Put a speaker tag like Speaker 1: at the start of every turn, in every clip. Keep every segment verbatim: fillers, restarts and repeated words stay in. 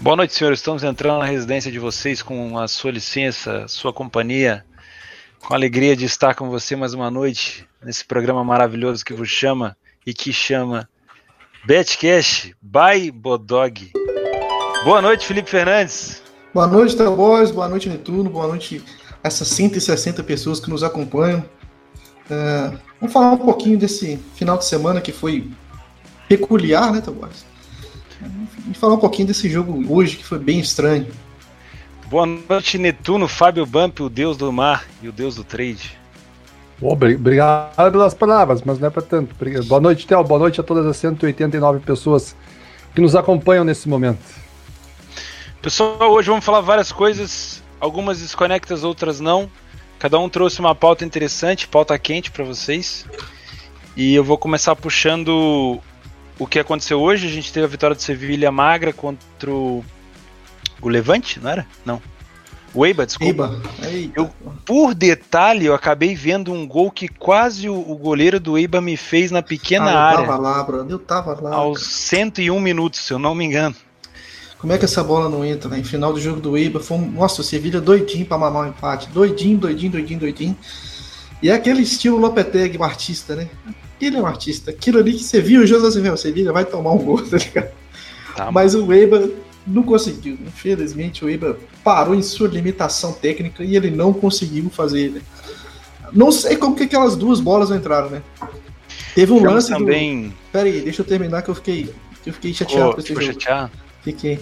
Speaker 1: Boa noite, senhores. Estamos entrando na residência de vocês com a sua licença, sua companhia. Com a alegria de estar com você mais uma noite nesse programa maravilhoso que vos chama e que chama Betcash by Bodog. Boa noite, Felipe Fernandes.
Speaker 2: Boa noite, Theo Boys. Boa noite, Netuno. Boa noite a essas cento e sessenta pessoas que nos acompanham. Uh, vamos falar um pouquinho desse final de semana que foi peculiar, né, Theo Boys? E falar um pouquinho desse jogo hoje que foi bem estranho.
Speaker 1: Boa noite, Netuno, Fábio Bump, o deus do mar e o deus do trade.
Speaker 3: Obrigado pelas palavras, mas não é para tanto. Boa noite, Theo. Boa noite a todas as cento e oitenta e nove pessoas que nos acompanham nesse momento.
Speaker 1: Pessoal, hoje vamos falar várias coisas, algumas desconectas, outras não. Cada um trouxe uma pauta interessante, pauta quente para vocês. E eu vou começar puxando o que aconteceu hoje. A gente teve a vitória do Sevilha magra contra o, o Levante, não era? Não. O Eibar, desculpa.
Speaker 2: Eibar.
Speaker 1: Eu, por detalhe, eu acabei vendo um gol que quase o, o goleiro do Eibar me fez na pequena
Speaker 2: ah, eu
Speaker 1: área.
Speaker 2: Eu tava lá, Bruno. Eu tava lá.
Speaker 1: Aos cara. cento e um minutos, se eu não me engano.
Speaker 2: Como é que essa bola não entra, né? Final do jogo do Eibar, foi um... Nossa, o Sevilha doidinho pra mamar o um empate. Doidinho, doidinho, doidinho, doidinho. E é aquele estilo Lopetegui, artista, né? Aquele é um artista. Aquilo ali que você viu, o José Silva, o Sevilha vai tomar um gol, tá ligado? Tá, mas o Eibar não conseguiu. Infelizmente, o Eibar parou em sua limitação técnica e ele não conseguiu fazer, né? Não sei como que aquelas duas bolas não entraram, né? Teve um lance
Speaker 1: também...
Speaker 2: do... Pera aí, deixa eu terminar que eu fiquei, que eu fiquei chateado
Speaker 1: oh,
Speaker 2: com esse
Speaker 1: jogo. Chateado?
Speaker 2: Fiquei.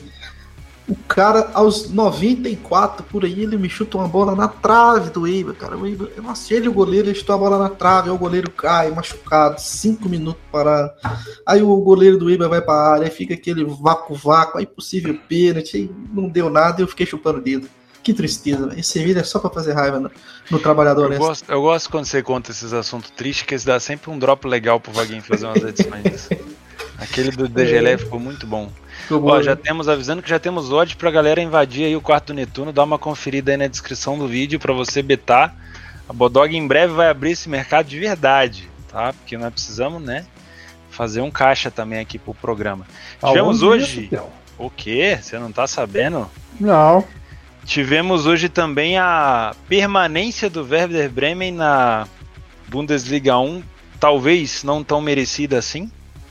Speaker 2: O cara, aos noventa e quatro, por aí, ele me chuta uma bola na trave do Eibar, cara. O Eibar, nossa, ele e o goleiro, ele chutou a bola na trave, aí o goleiro cai, machucado, cinco minutos parado. Aí o goleiro do Eibar vai pra área, aí fica aquele vácuo-vácuo, aí possível pênalti, aí não deu nada e eu fiquei chupando o dedo. Que tristeza, velho. Esse vídeo é só pra fazer raiva no, no trabalhador
Speaker 1: eu gosto, eu gosto quando você conta esses assuntos tristes, que isso dá sempre um drop legal pro Vaguinho fazer umas edições. Aquele do D G L F ficou muito bom. Ficou Ó, bom, já né? temos, avisando que já temos odds pra galera invadir aí o quarto do Netuno, dá uma conferida aí na descrição do vídeo pra você betar. A Bodog em breve vai abrir esse mercado de verdade, tá? Porque nós precisamos, né, fazer um caixa também aqui pro programa.
Speaker 3: Tá
Speaker 1: Tivemos hoje...
Speaker 3: Isso,
Speaker 1: o quê? Você não tá sabendo?
Speaker 3: Não.
Speaker 1: Tivemos hoje também a permanência do Werder Bremen na Bundesliga um, talvez não tão merecida assim,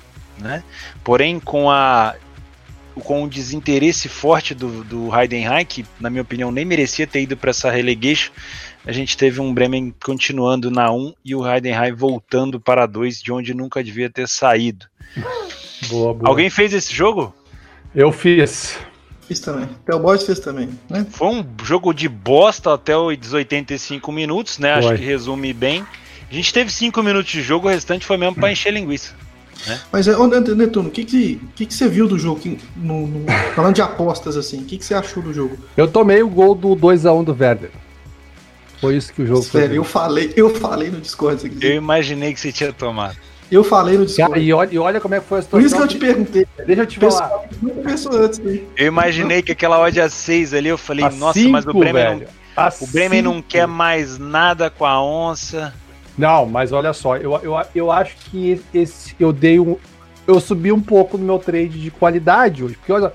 Speaker 1: né? Porém, com a com o desinteresse forte do, do Heidenheim, que na minha opinião nem merecia ter ido para essa relegation, a gente teve um Bremen continuando na um e o Heidenheim voltando para dois, de onde nunca devia ter saído.
Speaker 3: Boa, boa.
Speaker 1: Alguém fez esse jogo?
Speaker 3: Eu fiz.
Speaker 2: Fiz também. Theo Boys fez também, né?
Speaker 1: Foi um jogo de bosta até os oitenta e cinco minutos, né? Acho
Speaker 3: Foi.
Speaker 1: que resume bem. A gente teve cinco minutos de jogo, o restante foi mesmo para encher linguiça. Né?
Speaker 2: Mas, Netuno, o que, que, que, que você viu do jogo? Que, no, no, falando de apostas, assim, o que, que você achou do jogo?
Speaker 3: Eu tomei o gol do dois a um do Werder. Foi isso que o jogo
Speaker 2: Sério,
Speaker 3: foi.
Speaker 2: Eu falei, eu falei no Discord.
Speaker 1: Eu imaginei que você tinha tomado.
Speaker 2: Eu falei no Discord.
Speaker 3: Cara, e, olha, e olha como é que foi a
Speaker 2: situação. Por isso que eu te
Speaker 3: de...
Speaker 2: perguntei.
Speaker 3: Deixa eu te falar.
Speaker 2: Antes,
Speaker 1: eu imaginei que aquela odd a seis ali, eu falei,
Speaker 3: a
Speaker 1: nossa,
Speaker 3: cinco,
Speaker 1: mas o Bremen,
Speaker 3: velho,
Speaker 1: não, o Bremen não quer mais nada com a onça.
Speaker 3: Não, mas olha só, eu, eu, eu acho que esse, eu dei um... Eu subi um pouco no meu trade de qualidade hoje, porque olha,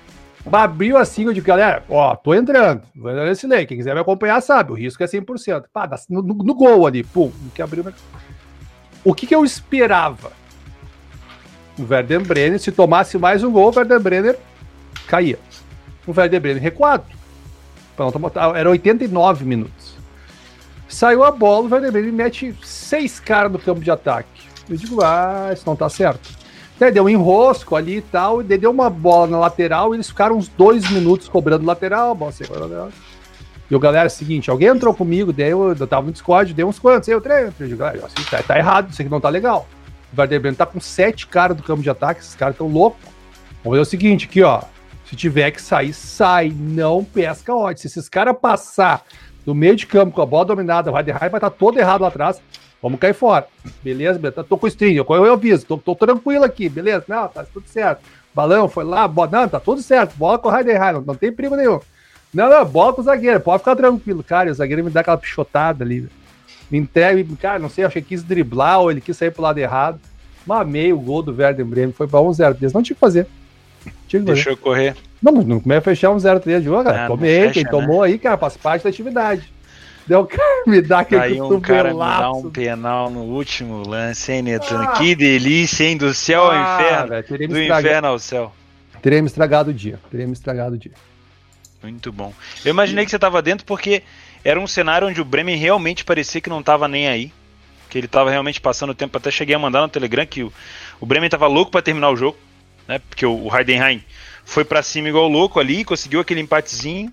Speaker 3: abriu assim, eu digo, galera, ó, tô entrando, vou entrar nesse lei, quem quiser me acompanhar sabe, o risco é cem por cento. Pá, no, no, no gol ali, pum, que abriu. O que que eu esperava? O Werder Bremen, se tomasse mais um gol, o Werder Bremen caía. O Werder Bremen recuado. Era oitenta e nove minutos. Saiu a bola, o Werder Bremen mete seis caras no campo de ataque. Eu digo, ah, isso não tá certo. Daí deu um enrosco ali e tal, e daí deu uma bola na lateral, e eles ficaram uns dois minutos cobrando lateral, bola seca, lateral. E o galera, é o seguinte, alguém entrou comigo, daí eu, eu tava no Discord, dei uns quantos, eu treino, eu digo, galera, assim, tá, tá errado, isso aqui não tá legal. O Werder Bremen tá com sete caras do campo de ataque, esses caras tão loucos. Vamos fazer o seguinte, aqui ó, se tiver que sair, sai, não pesca ódio. Se esses caras passar do meio de campo com a bola dominada, o Heidenheim vai estar todo errado lá atrás, vamos cair fora. Beleza, beleza, tô com o stream, eu, eu aviso, tô, tô tranquilo aqui, beleza? Não, tá tudo certo. Balão foi lá, bola, não, tá tudo certo, bola com o Heidenheim, não, não tem perigo nenhum. Não, não, bola com o zagueiro, pode ficar tranquilo, cara, e o zagueiro me dá aquela pichotada ali, me entrega, cara, não sei, achei que quis driblar ou ele quis sair pro lado errado. Mamei o gol do Werder Bremen, foi pra um a zero, eles não tinha que fazer. Tinha que fazer.
Speaker 1: Deixou correr.
Speaker 3: Não, mas não começa a fechar um zero a três de jogo, cara.
Speaker 1: Ah,
Speaker 3: Tomei,
Speaker 1: fecha,
Speaker 3: quem
Speaker 1: né?
Speaker 3: tomou aí, cara, faz parte da atividade. Deu, cara, me dá aquele
Speaker 1: Aí um cara me dá
Speaker 3: cotovelaço.
Speaker 1: um penal no último lance, hein, Netuno?
Speaker 3: Ah.
Speaker 1: Que delícia, hein? Do céu ao
Speaker 3: Ah,
Speaker 1: inferno.
Speaker 3: velho, teria me
Speaker 1: Do
Speaker 3: estragado.
Speaker 1: inferno ao céu.
Speaker 3: Teria me estragado o dia. Teria me estragado o dia.
Speaker 1: Muito bom. Eu imaginei que você tava dentro porque era um cenário onde o Bremen realmente parecia que não tava nem aí. Que ele tava realmente passando o tempo. Até cheguei a mandar no Telegram que o, o Bremen tava louco pra terminar o jogo, né? Porque o, o Heidenheim foi pra cima igual louco ali, conseguiu aquele empatezinho.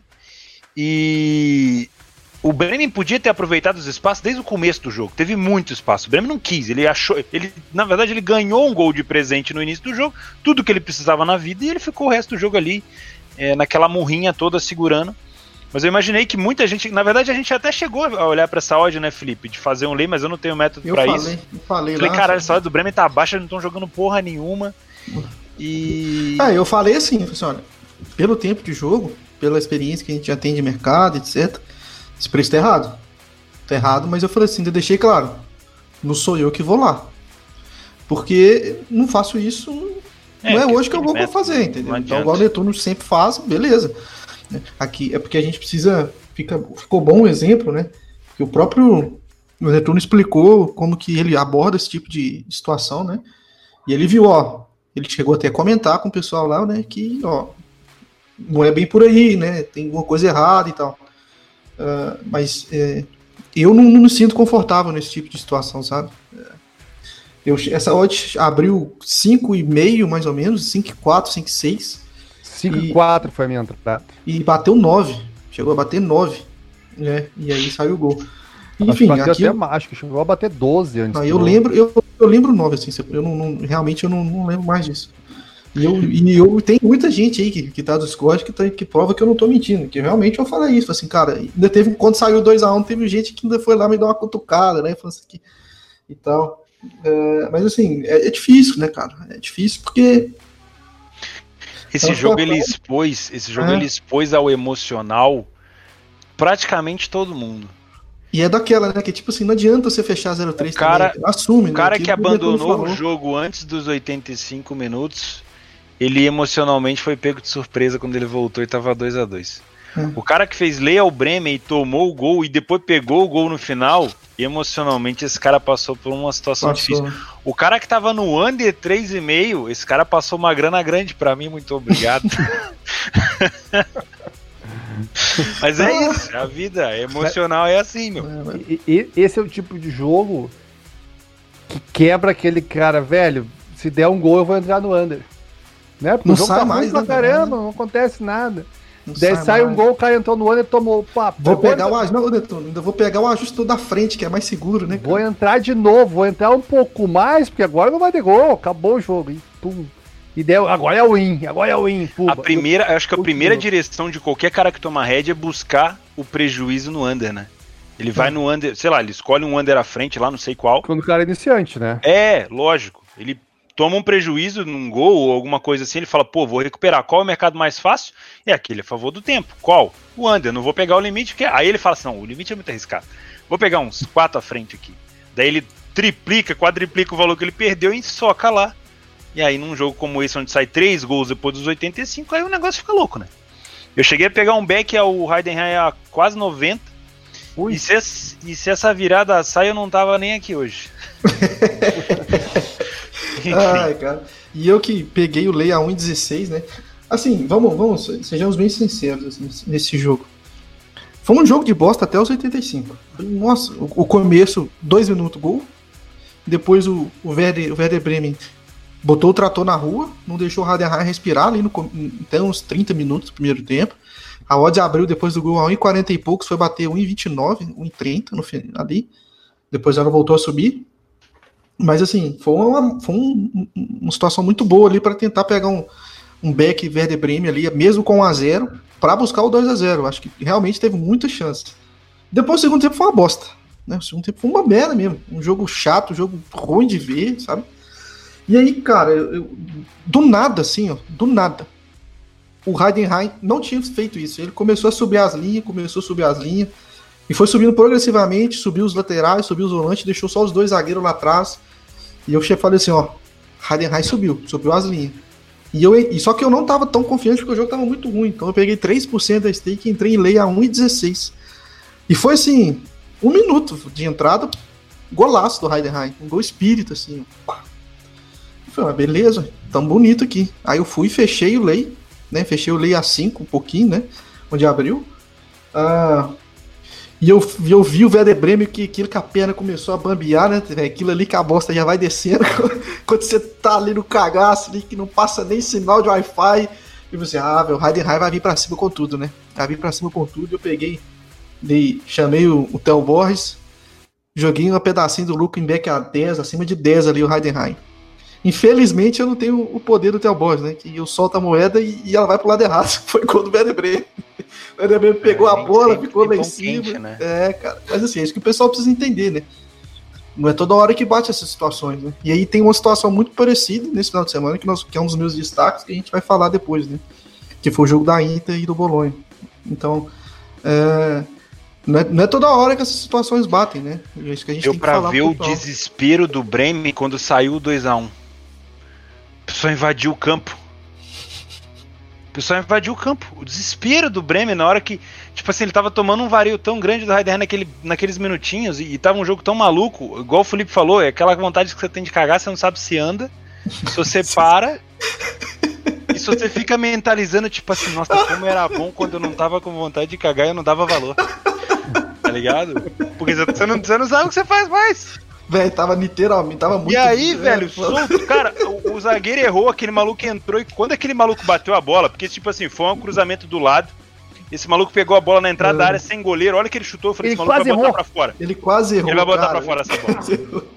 Speaker 1: E o Bremen podia ter aproveitado os espaços desde o começo do jogo. Teve muito espaço. O Bremen não quis. Ele achou. Ele, na verdade, ele ganhou um gol de presente no início do jogo, tudo que ele precisava na vida, e ele ficou o resto do jogo ali, é, naquela murrinha toda segurando. Mas eu imaginei que muita gente. Na verdade, a gente até chegou a olhar pra essa odd, né, Felipe? De fazer um lay, mas eu não tenho método
Speaker 2: Eu
Speaker 1: pra
Speaker 2: falei,
Speaker 1: isso.
Speaker 2: eu falei
Speaker 1: Falei,
Speaker 2: lá.
Speaker 1: caralho, essa odd do Bremen tá baixa, eles não estão jogando porra nenhuma. E.
Speaker 2: Ah, eu falei assim, falei assim, olha, pelo tempo de jogo, pela experiência que a gente já tem de mercado, etcétera, esse preço tá errado. Tá errado, mas eu falei assim, eu deixei claro, não sou eu que vou lá. Porque não faço isso,
Speaker 1: É,
Speaker 2: não é
Speaker 1: que
Speaker 2: hoje que eu vou
Speaker 1: método,
Speaker 2: fazer,
Speaker 1: não
Speaker 2: entendeu?
Speaker 1: adianta.
Speaker 2: Então, igual o Netuno sempre faz, beleza. Aqui é porque a gente precisa, fica, ficou bom o exemplo, né? Que o próprio o Netuno explicou como que ele aborda esse tipo de situação, né? E ele viu, ó, ele chegou até a comentar com o pessoal lá, né, que, ó, não é bem por aí, né, tem alguma coisa errada e tal. Uh, mas é, eu não, não me sinto confortável nesse tipo de situação, sabe? Eu, essa odd abriu cinco e meio mais ou menos, cinco e quatro, cinco e seis.
Speaker 3: cinco e quatro foi a minha entrada.
Speaker 2: E bateu nove. Chegou a bater nove. Né? E aí saiu o gol.
Speaker 3: Enfim,
Speaker 2: Enfim,
Speaker 3: acho que,
Speaker 2: aqui
Speaker 3: até, acho que chegou a bater doze antes.
Speaker 2: eu lembro, eu, eu lembro nove, assim, eu não, não, realmente eu não, não lembro mais disso. E eu, e eu tem muita gente aí que, que tá do Discord que, tá, que prova que eu não tô mentindo, que realmente eu falei isso, assim, cara, ainda teve, quando saiu dois a um, teve gente que ainda foi lá me dar uma cutucada, né, falou assim, e tal. É, mas assim, é, é difícil, né, cara, é difícil porque
Speaker 1: Esse jogo ele expôs, esse jogo
Speaker 2: é.
Speaker 1: ele expôs ao emocional praticamente todo mundo.
Speaker 2: E é daquela, né, que tipo assim, não adianta você fechar zero três
Speaker 1: o cara,
Speaker 2: também, assume,
Speaker 1: o cara
Speaker 2: né,
Speaker 1: que abandonou o jogo antes dos oitenta e cinco minutos, ele emocionalmente foi pego de surpresa quando ele voltou e tava dois a dois. É. O cara que fez lei ao Bremen e tomou o gol e depois pegou o gol no final, emocionalmente esse cara passou por uma situação passou. difícil. O cara que tava no under três e meio, esse cara passou uma grana grande pra mim, muito obrigado. Mas é isso, a vida emocional é assim, meu.
Speaker 3: E, e, esse é o tipo de jogo que quebra aquele cara, velho, se der um gol eu vou entrar no under. Né? Porque
Speaker 2: não
Speaker 3: o jogo
Speaker 2: sai
Speaker 3: tá
Speaker 2: mais,
Speaker 3: pra
Speaker 2: né,
Speaker 3: caramba, não acontece nada.
Speaker 2: Não
Speaker 3: Daí sai, sai um gol, o cara entrou no under e tomou. Pá,
Speaker 2: vou pegar o ajuste, não, Netuno, ainda vou pegar o ajuste da frente, que é mais seguro, né? Cara?
Speaker 3: Vou entrar de novo, vou entrar um pouco mais, porque agora não vai ter gol, acabou o jogo. E pum. E deu, agora é o win, agora é o win. Pum.
Speaker 1: A primeira, acho que a primeira direção de qualquer cara que toma head é buscar o prejuízo no under, né? Ele vai no under, sei lá, ele escolhe um under à frente lá, não sei qual.
Speaker 3: Quando o cara é iniciante, né?
Speaker 1: É, lógico. Ele toma um prejuízo num gol ou alguma coisa assim, ele fala, pô, vou recuperar. Qual é o mercado mais fácil? É aquele a favor do tempo. Qual? O under. Não vou pegar o limite, porque aí ele fala assim, não, o limite é muito arriscado. Vou pegar uns quatro à frente aqui. Daí ele triplica, quadriplica o valor que ele perdeu e soca lá. E aí num jogo como esse, onde sai três gols depois dos oitenta e cinco, aí o negócio fica louco, né? Eu cheguei a pegar um back ao Heidenheim a quase noventa. E se, essa, e se essa virada sai, eu não tava nem aqui hoje.
Speaker 2: Ai, cara. E eu que peguei o Lei a um e dezesseis, né? Assim, vamos, vamos, sejamos bem sinceros assim, nesse jogo. Foi um jogo de bosta até os oitenta e cinco. Nossa, o, o começo, dois minutos, gol. Depois o, o, Werder, o Werder Bremen botou o trator na rua, não deixou o Heidenheim respirar ali no, até uns trinta minutos do primeiro tempo. A odd abriu depois do gol a um e quarenta e poucos, foi bater um e vinte e nove, um e trinta no final ali. Depois ela voltou a subir. Mas assim, foi uma, foi um, uma situação muito boa ali para tentar pegar um, um back Werder Bremen ali, mesmo com um a zero, para buscar o dois a zero. Acho que realmente teve muita chance. Depois o segundo tempo foi uma bosta. Né? O segundo tempo foi uma merda mesmo. Um jogo chato, um jogo ruim de ver, sabe? E aí, cara, eu, eu, do nada, assim, ó, do nada, o Heidenheim não tinha feito isso. Ele começou a subir as linhas, começou a subir as linhas, e foi subindo progressivamente, subiu os laterais, subiu os volantes, deixou só os dois zagueiros lá atrás. E eu falei assim, ó, Heidenheim subiu, subiu as linhas. E, eu, e só que eu não tava tão confiante porque o jogo tava muito ruim. Então eu peguei três por cento da stake e entrei em lei a um e dezesseis. E foi assim, um minuto de entrada, golaço do Heidenheim. Um gol espírita, assim. Pá. Eu falei, mas beleza, tão bonito aqui. Aí eu fui e fechei o lei, né? Fechei o lei a cinco, um pouquinho, né? Onde abriu. Ah, e eu, eu vi o Werder Bremen que aquilo que a perna começou a bambear, né? Aquilo ali que a bosta já vai descendo. Quando você tá ali no cagaço, ali, que não passa nem sinal de Wi-Fi. E você, ah, velho, o Heidenheim vai vir pra cima com tudo, né? Vai vir pra cima com tudo. Eu peguei, dei, chamei o, o Theo Borges, joguei um pedacinho do Luckenbeck a dez, acima de dez ali o Heidenheim. Infelizmente eu não tenho o poder do Theo Borges, né? Que eu solto a moeda e, e ela vai pro lado errado. Foi quando o Werder Bremen. O Werder Bremen pegou é, a bola, ficou lá em cima. Quente, né? É, cara. Mas assim, é isso que o pessoal precisa entender, né? Não é toda hora que bate essas situações, né? E aí tem uma situação muito parecida nesse final de semana, que, nós, que é um dos meus destaques, que a gente vai falar depois, né? Que foi o jogo da Inter e do Bolonha. Então, é, não, é, não é toda hora que essas situações batem, né? É isso que a gente
Speaker 1: Deu
Speaker 2: tem que
Speaker 1: pra
Speaker 2: falar
Speaker 1: ver o desespero do Bremen quando saiu o dois a um. O pessoal invadiu o campo. O pessoal invadiu o campo. O desespero do Bremen na hora que, tipo assim, ele tava tomando um vario tão grande do Heidenheim naquele, naqueles minutinhos e, e tava um jogo tão maluco, igual o Felipe falou, é aquela vontade que você tem de cagar, você não sabe se anda, se você para e se você fica mentalizando, tipo assim, nossa, como era bom quando eu não tava com vontade de cagar e eu não dava valor. Tá ligado? Porque você não, você não sabe o que você faz mais.
Speaker 2: Velho, tava literalmente, tava muito...
Speaker 1: E aí, velho, solto, cara, o, o zagueiro errou, aquele maluco entrou, e quando aquele maluco bateu a bola, porque, tipo assim, foi um cruzamento do lado, esse maluco pegou a bola na entrada é. da área sem goleiro, olha que ele chutou, eu falei,
Speaker 3: ele
Speaker 1: esse maluco vai botar
Speaker 3: errou.
Speaker 1: pra fora.
Speaker 2: Ele quase errou,
Speaker 1: Ele vai botar
Speaker 2: cara.
Speaker 1: pra fora essa bola.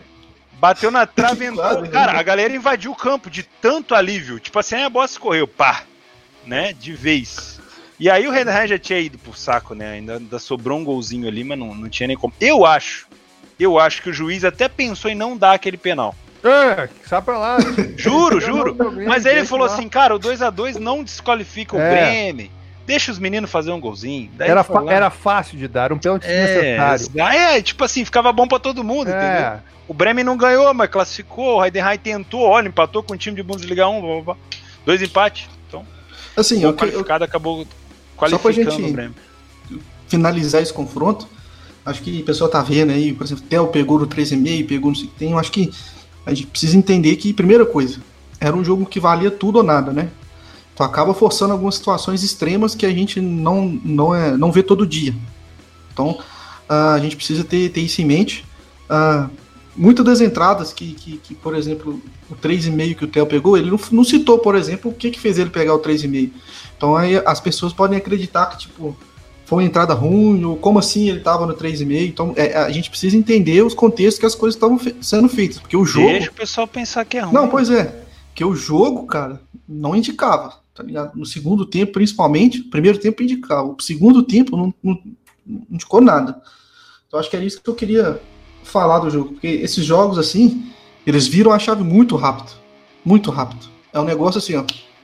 Speaker 1: Bateu na trave, entrou, cara, a galera invadiu o campo de tanto alívio, tipo assim, aí a bola escorreu, pá, né, de vez. E aí o Heidenheim já tinha ido pro saco, né, ainda, ainda sobrou um golzinho ali, mas não, não tinha nem como. Eu acho, Eu acho que o juiz até pensou em não dar aquele penal.
Speaker 3: É, sai pra lá.
Speaker 1: Juro, juro. Mas aí ele falou assim, cara, o dois a dois não desqualifica o é. Bremen. Deixa os meninos fazer um golzinho. Daí
Speaker 3: era, era fácil de dar, um pênalti
Speaker 1: é, necessário. É, tipo assim, ficava bom pra todo mundo, é. entendeu? O Bremen não ganhou, mas classificou. O Heidenheim tentou, olha, empatou com o time de Bundesliga um. Blá, blá, blá. Dois empates. Então,
Speaker 2: assim,
Speaker 1: o
Speaker 2: eu,
Speaker 1: qualificado
Speaker 2: eu,
Speaker 1: acabou qualificando
Speaker 2: só pra gente
Speaker 1: o Bremen.
Speaker 2: Finalizar esse confronto, acho que o pessoal tá vendo aí, por exemplo, o Theo pegou no três e meio, pegou no sei o que tem, eu acho que a gente precisa entender que, primeira coisa, era um jogo que valia tudo ou nada, né? Então acaba forçando algumas situações extremas que a gente não, não, é, não vê todo dia. Então uh, a gente precisa ter, ter isso em mente. Uh, muitas das entradas que, que, que, por exemplo, o três e meio que o Theo pegou, ele não, não citou, por exemplo, o que, que fez ele pegar o três e meio. Então aí as pessoas podem acreditar que, tipo, foi uma entrada ruim, ou como assim ele estava no três e meio. Então é, a gente precisa entender os contextos que as coisas estavam fe- sendo feitas, porque o jogo...
Speaker 1: Deixa o pessoal pensar que é ruim.
Speaker 2: Não, pois é, porque o jogo, cara, não indicava, tá ligado? No segundo tempo, principalmente, o primeiro tempo indicava, o segundo tempo não, não, não indicou nada. Então acho que era isso que eu queria falar do jogo, porque esses jogos, assim, eles viram a chave muito rápido, muito rápido. É um negócio assim, ó,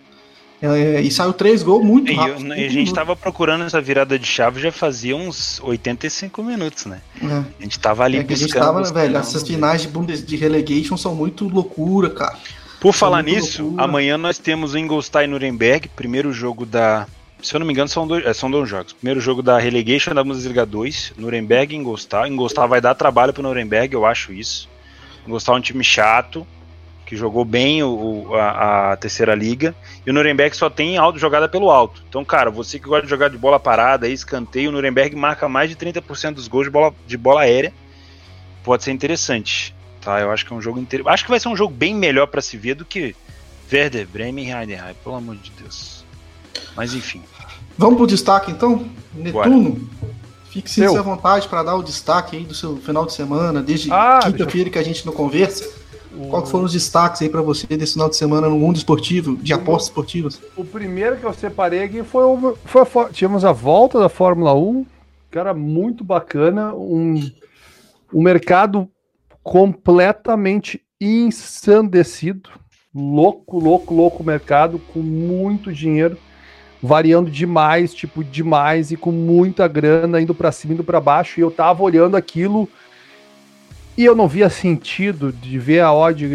Speaker 2: É, e saiu três gols muito rápido.
Speaker 1: E, eu, e a gente tava procurando essa virada de chave já fazia uns oitenta e cinco minutos, né? É. A gente tava ali
Speaker 2: é
Speaker 1: buscando.
Speaker 2: A gente tava, velho, essas finais de, Bundes, de relegation são muito loucura, cara.
Speaker 1: Por são falar nisso, loucura. Amanhã nós temos o Ingolstadt e Nuremberg, primeiro jogo da... Se eu não me engano, são dois, é, são dois jogos. Primeiro jogo da relegation da Bundesliga dois, Nuremberg e Ingolstadt. Ingolstadt vai dar trabalho pro Nuremberg, eu acho isso. Ingolstadt é um time chato, que jogou bem o, a, a terceira liga, e o Nuremberg só tem auto, jogada pelo alto. Então, cara, você que gosta de jogar de bola parada, aí, escanteio, o Nuremberg marca mais de trinta por cento dos gols de bola, de bola aérea. Pode ser interessante, tá? Eu acho que é um jogo inter... acho que vai ser um jogo bem melhor para se ver do que Werder Bremen e Heidenheim, pelo amor de Deus. Mas enfim.
Speaker 2: Vamos pro destaque então? Netuno, Bora. Fique-se à vontade para dar o destaque aí do seu final de semana, desde ah, quinta-feira eu... que a gente não conversa. Qual foram os destaques aí pra você desse final de semana no mundo esportivo, de apostas esportivas?
Speaker 3: O primeiro que eu separei aqui foi o... Foi a, tivemos a volta da Fórmula um, cara, muito bacana, um, um mercado completamente ensandecido, louco, louco, louco mercado, com muito dinheiro, variando demais, tipo, demais, e com muita grana, indo pra cima, indo pra baixo, e eu tava olhando aquilo... E eu não via sentido de ver a odd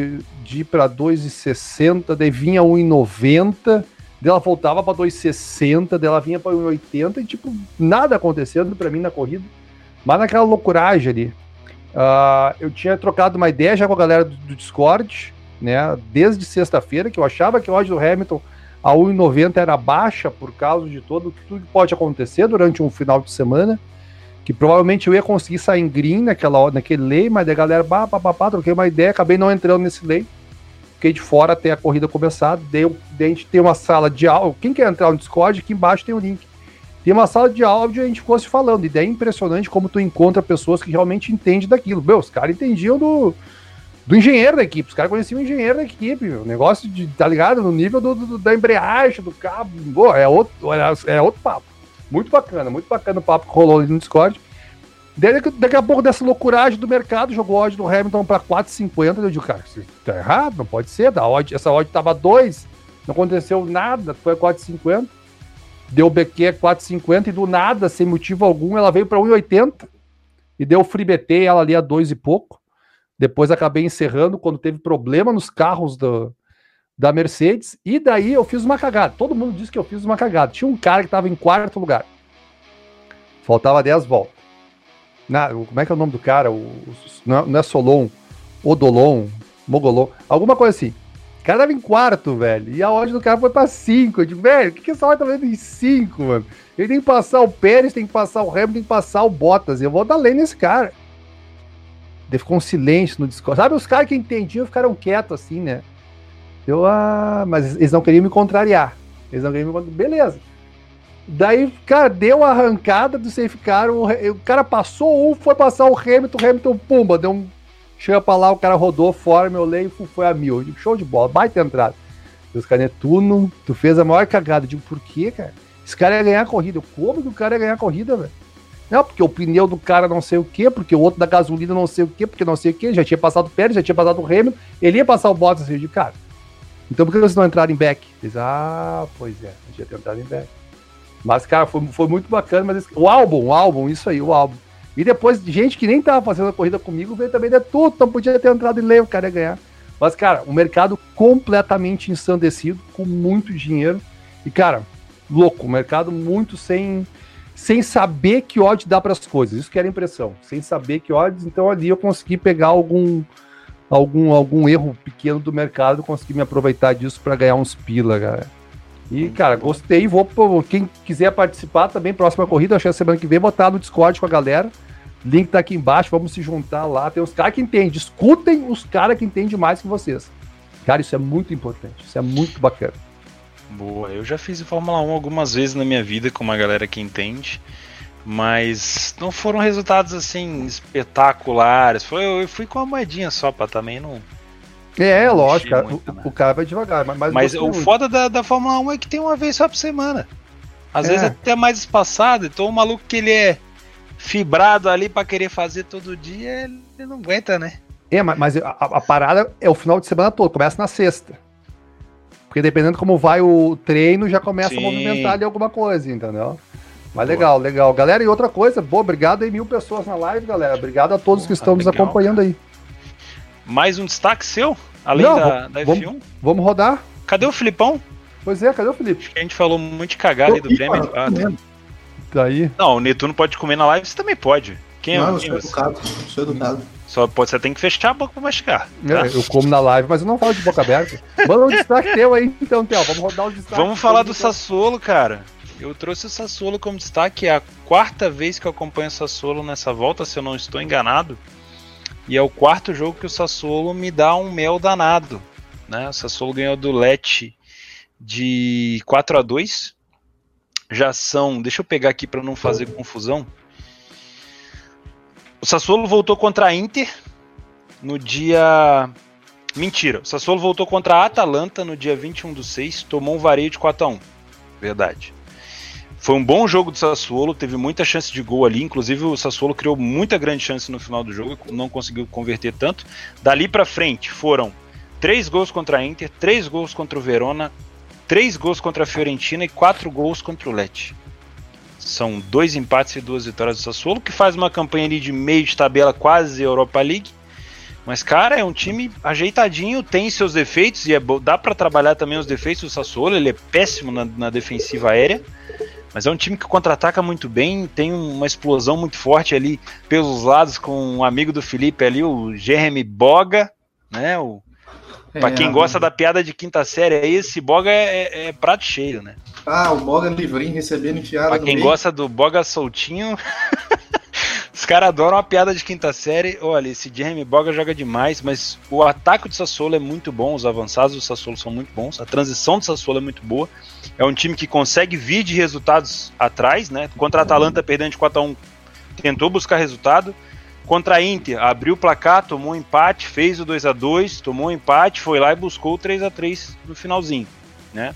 Speaker 3: de ir para dois e sessenta, daí vinha um e noventa, daí ela voltava para dois e sessenta, daí ela vinha para um e oitenta e tipo, nada acontecendo para mim na corrida, mas naquela loucuragem ali. Uh, eu tinha trocado uma ideia já com a galera do, do Discord, né, desde sexta-feira, que eu achava que a odd do Hamilton a um e noventa era baixa por causa de todo, tudo que pode acontecer durante um final de semana, que provavelmente eu ia conseguir sair em green naquela, naquele lay, mas a galera, pá, pá, pá, pá, troquei uma ideia, acabei não entrando nesse lay, fiquei de fora até a corrida começar, daí, eu, daí a gente tem uma sala de áudio, quem quer entrar no Discord, aqui embaixo tem o link, tem uma sala de áudio e a gente ficou se falando, e daí é impressionante como tu encontra pessoas que realmente entendem daquilo. Meu, os caras entendiam do, do engenheiro da equipe, os caras conheciam o engenheiro da equipe, meu. O negócio de, tá ligado, no nível do, do, da embreagem, do cabo, pô, é outro, é, é outro papo. Muito bacana, muito bacana o papo que rolou ali no Discord. Daqui, daqui a pouco dessa loucuragem do mercado, jogou a odd do Hamilton para quatro e cinquenta, eu digo, cara, isso tá errado, não pode ser, da odd, essa odd tava dois, não aconteceu nada, foi quatro e cinquenta, deu o B Q quatro e cinquenta e do nada, sem motivo algum, ela veio para um e oitenta e deu free B T ela ali a dois e pouco, depois acabei encerrando quando teve problema nos carros do, da Mercedes, e daí eu fiz uma cagada, todo mundo disse que eu fiz uma cagada, tinha um cara que tava em quarto lugar, faltava dez voltas. Na, como é que é o nome do cara? O, o, não, não é Solon, Odolon, Mogolon, alguma coisa assim. O cara tava em quarto, velho, e a odd do cara foi pra cinco. Eu digo, velho, o que, que essa odd tá vendo em cinco, mano? Ele tem que passar o Pérez, tem que passar o Hamilton, tem que passar o Bottas. Eu vou dar lei nesse cara. Daí ficou um silêncio no Discord. Sabe, os caras que entendiam ficaram quietos assim, né? Eu, ah, mas eles não queriam me contrariar. Eles não queriam me contrariar. Beleza. Daí, cara, deu a arrancada do safe car, o, o cara passou um, foi passar o Hamilton, o Hamilton, pumba, deu um... Chega pra lá, o cara rodou fora, meu lei, foi a mil. Eu digo, show de bola, baita entrada. Os caras, Netuno, tu fez a maior cagada. Eu digo, por quê, cara? Esse cara ia ganhar a corrida. Eu, como que o cara ia ganhar a corrida, velho? Não, porque o pneu do cara não sei o quê, porque o outro da gasolina não sei o quê, porque não sei o quê, já tinha passado o Pérez, já tinha passado o Hamilton, ele ia passar o Bottas, assim, eu digo, cara, então por que vocês não entraram em back? Eles, ah, pois é, eu tinha tentado em back. Mas, cara, foi, foi muito bacana, mas esse, o álbum, o álbum, isso aí, o álbum. E depois, gente que nem tava fazendo a corrida comigo, veio também de tudo, então podia ter entrado em lei, o cara ia ganhar. Mas, cara, o mercado completamente ensandecido, com muito dinheiro. E, cara, louco, o mercado muito sem, sem saber que odd dá para as coisas. Isso que era a impressão. Sem saber que odds, então ali eu consegui pegar algum, algum, algum erro pequeno do mercado, consegui me aproveitar disso para ganhar uns pila, cara. E, cara, gostei. Vou, quem quiser participar também, próxima corrida, acho que é semana que vem, botar no Discord com a galera. Link tá aqui embaixo, vamos se juntar lá. Tem os caras que entendem, escutem os caras que entendem mais que vocês. Cara, isso é muito importante, isso é muito bacana.
Speaker 1: Boa, eu já fiz Fórmula um algumas vezes na minha vida com uma galera que entende, mas não foram resultados assim espetaculares. Foi, eu fui com uma moedinha só pra também não.
Speaker 3: É,
Speaker 1: não
Speaker 3: lógico, cara,
Speaker 1: muito,
Speaker 3: o,
Speaker 1: né?
Speaker 3: o cara vai devagar. Mas, mas,
Speaker 1: mas o
Speaker 3: muito.
Speaker 1: foda da, da Fórmula um é que tem uma vez só por semana. Às
Speaker 3: É.
Speaker 1: vezes até mais espaçado, então o maluco que ele é fibrado ali pra querer fazer todo dia, ele não aguenta, né?
Speaker 3: É, mas, mas a, a parada é o final de semana todo, começa na sexta. Porque dependendo como vai o treino, já começa
Speaker 1: Sim.
Speaker 3: a movimentar ali alguma coisa, entendeu? Mas
Speaker 1: Boa.
Speaker 3: legal, legal. Galera, e outra coisa, boa, obrigado aí, mil pessoas na live, galera. Obrigado a todos
Speaker 1: Porra,
Speaker 3: que estão nos
Speaker 1: legal,
Speaker 3: acompanhando
Speaker 1: cara.
Speaker 3: aí.
Speaker 1: Mais um destaque seu? Além
Speaker 3: Não,
Speaker 1: da, da F um?
Speaker 3: Vamos, vamos rodar?
Speaker 1: Cadê o Filipão?
Speaker 3: Pois é, cadê o Felipe?
Speaker 1: Acho que a gente falou muito de cagada aí do Bremen.
Speaker 2: Ih,
Speaker 1: Ah,
Speaker 2: mano,
Speaker 3: Tá aí.
Speaker 1: não, o Netuno pode comer na live, você também pode. Quem é
Speaker 2: não, eu
Speaker 1: quem
Speaker 2: sou
Speaker 1: você?
Speaker 2: educado, sou educado.
Speaker 1: Só pode, você tem que fechar a boca pra mastigar. Tá?
Speaker 3: É, eu como na live, mas eu não falo de boca aberta. Manda um destaque teu aí, então, Theo. Vamos rodar o destaque.
Speaker 1: Vamos falar do
Speaker 3: Então.
Speaker 1: Sassuolo, cara. Eu trouxe o Sassuolo como destaque. É a quarta vez que eu acompanho o Sassuolo nessa volta, se eu não estou enganado. E é o quarto jogo que o Sassuolo me dá um mel danado. Né? O Sassuolo ganhou do Lecce de quatro a dois. Já são... Deixa eu pegar aqui para não fazer confusão. O Sassuolo voltou contra a Inter no dia... Mentira, o Sassuolo voltou contra a Atalanta no dia vinte e um do seis, tomou um vareio de quatro a um. Verdade. Foi um bom jogo do Sassuolo, teve muita chance de gol ali, inclusive o Sassuolo criou muita grande chance no final do jogo, não conseguiu converter tanto. Dali pra frente foram três gols contra a Inter, três gols contra o Verona, três gols contra a Fiorentina e quatro gols contra o Lecce. São dois empates e duas vitórias do Sassuolo, que faz uma campanha ali de meio de tabela, quase Europa League, Mas, cara, é um time ajeitadinho, tem seus defeitos, e é bo- dá pra trabalhar também os defeitos do Sassuolo, ele é péssimo na, na defensiva aérea, mas é um time que contra-ataca muito bem, tem uma explosão muito forte ali pelos lados com um amigo do Felipe ali, o Jeremy Boga, né, o, é, pra quem gosta da piada de quinta série aí, esse Boga é, é, é prato cheio, né?
Speaker 2: Ah, o Boga livrinho, recebendo enfiada
Speaker 1: Pra
Speaker 2: no
Speaker 1: quem
Speaker 2: meio.
Speaker 1: gosta do Boga soltinho... Os caras adoram uma piada de quinta série. Olha, esse Jeremy Boga joga demais, mas o ataque do Sassuolo é muito bom, os avançados do Sassuolo são muito bons, a transição do Sassuolo é muito boa. É um time que consegue vir de resultados atrás, né? Contra a Atalanta, perdendo de quatro a um, tentou buscar resultado. Contra a Inter, abriu o placar, tomou um empate, fez o dois a dois, tomou um empate, foi lá e buscou o três a três no finalzinho, né?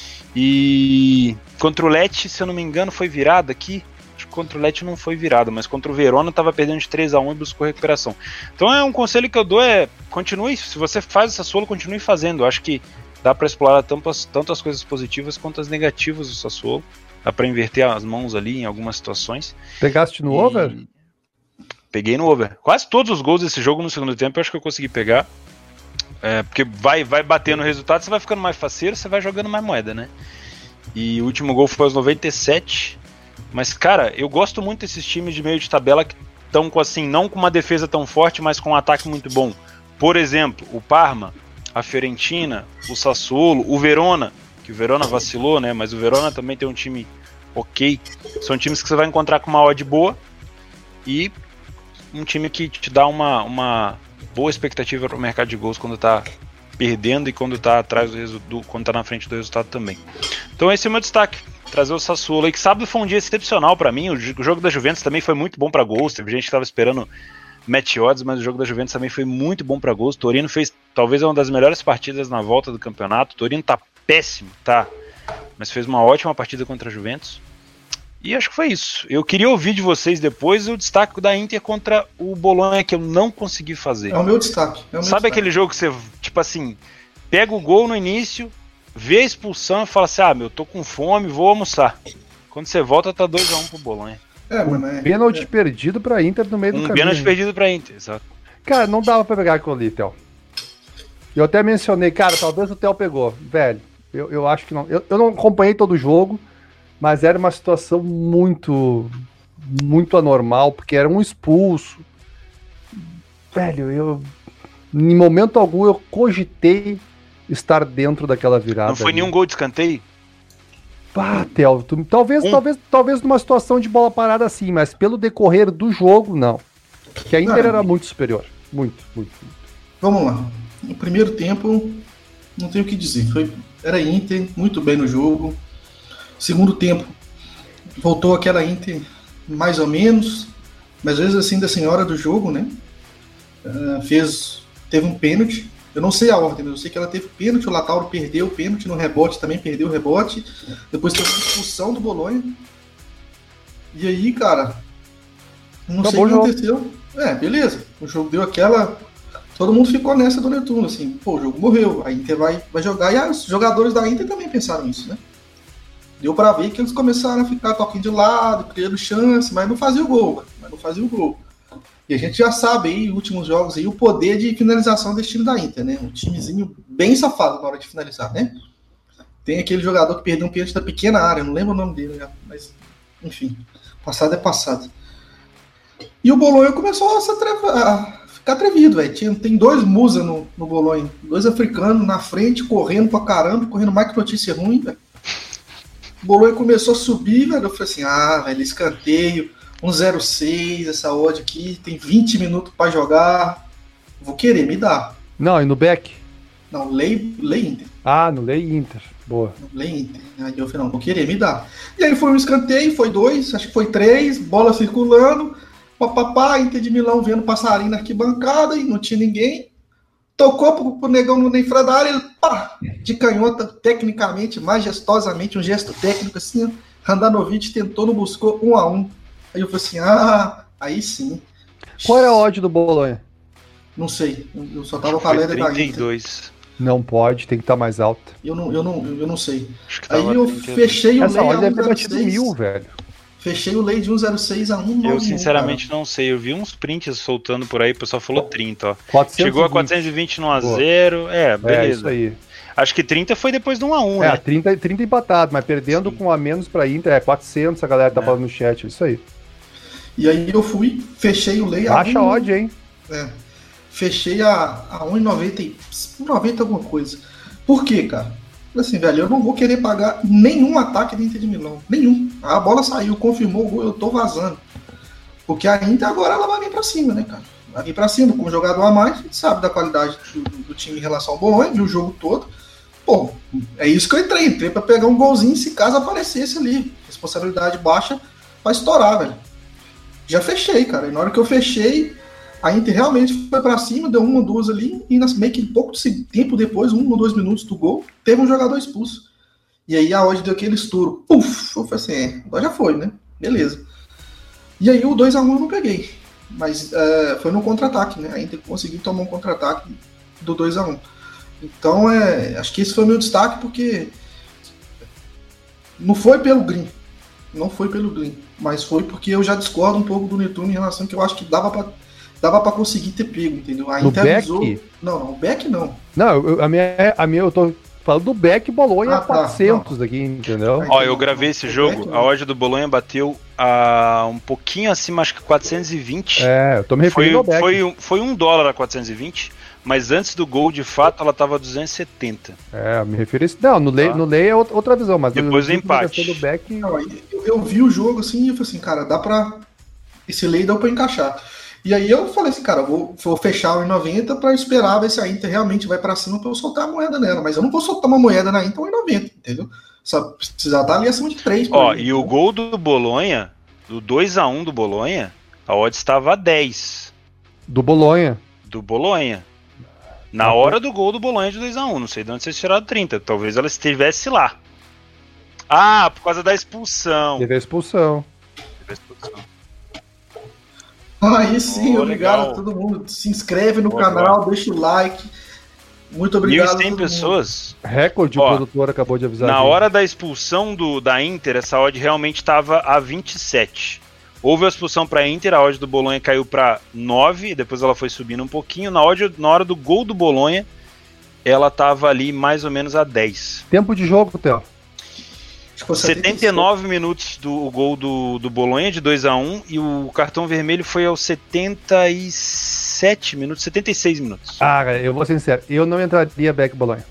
Speaker 1: E contra o Lecce, se eu não me engano, foi virado aqui. Contra o Lecce não foi virado, mas contra o Verona estava perdendo de três a um e buscou recuperação. Então é um conselho que eu dou, é continue, se você faz o Sassuolo, continue fazendo. Eu acho que dá para explorar tanto as, tanto as coisas positivas quanto as negativas do Sassuolo. Dá para inverter as mãos ali em algumas situações.
Speaker 3: Pegaste no e... over?
Speaker 1: Peguei no over. Quase todos os gols desse jogo no segundo tempo eu acho que eu consegui pegar. É, porque vai, vai batendo o resultado, você vai ficando mais faceiro, você vai jogando mais moeda, né? E o último gol foi aos noventa e sete. Mas, cara, eu gosto muito desses times de meio de tabela que estão com, assim, não com uma defesa tão forte, mas com um ataque muito bom. Por exemplo, o Parma, a Fiorentina, o Sassuolo, o Verona, que o Verona vacilou, né? Mas o Verona também tem um time ok. São times que você vai encontrar com uma odd boa e um time que te dá uma, uma boa expectativa para o mercado de gols quando tá perdendo e quando tá atrás do resultado, quando tá na frente do resultado também. Então esse é o meu destaque. Trazer o Sassuolo aí, que sábado foi um dia excepcional pra mim. O jogo da Juventus também foi muito bom pra gols. Teve gente que tava esperando match odds, mas o jogo da Juventus também foi muito bom pra gols. O Torino fez talvez uma das melhores partidas na volta do campeonato. O Torino tá péssimo, tá? Mas fez uma ótima partida contra a Juventus. E acho que foi isso. Eu queria ouvir de vocês depois o destaque da Inter contra o Bolonha, que eu não consegui fazer.
Speaker 2: É o meu destaque. É o meu
Speaker 1: Sabe
Speaker 2: destaque.
Speaker 1: Aquele jogo que você, tipo assim, pega o gol no início, vê a expulsão e fala assim, ah, meu, tô com fome, vou almoçar. Quando você volta, tá dois a um pro Bolonha.
Speaker 2: É, mano, é,
Speaker 3: pênalti
Speaker 2: é.
Speaker 3: perdido pra Inter no meio do
Speaker 1: Um
Speaker 3: caminho.
Speaker 1: pênalti perdido pra Inter, exato.
Speaker 3: Cara, não dava pra pegar aquilo ali, Theo. Eu até mencionei, cara, talvez o Theo pegou. Velho, eu, eu acho que não. Eu, eu não acompanhei todo o jogo, mas era uma situação muito, muito anormal, porque era um expulso. Velho, eu... Em momento algum eu cogitei estar dentro daquela virada.
Speaker 1: Não foi
Speaker 3: ali.
Speaker 1: nenhum gol de escanteio?
Speaker 3: Ah, Theo, tu, talvez,
Speaker 1: um.
Speaker 3: talvez, talvez numa situação de bola parada assim, mas pelo decorrer do jogo, não. Que a Inter
Speaker 2: não.
Speaker 3: era muito superior. Muito, muito, muito.
Speaker 2: Vamos lá. No primeiro tempo, não tenho o que dizer. Foi, era Inter, muito bem no jogo. Segundo tempo, voltou aquela Inter mais ou menos, mas às vezes assim da senhora do jogo, né? Uh, fez, teve um pênalti. Eu não sei a ordem, mas eu sei que ela teve pênalti, o Lautaro perdeu o pênalti, no rebote também perdeu o rebote. Depois teve uma expulsão do Bolonha. E aí, cara, não
Speaker 3: Tá
Speaker 2: sei
Speaker 3: bom
Speaker 2: o que
Speaker 3: jogo.
Speaker 2: aconteceu. É, beleza. O jogo deu aquela... Todo mundo ficou nessa do Netuno, assim, pô, o jogo morreu, a Inter vai, vai jogar, e ah, os jogadores da Inter também pensaram isso, né? Deu pra ver que eles começaram a ficar toquinho de lado, criando chance, mas não fazia o gol, mas não fazia o gol. E a gente já sabe aí, últimos jogos aí, o poder de finalização desse time da Inter, né? Um timezinho bem safado na hora de finalizar, né? Tem aquele jogador que perdeu um pênalti da pequena área, não lembro o nome dele já, mas, enfim, passado é passado. E o Bolonha começou a se atrever, ficar atrevido, velho. Tem dois musa no, no Bolonha, dois africanos na frente, correndo pra caramba, correndo mais que notícia ruim, velho. O Bolonha começou a subir, velho. Eu falei assim, ah, velho, escanteio, um zero seis, essa odd aqui, tem vinte minutos pra jogar. Vou querer, me dá.
Speaker 3: Não, e no back?
Speaker 2: Não, lei, lei Inter.
Speaker 3: Ah, no Lei Inter. Boa.
Speaker 2: Lei Inter. Aí eu falei, não, vou querer, me dá. E aí foi um escanteio, foi dois, acho que foi três, bola circulando. Papapá, Inter de Milão vendo passarinho na arquibancada e não tinha ninguém. Tocou pro, pro negão no Ney da área, ele pá, de canhota, tecnicamente, majestosamente, um gesto técnico assim, ó. Handanovic tentou, não buscou, um a um. Aí eu falei assim, ah, aí sim.
Speaker 3: Qual era a odd do Bolonha?
Speaker 2: Não sei, eu só tava com a letra da
Speaker 1: trinta e
Speaker 2: Inter.
Speaker 1: dois.
Speaker 3: Não pode, tem que estar mais alta.
Speaker 2: Eu não, eu não, eu não sei.
Speaker 1: Acho que
Speaker 2: Aí
Speaker 1: tava
Speaker 2: eu
Speaker 1: trinta e dois.
Speaker 2: fechei o
Speaker 3: Essa
Speaker 2: Lei
Speaker 3: odd
Speaker 2: a
Speaker 3: deve ter
Speaker 2: um zero
Speaker 3: batido
Speaker 2: seis.
Speaker 3: mil, velho.
Speaker 2: Fechei o lay de cento e seis a cento e noventa e um.
Speaker 1: Eu sinceramente cara. não sei, eu vi uns prints soltando por aí, o pessoal falou trinta, ó.
Speaker 3: quatrocentos e vinte.
Speaker 1: Chegou a quatrocentos e vinte no a zero, é, beleza.
Speaker 3: É, isso aí.
Speaker 1: Acho que trinta foi depois do um a um,
Speaker 3: é,
Speaker 1: né?
Speaker 3: trinta, trinta empatado, mas perdendo Sim. com a menos pra Inter, é quatrocentos, a galera tá é. falando no chat, isso aí.
Speaker 2: E aí eu fui, fechei o lay a...
Speaker 3: Baixa um, odd, hein?
Speaker 2: É, fechei a, a um e noventa, um e noventa alguma coisa. Por quê, cara? Assim, velho, eu não vou querer pagar nenhum ataque da Inter de Milão. Nenhum. A bola saiu, confirmou o gol, eu tô vazando. Porque a Inter agora ela vai vir pra cima, né, cara? Vai vir pra cima, com um jogador a mais, a gente sabe da qualidade do, do time em relação ao Bolonha, viu o jogo todo. Pô, é isso que eu entrei. Entrei pra pegar um golzinho se caso aparecesse ali. Responsabilidade baixa pra estourar, velho. Já fechei, cara. E na hora que eu fechei, a Inter realmente foi pra cima, deu uma ou duas ali, e nas, meio que pouco tempo depois, um ou dois minutos do gol, teve um jogador expulso. E aí a odd deu aquele estouro. Puf! Eu falei assim, é, agora já foi, né? Beleza. E aí o dois a um eu não peguei. Mas é, foi no contra-ataque, né? A Inter conseguiu tomar um contra-ataque do dois a um. Então, é, acho que esse foi o meu destaque, porque não foi pelo Green. Não foi pelo Green. Mas foi porque eu já discordo um pouco do Netuno em relação que eu acho que dava pra, dava pra conseguir ter pego, entendeu? A Inter avisou... Não, não, o Beck não.
Speaker 3: Não, eu, a, minha, a minha eu tô falando do Beck Bolonha ah, tá, quatrocentos não. Aqui, entendeu?
Speaker 1: Ó, eu gravei esse jogo, Beck, a odd do Bolonha bateu a um pouquinho acima, acho que quatrocentos e vinte.
Speaker 3: É, eu tô me referindo
Speaker 1: foi,
Speaker 3: ao Beck.
Speaker 1: Foi, foi um dólar a quatrocentos e vinte, mas antes do gol, de fato, ela tava a duzentos e setenta.
Speaker 3: É, eu me referi a isso. Não, no lei, tá. no lei é outra visão, mas
Speaker 1: depois do empate.
Speaker 3: Do Beck...
Speaker 2: não, eu, eu vi o jogo assim e eu falei assim, cara, dá pra... Esse lei dá pra encaixar. E aí eu falei assim, cara, vou, vou fechar o um e noventa pra esperar ver se a Inter realmente vai pra cima pra eu soltar a moeda nela. Mas eu não vou soltar uma moeda na Inter um e noventa, entendeu? Só precisar estar ali acima de três.
Speaker 1: Ó, aí, e então. O gol do Bolonha, do dois a um do Bolonha, a odd estava a dez.
Speaker 3: Do Bolonha.
Speaker 1: Do Bolonha. Na hora do gol do Bolonha de dois a um. Não sei de onde vocês tiraram trinta. Talvez ela estivesse lá. Ah, por causa da expulsão.
Speaker 3: Teve a expulsão.
Speaker 1: Teve a expulsão.
Speaker 2: Aí sim, oh, obrigado legal. A todo mundo. Se inscreve no oh, canal, legal. Deixa o like. Muito obrigado.
Speaker 1: mil e cem pessoas.
Speaker 3: Recorde, ó, o produtor acabou de avisar.
Speaker 1: Na gente. Hora da expulsão do, da Inter, essa odd realmente estava a vinte e sete. Houve a expulsão para a Inter, a odd do Bolonha caiu para nove, depois ela foi subindo um pouquinho. Na, odd, na hora do gol do Bolonha, ela estava ali mais ou menos a dez.
Speaker 3: Tempo de jogo, Theo?
Speaker 1: setenta e nove minutos do gol do, do Bolonha, de dois a um, e o cartão vermelho foi aos setenta e sete minutos, setenta e seis minutos.
Speaker 3: Ah, cara, eu vou ser sincero, eu não entraria back Bolonha.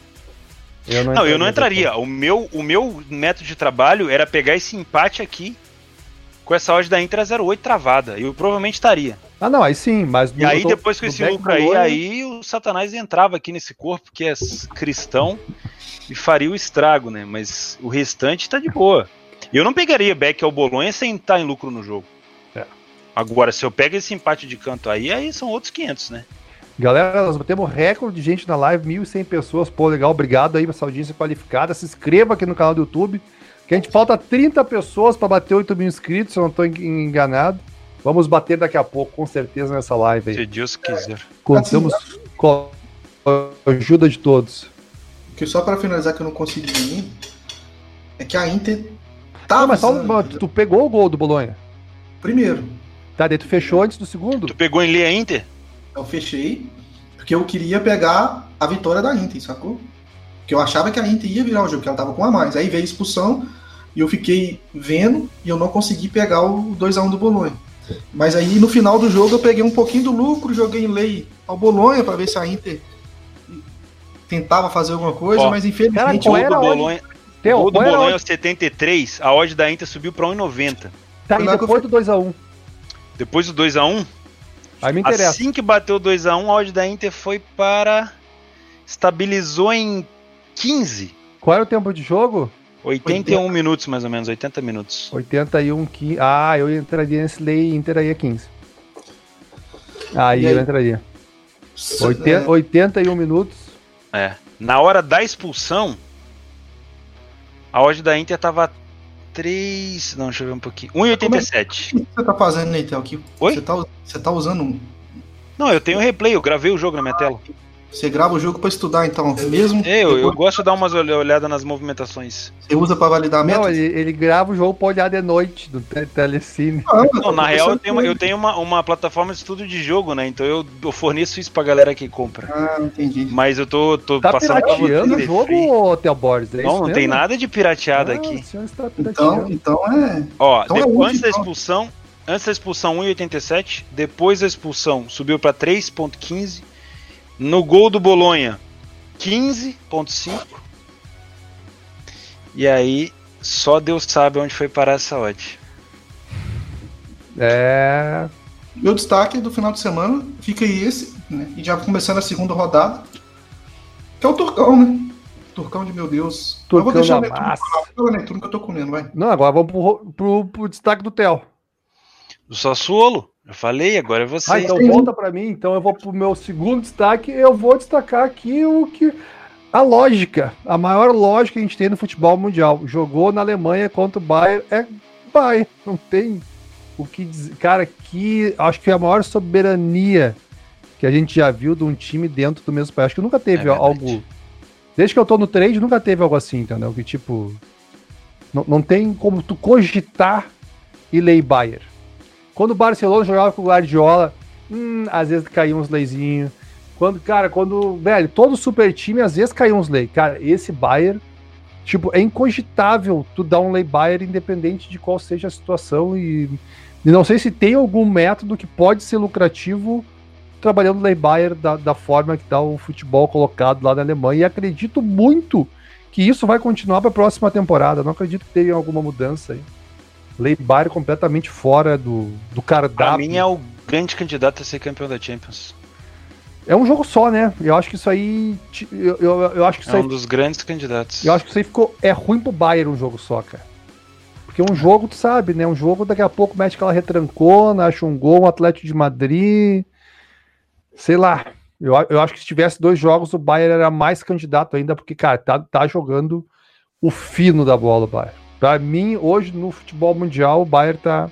Speaker 1: Eu não, não eu não entraria. O meu, o meu método de trabalho era pegar esse empate aqui com essa odd da Inter a zero oito travada. Eu provavelmente estaria.
Speaker 3: Ah, não, aí sim, mas...
Speaker 1: E aí, depois com esse lucro aí, aí o Satanás entrava aqui nesse corpo, que é cristão, e faria o estrago, né? Mas o restante tá de boa. Eu não pegaria back ao Bolonha sem estar em lucro no jogo. É. Agora, se eu pego esse empate de canto aí, aí são outros quinhentos, né?
Speaker 3: Galera, nós temos recorde de gente na live, mil e cem pessoas. Pô, legal, obrigado aí pra essa audiência qualificada. Se inscreva aqui no canal do YouTube, que a gente falta trinta pessoas para bater oito mil inscritos, se eu não tô enganado. Vamos bater daqui a pouco, com certeza, nessa live aí.
Speaker 1: Se Deus quiser.
Speaker 3: Contamos com a ajuda de todos.
Speaker 2: Que só para finalizar, que eu não consegui ir, é que a Inter tá.
Speaker 3: Não, mas só, tu pegou o gol do Bolonha?
Speaker 2: Primeiro.
Speaker 3: Tá, daí tu fechou antes do segundo?
Speaker 1: Tu pegou em linha Inter?
Speaker 2: Eu fechei, porque eu queria pegar a vitória da Inter, sacou? Porque eu achava que a Inter ia virar o jogo, que ela tava com a mais. Aí veio a expulsão e eu fiquei vendo e eu não consegui pegar o dois a um do Bolonha. Mas aí no final do jogo eu peguei um pouquinho do lucro, joguei em lei ao Bolonha para ver se a Inter tentava fazer alguma coisa, ó, mas infelizmente
Speaker 1: o gol do Bolonha, o gol do Bolonha aos setenta e três, a odd da Inter subiu para um e noventa.
Speaker 3: Tá, e depois do dois a um?
Speaker 1: Depois do dois a um?
Speaker 3: Aí me interessa.
Speaker 1: Assim que bateu o dois a um, a odd da Inter foi para... estabilizou em quinze.
Speaker 3: Qual era o tempo de jogo?
Speaker 1: oitenta e um oitenta minutos, mais ou menos, oitenta minutos.
Speaker 3: oitenta e um, quinze. Ah, eu entraria nesse lei Inter aí a quinze. Aí, aí? eu entraria. oitenta, oitenta e um minutos.
Speaker 1: É. Na hora da expulsão, a odd da Inter tava três... Não, deixa eu ver um pouquinho. um e oitenta e sete.
Speaker 2: O que você tá fazendo, Neitel?
Speaker 1: Oi?
Speaker 2: Você tá, você tá usando um...
Speaker 1: Não, eu tenho replay, eu gravei o jogo na minha tela.
Speaker 2: Você grava o jogo pra estudar, então, mesmo?
Speaker 1: É, eu, eu gosto de dar umas olhadas nas movimentações.
Speaker 2: Você usa pra validar
Speaker 3: Não,
Speaker 2: método?
Speaker 3: ele, ele grava o jogo pra olhar de noite no te- telecine.
Speaker 2: Ah,
Speaker 1: Não, na real, eu tenho, uma, eu tenho uma, uma plataforma de estudo de jogo, né? Então eu, eu forneço isso pra galera que compra.
Speaker 2: Ah, entendi.
Speaker 1: Mas eu tô, tô
Speaker 3: Tá
Speaker 1: passando pra
Speaker 3: pirateando o
Speaker 1: vocês.
Speaker 3: jogo,
Speaker 1: free.
Speaker 3: ô, Theo Borges? É
Speaker 1: Não,
Speaker 3: isso
Speaker 1: não
Speaker 3: mesmo?
Speaker 1: tem nada de pirateada
Speaker 3: Ah,
Speaker 1: aqui.
Speaker 3: o senhor está
Speaker 2: Então,
Speaker 3: pirateando.
Speaker 2: então é.
Speaker 1: Ó,
Speaker 2: Então é
Speaker 1: depois,
Speaker 2: útil,
Speaker 1: antes da
Speaker 2: então.
Speaker 1: expulsão, antes da expulsão um vírgula oitenta e sete, depois da expulsão subiu pra três vírgula quinze. No gol do Bolonha, quinze vírgula cinco. E aí, só Deus sabe onde foi parar essa odd.
Speaker 3: É.
Speaker 2: Meu destaque do final de semana fica aí esse, né? E já começando a segunda rodada. Que é o Turcão, né? Turcão de meu Deus.
Speaker 3: Turcão
Speaker 2: eu vou deixar
Speaker 3: da
Speaker 2: o Netuno
Speaker 3: massa.
Speaker 2: falar. Fala, Netuno, que eu tô comendo, vai.
Speaker 3: Não, agora vamos pro, pro, pro destaque do Theo.
Speaker 1: Do Sassuolo, eu falei, agora é
Speaker 3: Ah,
Speaker 1: vocês.
Speaker 3: então volta pra mim. Então eu vou pro meu segundo destaque. Eu vou destacar aqui o que. A lógica, a maior lógica que a gente tem no futebol mundial. Jogou na Alemanha contra o Bayern, é Bayern. Não tem o que dizer. Cara, que acho que é a maior soberania que a gente já viu de um time dentro do mesmo país. Acho que nunca teve
Speaker 1: É
Speaker 3: algo. Desde que eu tô no trade, nunca teve algo assim, entendeu? Que tipo. Não, não tem como tu cogitar e ler Bayern. Quando o Barcelona jogava com o Guardiola, hum, às vezes caía uns leizinhos. Quando, cara, quando, velho, todo super time às vezes caiu uns lei. Cara, esse Bayern, tipo, é incogitável tu dar um lei Bayern independente de qual seja a situação e, e não sei se tem algum método que pode ser lucrativo trabalhando lei Bayern da, da forma que tá o futebol colocado lá na Alemanha e acredito muito que isso vai continuar para a próxima temporada. Não acredito que tenha alguma mudança aí. Lei Bayern completamente fora do, do cardápio.
Speaker 1: Pra mim é o grande candidato a ser campeão da Champions.
Speaker 3: É um jogo só, né? Eu acho que isso aí. Eu, eu, eu acho que isso
Speaker 1: É
Speaker 3: aí.
Speaker 1: um dos grandes candidatos.
Speaker 3: Eu acho que isso aí ficou. É ruim pro Bayern um jogo só, cara. Porque um jogo, tu sabe, né? Um jogo daqui a pouco mete aquela retrancona, acha um gol, um Atlético de Madrid. Sei lá. Eu, eu acho que se tivesse dois jogos, o Bayern era mais candidato ainda, porque, cara, tá, tá jogando o fino da bola, o Bayern. Pra mim, hoje, no futebol mundial, o Bayern tá.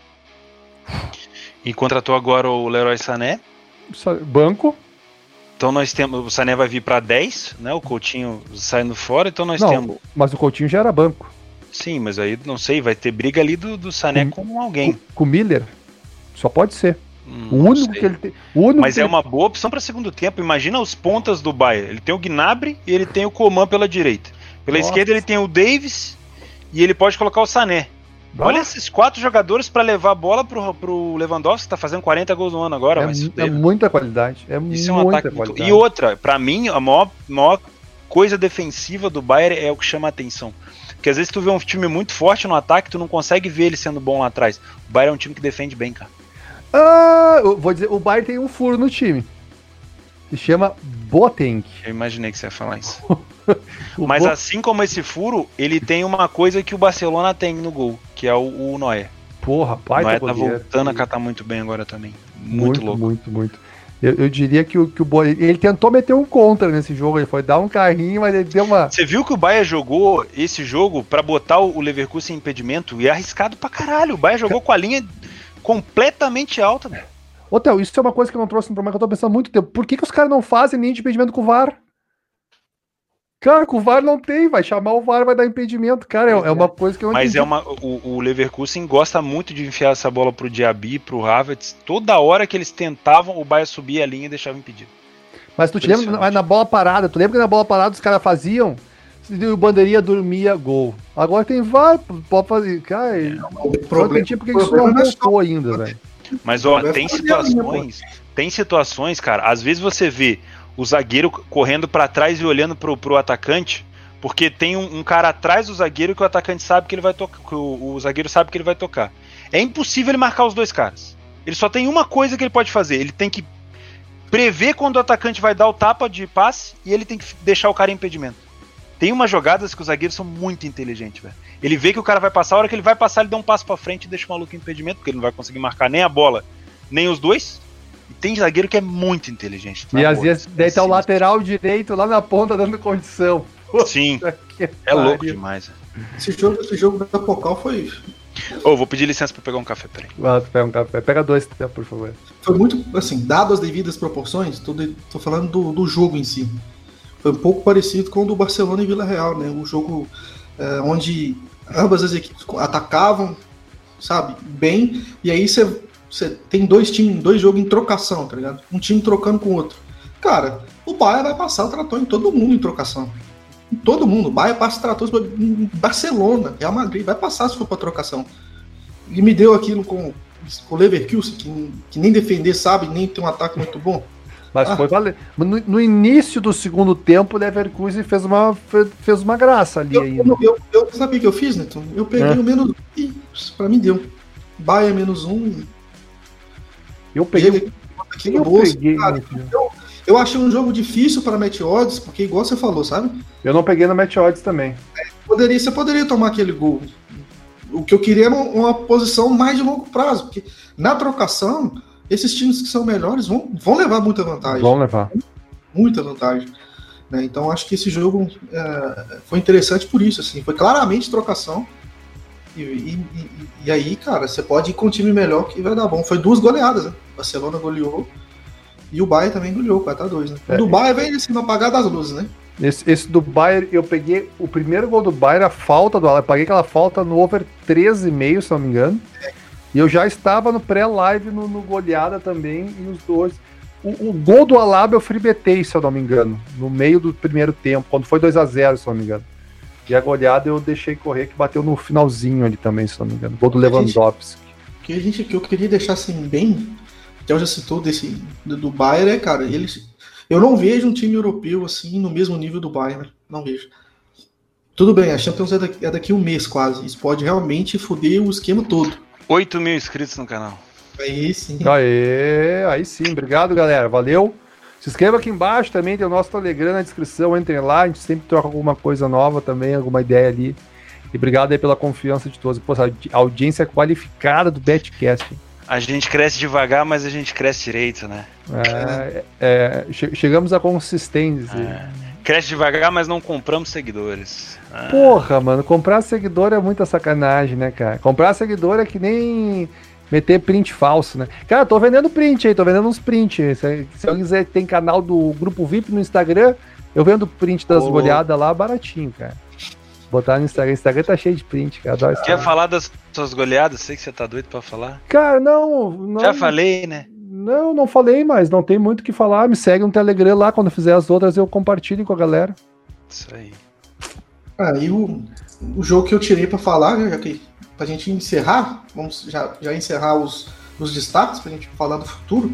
Speaker 1: E contratou agora o Leroy Sané.
Speaker 3: Banco.
Speaker 1: Então nós temos. O Sané vai vir pra dez, né? O Coutinho saindo fora, então nós
Speaker 3: Não,
Speaker 1: temos.
Speaker 3: mas o Coutinho já era banco.
Speaker 1: Sim, mas aí não sei, vai ter briga ali do, do Sané com, com alguém.
Speaker 3: Com, com o Miller? Só pode ser.
Speaker 1: Hum,
Speaker 3: o único que ele tem. O único
Speaker 1: mas
Speaker 3: que
Speaker 1: é
Speaker 3: ele...
Speaker 1: uma boa opção para segundo tempo. Imagina os pontas do Bayern. Ele tem o Gnabry e ele tem o Coman pela direita. Pela
Speaker 3: Nossa.
Speaker 1: esquerda ele tem o Davis e ele pode colocar o Sané.
Speaker 3: Nossa.
Speaker 1: Olha esses quatro jogadores para levar a bola pro, pro Lewandowski, que tá fazendo quarenta gols no ano agora.
Speaker 3: É,
Speaker 1: vai se
Speaker 3: é muita qualidade. É
Speaker 1: Isso é um
Speaker 3: muita
Speaker 1: ataque muito...
Speaker 3: qualidade.
Speaker 1: E outra, para mim, a maior, maior coisa defensiva do Bayern é o que chama a atenção. Porque às vezes tu vê um time muito forte no ataque, tu não consegue ver ele sendo bom lá atrás. O Bayern é um time que defende bem, cara.
Speaker 3: Ah, eu vou dizer, o Bayern tem um furo no time. Se chama Boateng.
Speaker 1: Eu imaginei que você ia falar isso.
Speaker 3: O
Speaker 1: Mas
Speaker 3: Bo...
Speaker 1: assim como esse furo, ele tem uma coisa que o Barcelona tem no gol, que é o, o Neuer.
Speaker 3: Porra, pai,
Speaker 1: o Neuer tá voltando a catar muito bem agora também. Muito,
Speaker 3: muito
Speaker 1: louco.
Speaker 3: Muito, muito. Eu, eu diria que o, que o Boateng, ele tentou meter um contra nesse jogo, ele foi dar um carrinho, mas ele deu uma...
Speaker 1: Você viu que o Bayern jogou esse jogo pra botar o Leverkusen em impedimento? E é arriscado pra caralho. O Bayern jogou com a linha completamente alta. Né?
Speaker 3: Ô, Theo, isso é uma coisa que eu não trouxe no problema, que eu tô pensando há muito tempo. Por que, que os caras não fazem linha de impedimento com o V A R? Cara, com o V A R não tem, vai chamar o V A R, vai dar impedimento. Cara, é, é uma coisa que eu não
Speaker 1: Mas
Speaker 3: entendi.
Speaker 1: é uma, o, o Leverkusen gosta muito de enfiar essa bola pro Diaby, pro Havertz. Toda hora que eles tentavam, o Bayern subia a linha e deixava impedido.
Speaker 3: Mas tu te lembra, mas na bola parada, tu lembra que na bola parada os caras faziam, o bandeirinha dormia, gol. Agora tem V A R, pode fazer. Cara,
Speaker 2: É, o
Speaker 3: eu
Speaker 2: problema,
Speaker 3: não entendi porque isso não voltou ainda, velho.
Speaker 1: Mas ó, tem situações, tem situações, cara, às vezes você vê o zagueiro correndo pra trás e olhando pro, pro atacante, porque tem um, um cara atrás do zagueiro que o atacante sabe que ele vai tocar, que o, o zagueiro sabe que ele vai tocar. É impossível ele marcar os dois caras. Ele só tem uma coisa que ele pode fazer, ele tem que prever quando o atacante vai dar o tapa de passe e ele tem que deixar o cara em impedimento. Tem umas jogadas que os zagueiros são muito inteligentes, velho. Ele vê que o cara vai passar, a hora que ele vai passar, ele dá um passo pra frente e deixa o maluco em impedimento, porque ele não vai conseguir marcar nem a bola, nem os dois. E tem zagueiro que é muito inteligente.
Speaker 3: E às vezes daí tá o lateral direito lá na ponta dando condição.
Speaker 1: Sim, é louco demais.
Speaker 2: Esse jogo, esse jogo da Pocal foi
Speaker 1: Ô, oh, vou pedir licença pra pegar um café, peraí.
Speaker 3: Ah, pega um café. Pega dois, por favor.
Speaker 2: Foi muito, assim, dado as devidas proporções, tô, de, tô falando do, do jogo em si. Foi um pouco parecido com o do Barcelona e Vila Real, né? O jogo é, onde ambas as equipes atacavam, sabe, bem, e aí você tem dois times, dois jogos em trocação, tá ligado? Um time trocando com o outro. Cara, o Bayern vai passar o trator em todo mundo em trocação. Em todo mundo. O Bayern passa o trator em Barcelona, Real Madrid, vai passar se for pra trocação. E me deu aquilo com, com o Leverkusen, que, que nem defender sabe, nem tem um ataque muito bom.
Speaker 3: Mas
Speaker 2: ah.
Speaker 3: foi valer. No, no início do segundo tempo, o Leverkusen fez uma, fez uma graça ali
Speaker 2: eu,
Speaker 3: ainda.
Speaker 2: Eu, eu, eu sabia o que eu fiz, Neto? Eu peguei é. o menos um e pra mim deu. Bayern menos um.
Speaker 3: Eu peguei.
Speaker 2: Aqui no bolso, peguei cara, eu, eu achei um jogo difícil para match odds, porque igual você falou, sabe?
Speaker 3: Eu não peguei na match odds também.
Speaker 2: É, poderia, você poderia tomar aquele gol. O que eu queria era uma posição mais de longo prazo, porque na trocação, esses times que são melhores vão, vão levar muita vantagem.
Speaker 3: Vão levar.
Speaker 2: Muita vantagem. Né? Então acho que esse jogo é, foi interessante por isso. Assim, foi claramente trocação. E, e, e, e aí, cara, você pode ir com um time melhor que vai dar bom. Foi duas goleadas, né? O Barcelona goleou e o Bayern também goleou, quatro a dois, né? É. O do Bayern veio assim, no apagar das luzes, né?
Speaker 3: Esse, esse do Bayern, eu peguei o primeiro gol do Bayern, a falta do Alan, eu paguei aquela falta no over treze e meio, se não me engano. É. E eu já estava no pré-live no, no goleada também, e os dois. O, o gol do Alaba eu fribetei, se eu não me engano, no meio do primeiro tempo, quando foi dois a zero, se eu não me engano. E a goleada eu deixei correr, que bateu no finalzinho ali também, se não me engano. Gol do Lewandowski.
Speaker 2: O que, a gente, que eu queria deixar assim bem, que eu já citou desse, do, do Bayern, é, cara, eles, eu não vejo um time europeu assim no mesmo nível do Bayern, não vejo. Tudo bem, a Champions é daqui, é daqui um mês quase, isso pode realmente foder o esquema todo.
Speaker 1: oito mil inscritos no canal.
Speaker 2: Aí sim.
Speaker 3: Aê, aí sim, obrigado galera, valeu. Se inscreva aqui embaixo também, tem o nosso Telegram na descrição, entrem lá, a gente sempre troca alguma coisa nova também, alguma ideia ali. E obrigado aí pela confiança de todos. Pô, a audiência qualificada do Betcast.
Speaker 1: A gente cresce devagar, mas a gente cresce direito, né?
Speaker 3: É, é, che chegamos à consistência.
Speaker 1: É. Cresce devagar, mas não compramos seguidores. Ah.
Speaker 3: Porra, mano, comprar seguidor é muita sacanagem, né, cara? Comprar seguidor é que nem meter print falso, né? Cara, tô vendendo print aí, tô vendendo uns print. Se, se alguém quiser, tem canal do Grupo V I P no Instagram, eu vendo print das oh. goleadas lá baratinho, cara. Botar no Instagram, o Instagram tá cheio de print, cara. Adoro
Speaker 1: Quer falar das suas goleadas? Sei que você tá doido pra falar.
Speaker 3: Cara, não, não...
Speaker 1: Já falei, né?
Speaker 3: Não, não falei, mas não tem muito o que falar. Me segue no Telegram lá, quando fizer as outras eu compartilho com a galera.
Speaker 1: Isso aí.
Speaker 2: Ah, e o, o jogo que eu tirei pra falar, já que pra gente encerrar, vamos já, já encerrar os, os destaques pra gente falar do futuro.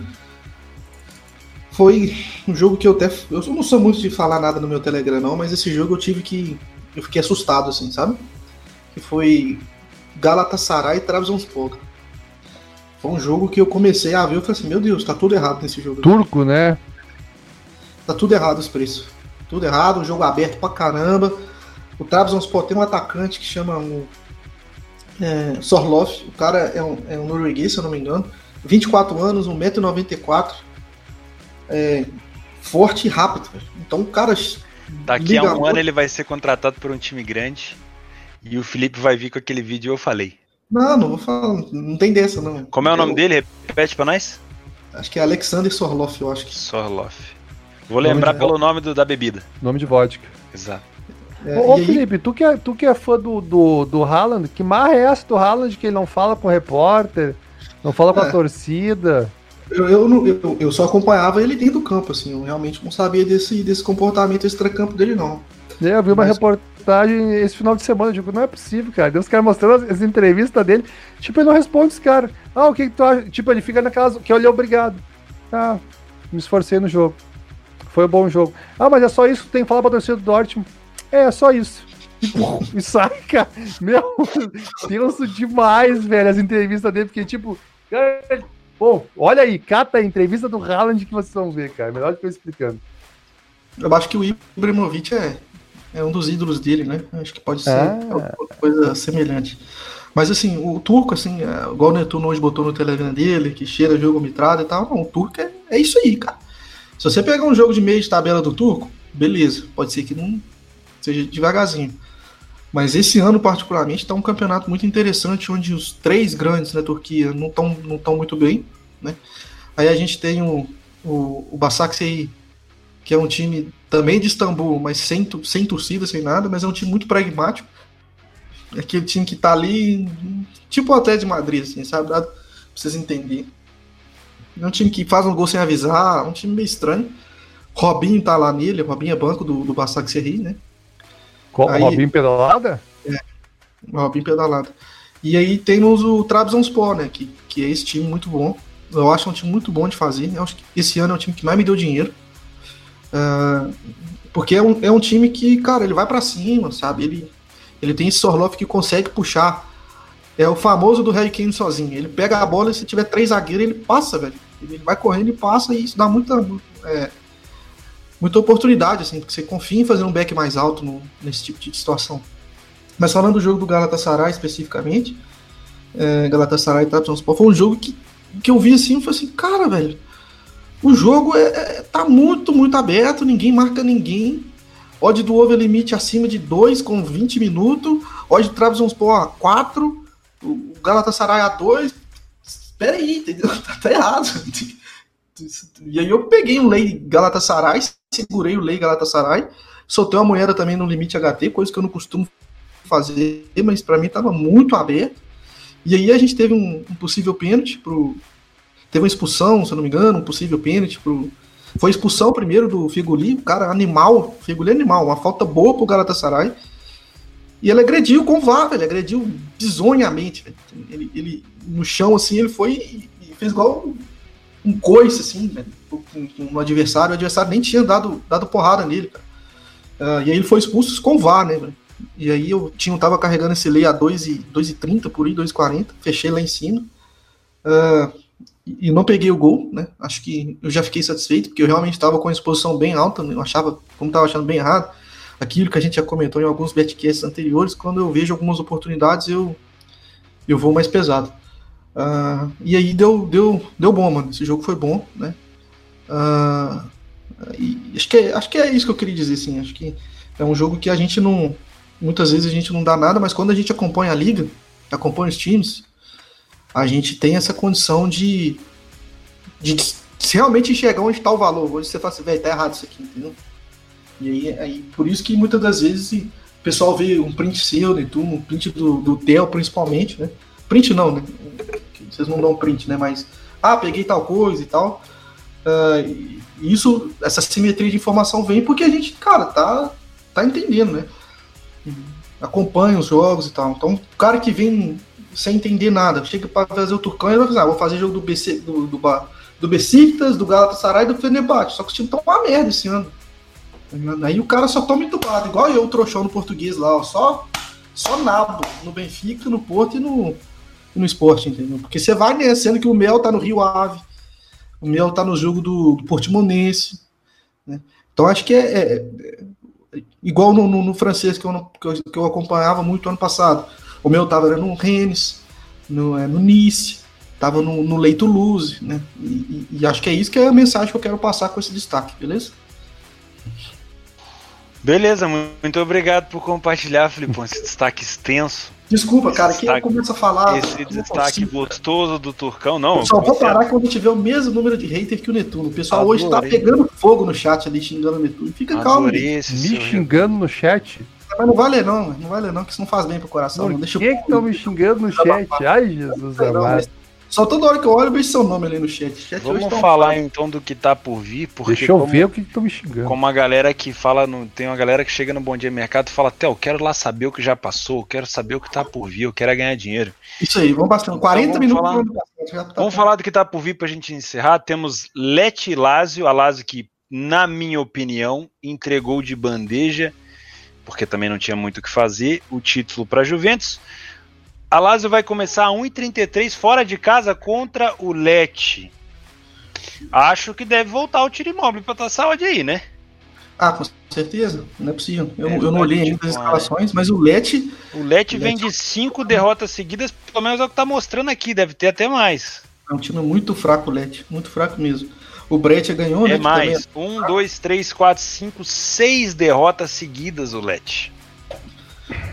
Speaker 2: Foi um jogo que eu até... Eu não sou muito de falar nada no meu Telegram não, mas esse jogo eu tive que... Eu fiquei assustado, assim, sabe? Que foi Galatasaray e Trabzonspor. Foi um jogo que eu comecei a ver, eu falei assim, meu Deus, tá tudo errado nesse jogo.
Speaker 3: Turco, né?
Speaker 2: Tá tudo errado os preços. Tudo errado, um jogo aberto pra caramba. O Trabzonspor tem um atacante que chama um, é, Sorloth. O cara é um, é um norueguês, se eu não me engano. vinte e quatro anos, um metro e noventa e quatro. É, forte e rápido. Então o cara...
Speaker 1: Daqui a um ano ele vai ser contratado por um time grande e o Felipe vai vir com aquele vídeo eu falei.
Speaker 2: Não, não vou falar, não tem dessa não.
Speaker 1: Como é o nome eu... dele? Repete pra nós.
Speaker 2: Acho que é Alexander Sorloth, eu acho que.
Speaker 1: Sorloth. Vou nome lembrar pelo nome do, da bebida.
Speaker 3: Nome de vodka.
Speaker 1: Exato.
Speaker 3: É, ô, ô Felipe, aí... tu, que é, tu que é fã do, do, do Haaland, que marra é essa do Haaland que ele não fala com o repórter, não fala com é. a torcida?
Speaker 2: Eu, eu, eu, eu só acompanhava ele dentro do campo, assim, eu realmente não sabia desse, desse comportamento extracampo dele, não.
Speaker 3: É, eu vi uma Mas... reportagem esse final de semana, eu digo, não é possível, cara. Deu os caras mostrando as, as entrevistas dele, tipo, ele não responde os caras. Ah, o que, que tu acha? Tipo, ele fica naquela, que ele é obrigado. Ah, me esforcei no jogo. Foi um bom jogo. Ah, mas é só isso que tem que falar pra torcida do Dortmund. É, é só isso. E sai, cara. Meu, tenso demais, velho, as entrevistas dele, porque, tipo, cara, bom, olha aí, cata a entrevista do Haaland que vocês vão ver, cara. Melhor do que eu explicando.
Speaker 2: Eu acho que o Ibrahimovic é, é um dos ídolos dele, né? Acho que pode ser ah. alguma coisa semelhante. Mas assim, o turco, assim, é, igual o Netuno hoje botou no Telegram dele, que cheira jogo mitrado e tal, não, o turco é, é isso aí, cara. Se você pegar um jogo de meio de tabela do turco, beleza, pode ser que não seja devagarzinho. Mas esse ano, particularmente, está um campeonato muito interessante, onde os três grandes da Turquia não estão não tão muito bem, né? Aí a gente tem o, o, o Başakşehir, que é um time também de Istambul, mas sem, sem torcida, sem nada, mas é um time muito pragmático. É aquele time que tá ali, tipo o Atlético de Madrid, assim, sabe? Pra vocês entenderem. É um time que faz um gol sem avisar, é um time meio estranho. Robinho tá lá nele, Robinho é banco do, do Başakşehir, né?
Speaker 3: Co-
Speaker 2: Aí-
Speaker 3: Robinho pedalada?
Speaker 2: Robinho pedalado. E aí temos o Trabzonspor, né? Que, que é esse time muito bom. Eu acho um time muito bom de fazer. Eu acho que esse ano é o time que mais me deu dinheiro. Uh, porque é um, é um time que, cara, ele vai pra cima, sabe? Ele, ele tem esse Sorloth que consegue puxar. É o famoso do Harry Kane sozinho. Ele pega a bola e se tiver três zagueiros, ele passa, velho. Ele vai correndo e passa, e isso dá muita, é, muita oportunidade, assim, porque você confia em fazer um back mais alto no, nesse tipo de situação. Mas falando do jogo do Galatasaray especificamente, é, Galatasaray e Trabzonspor, foi um jogo que, que eu vi assim e falei assim, cara, velho, o jogo é, é, tá muito, muito aberto, ninguém marca ninguém. Odd do over limite acima de dois com vinte minutos, odd do Trabzonspor a quatro, o Galatasaray a dois. Espera aí, entendeu? Tá, tá errado. E aí eu peguei um lei Galatasaray, segurei o lei Galatasaray, soltei uma moeda também no limite H T, coisa que eu não costumo fazer, mas pra mim tava muito aberto. E aí a gente teve um, um possível pênalti pro... Teve uma expulsão, se eu não me engano, um possível pênalti pro... Foi expulsão primeiro do Figuli, o cara animal, Figuli animal, uma falta boa pro Galatasaray. E ele agrediu com o V A R, velho, agrediu bizonhamente, velho. Ele, ele, no chão, assim, ele foi e fez igual um, um coice, assim, velho, no adversário. O adversário nem tinha dado, dado porrada nele, cara. Uh, e aí ele foi expulso com o V A R, né, velho. E aí eu tinha, tava carregando esse lei a dois e trinta, por aí, dois e quarenta, fechei lá em cima. Uh, e não peguei o gol, né? Acho que eu já fiquei satisfeito, porque eu realmente estava com a exposição bem alta, eu achava, como estava achando bem errado, aquilo que a gente já comentou em alguns betcasts anteriores, quando eu vejo algumas oportunidades, eu, eu vou mais pesado. Uh, e aí deu, deu, deu bom, mano. Esse jogo foi bom, né? Uh, e acho, que é, acho que é isso que eu queria dizer, assim. Acho que é um jogo que a gente não... Muitas vezes a gente não dá nada, mas quando a gente acompanha a liga, acompanha os times, a gente tem essa condição de, de, de realmente enxergar onde está o valor, onde você fala assim, velho, tá errado isso aqui, entendeu? E aí, aí, por isso que muitas das vezes o pessoal vê um print seu, né, tu, um print do, do Theo principalmente, né? Print não, né? Vocês não dão print, né? Mas, ah, peguei tal coisa e tal. Uh, e isso, essa simetria de informação vem porque a gente, cara, tá, tá entendendo, né? Acompanha os jogos e tal. Então, o cara que vem sem entender nada, chega para fazer o Turcão e vai fazer, ah, vou fazer jogo do B C, do, do, do Besiktas, do Galatasaray e do Fenerbahçe. Só que os times estão uma merda esse ano. Aí o cara só toma entubado, igual eu, o trouxão no português lá, ó, só, só nabo no Benfica, no Porto e no, no Sport, entendeu? Porque você vai, né, sendo que o Mel tá no Rio Ave, o Mel tá no jogo do, do Portimonense, né? Então acho que é, é, é igual no, no, no francês que eu, não, que, eu, que eu acompanhava muito ano passado. O meu tava no Rennes, no, é, no Nice, tava no, no Leito Luz, né? E, e, e acho que é isso que é a mensagem que eu quero passar com esse destaque, beleza?
Speaker 1: Beleza, muito obrigado por compartilhar, Filipão, esse destaque extenso.
Speaker 2: Desculpa, cara,
Speaker 1: esse
Speaker 2: quem destaque, começa a falar...
Speaker 1: Esse destaque gostoso do Turcão, não.
Speaker 2: Só vou parar quando tiver o mesmo número de hater que o Netuno. O pessoal Adorei. Hoje tá pegando fogo no chat ali, xingando o Netuno. Fica calmo.
Speaker 3: Me xingando no chat?
Speaker 2: Mas não vai ler não, não vai ler não, que isso não faz bem pro coração. Não deixa
Speaker 3: Quem é que estão me xingando no chat? Ai, Jesus amado.
Speaker 2: Só toda hora que eu olho, eu vejo seu nome ali no chat. chat
Speaker 1: Vamos falar tá... então do que tá por vir, porque
Speaker 3: deixa eu
Speaker 1: como,
Speaker 3: ver o que estão me xingando.
Speaker 1: Como a galera que fala, no, tem uma galera que chega no Bom Dia Mercado e fala, Theo, eu quero lá saber o que já passou, eu quero saber o que tá por vir, eu quero ganhar dinheiro.
Speaker 2: Isso aí, vamos bastante, quarenta
Speaker 1: então, vamos
Speaker 2: minutos.
Speaker 1: Falar, tá vamos falar do que tá por vir pra gente encerrar. Temos Lecce e Lazio, a Lazio que, na minha opinião, entregou de bandeja, porque também não tinha muito o que fazer, o título pra Juventus. A Lazio vai começar a um e trinta e três fora de casa contra o Lecce. Acho que deve voltar o Tiro Immobile para essa saúde aí, né?
Speaker 2: Ah, com certeza. Não é possível. Eu, é, eu não olhei ainda as escalações, mas o Lecce...
Speaker 1: O Lecce vem de cinco derrotas seguidas, pelo menos é o que tá mostrando aqui. Deve ter até mais.
Speaker 2: É um time muito fraco, o Lecce. Muito fraco mesmo. O Breccia ganhou, né?
Speaker 1: É mais. Um, dois, três, quatro, cinco, seis derrotas seguidas o Lecce.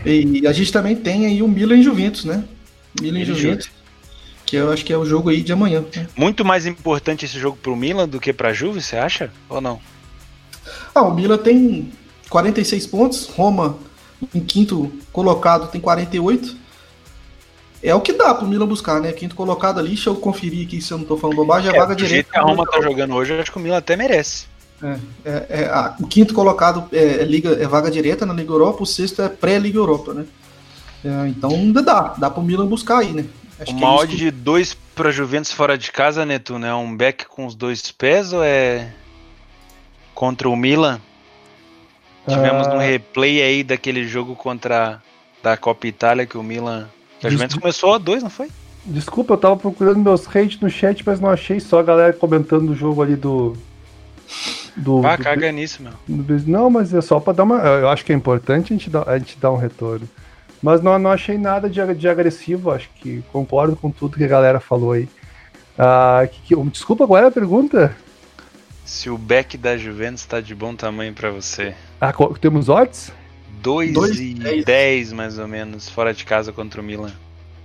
Speaker 2: E a gente também tem aí o Milan e Juventus, né? Milan e
Speaker 1: Milan e
Speaker 2: Juventus, que eu acho que é o jogo aí de amanhã. Né?
Speaker 1: Muito mais importante esse jogo pro Milan do que pra Juve, você acha? Ou não?
Speaker 2: Ah, o Milan tem quarenta e seis pontos, Roma em quinto colocado tem quarenta e oito. É o que dá pro Milan buscar, né? Quinto colocado ali, deixa eu conferir aqui se eu não tô falando bobagem, é a vaga
Speaker 1: do
Speaker 2: direta.
Speaker 1: jeito que a Roma tá jogando hoje, eu acho que o Milan até merece.
Speaker 2: É, é, é, a, o quinto colocado é, é, liga, é vaga direta na Liga Europa, o sexto é pré-Liga Europa, né? É, então ainda dá, dá pro Milan buscar aí, né? Acho
Speaker 1: Uma
Speaker 2: que é
Speaker 1: odd
Speaker 2: isso
Speaker 1: de dois pra Juventus fora de casa, Netuno, é um back com os dois pés ou é contra o Milan? Tivemos
Speaker 3: Ah.
Speaker 1: um replay aí daquele jogo contra da Copa Itália que o Milan... Que a
Speaker 3: Des-
Speaker 1: Juventus começou a dois, não foi?
Speaker 3: Desculpa, eu tava procurando meus hate no chat, mas não achei, só a galera comentando do jogo ali do. do
Speaker 1: Ah,
Speaker 3: do-
Speaker 1: caga nisso, meu.
Speaker 3: do- não, mas é só pra dar uma. Eu acho que é importante a gente dar, a gente dar um retorno. Mas não, não achei nada de, de agressivo, acho que concordo com tudo que a galera falou aí. Ah, que, que, desculpa, qual era a pergunta?
Speaker 1: Se o back da Juventus tá de bom tamanho pra você.
Speaker 3: Ah, co- temos odds?
Speaker 1: dois
Speaker 2: Dois
Speaker 1: e
Speaker 2: e dez.
Speaker 1: dez mais ou menos, fora de casa contra o Milan.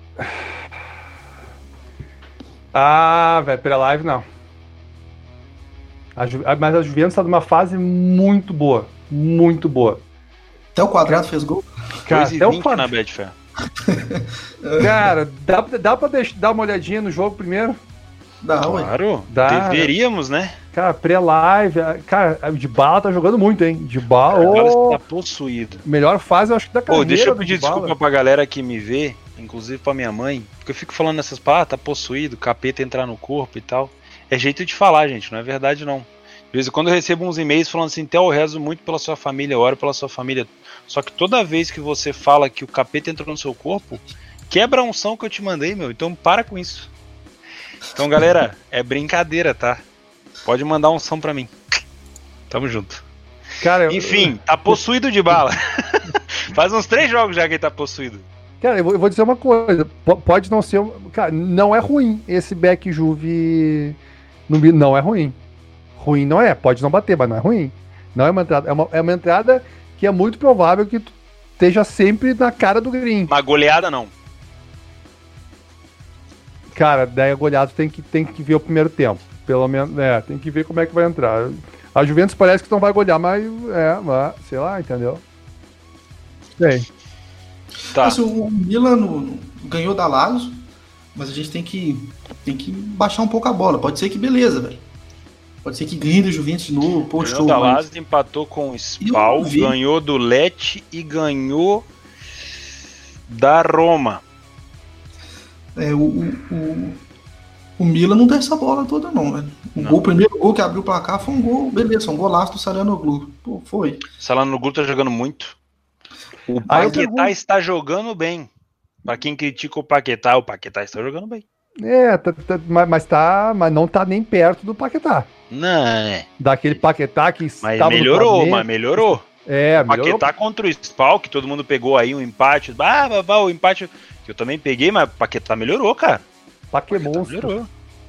Speaker 3: Ah, velho, pela live não. A Ju- a- mas a Juventus tá numa fase muito boa. Muito boa.
Speaker 2: Até o Quadrado fez gol.
Speaker 3: Cara,
Speaker 1: dois e
Speaker 3: até o
Speaker 1: vinte
Speaker 3: quadra-
Speaker 1: na Betfair.
Speaker 3: Cara, dá, dá pra deixar, dar uma olhadinha no jogo primeiro?
Speaker 2: Dá, ué.
Speaker 1: Claro,
Speaker 3: Dá.
Speaker 1: deveríamos, né?
Speaker 3: Cara, pré-live. a- Cara, o Dybala tá jogando muito, hein? Dybala,
Speaker 1: Agora
Speaker 3: ô,
Speaker 1: você tá possuído.
Speaker 3: melhor fase, eu acho que da
Speaker 1: Pô,
Speaker 3: carreira.
Speaker 1: deixa eu
Speaker 3: do
Speaker 1: pedir
Speaker 3: Dybala.
Speaker 1: desculpa pra galera que me vê, inclusive pra minha mãe, porque eu fico falando nessas palavras, ah, tá possuído, capeta entrar no corpo e tal. É jeito de falar, gente, não é verdade não. De vez em quando eu recebo uns e-mails falando assim, Theo, eu rezo muito pela sua família, eu oro pela sua família. Só que toda vez que você fala que o capeta entrou no seu corpo, quebra a unção que eu te mandei, meu. Então para com isso. Então, galera, é brincadeira, tá? Pode mandar unção pra mim. Tamo junto.
Speaker 3: Cara, eu-
Speaker 1: Enfim, tá possuído de bala. Faz uns três jogos já que ele tá possuído.
Speaker 3: Cara, eu vou, eu vou dizer uma coisa. po- Pode não ser. um- Cara, não é ruim esse back Juve. No, Mi- não é ruim. Ruim não é. Pode não bater, mas não é ruim. Não é uma entrada. É uma, é uma entrada que é muito provável que tu esteja sempre na cara do green.
Speaker 1: Uma goleada não.
Speaker 3: Cara, daí a goleada tem que, tem que ver o primeiro tempo. Pelo menos, é, tem que ver como é que vai entrar. A Juventus parece que não vai golear, mas é, mas, sei lá, entendeu? Sei.
Speaker 1: Tá.
Speaker 2: Assim, o Milan no- no- ganhou da Lazio, mas a gente tem que, tem que baixar um pouco a bola. Pode ser que beleza, velho. Pode ser que ganhe do Juventus de novo, pô,
Speaker 1: Ganhou
Speaker 2: show,
Speaker 1: da
Speaker 2: mas-
Speaker 1: Lazio, empatou com o Spal,
Speaker 2: Eu vi.
Speaker 1: ganhou do Lecce e ganhou da Roma.
Speaker 2: É, o, o, o, o Milan não tem essa bola toda, não, velho. O,
Speaker 1: Não.
Speaker 2: gol, o primeiro gol que abriu o placar foi um gol, beleza, um golaço do Salianoglu. Pô, foi.
Speaker 1: Salanoglu tá jogando muito. O
Speaker 3: Aí eu
Speaker 1: Paquetá
Speaker 3: pergunto-
Speaker 1: está jogando bem. Pra quem critica o Paquetá, o Paquetá está jogando bem.
Speaker 3: É, tá- tá- mas, mas tá, mas não tá nem perto do Paquetá.
Speaker 1: Não, é.
Speaker 3: Daquele Paquetá que
Speaker 1: Mas
Speaker 3: estava no
Speaker 1: melhorou,
Speaker 3: Flamengo.
Speaker 1: mas melhorou.
Speaker 3: É,
Speaker 1: O
Speaker 3: melhorou.
Speaker 1: Paquetá contra o Spal, que todo mundo pegou aí um empate. Ah, bah, bah, o empate que eu também peguei, mas o Paquetá melhorou, cara.
Speaker 3: Paquetá
Speaker 1: Paquetá
Speaker 3: monstro.
Speaker 1: melhorou.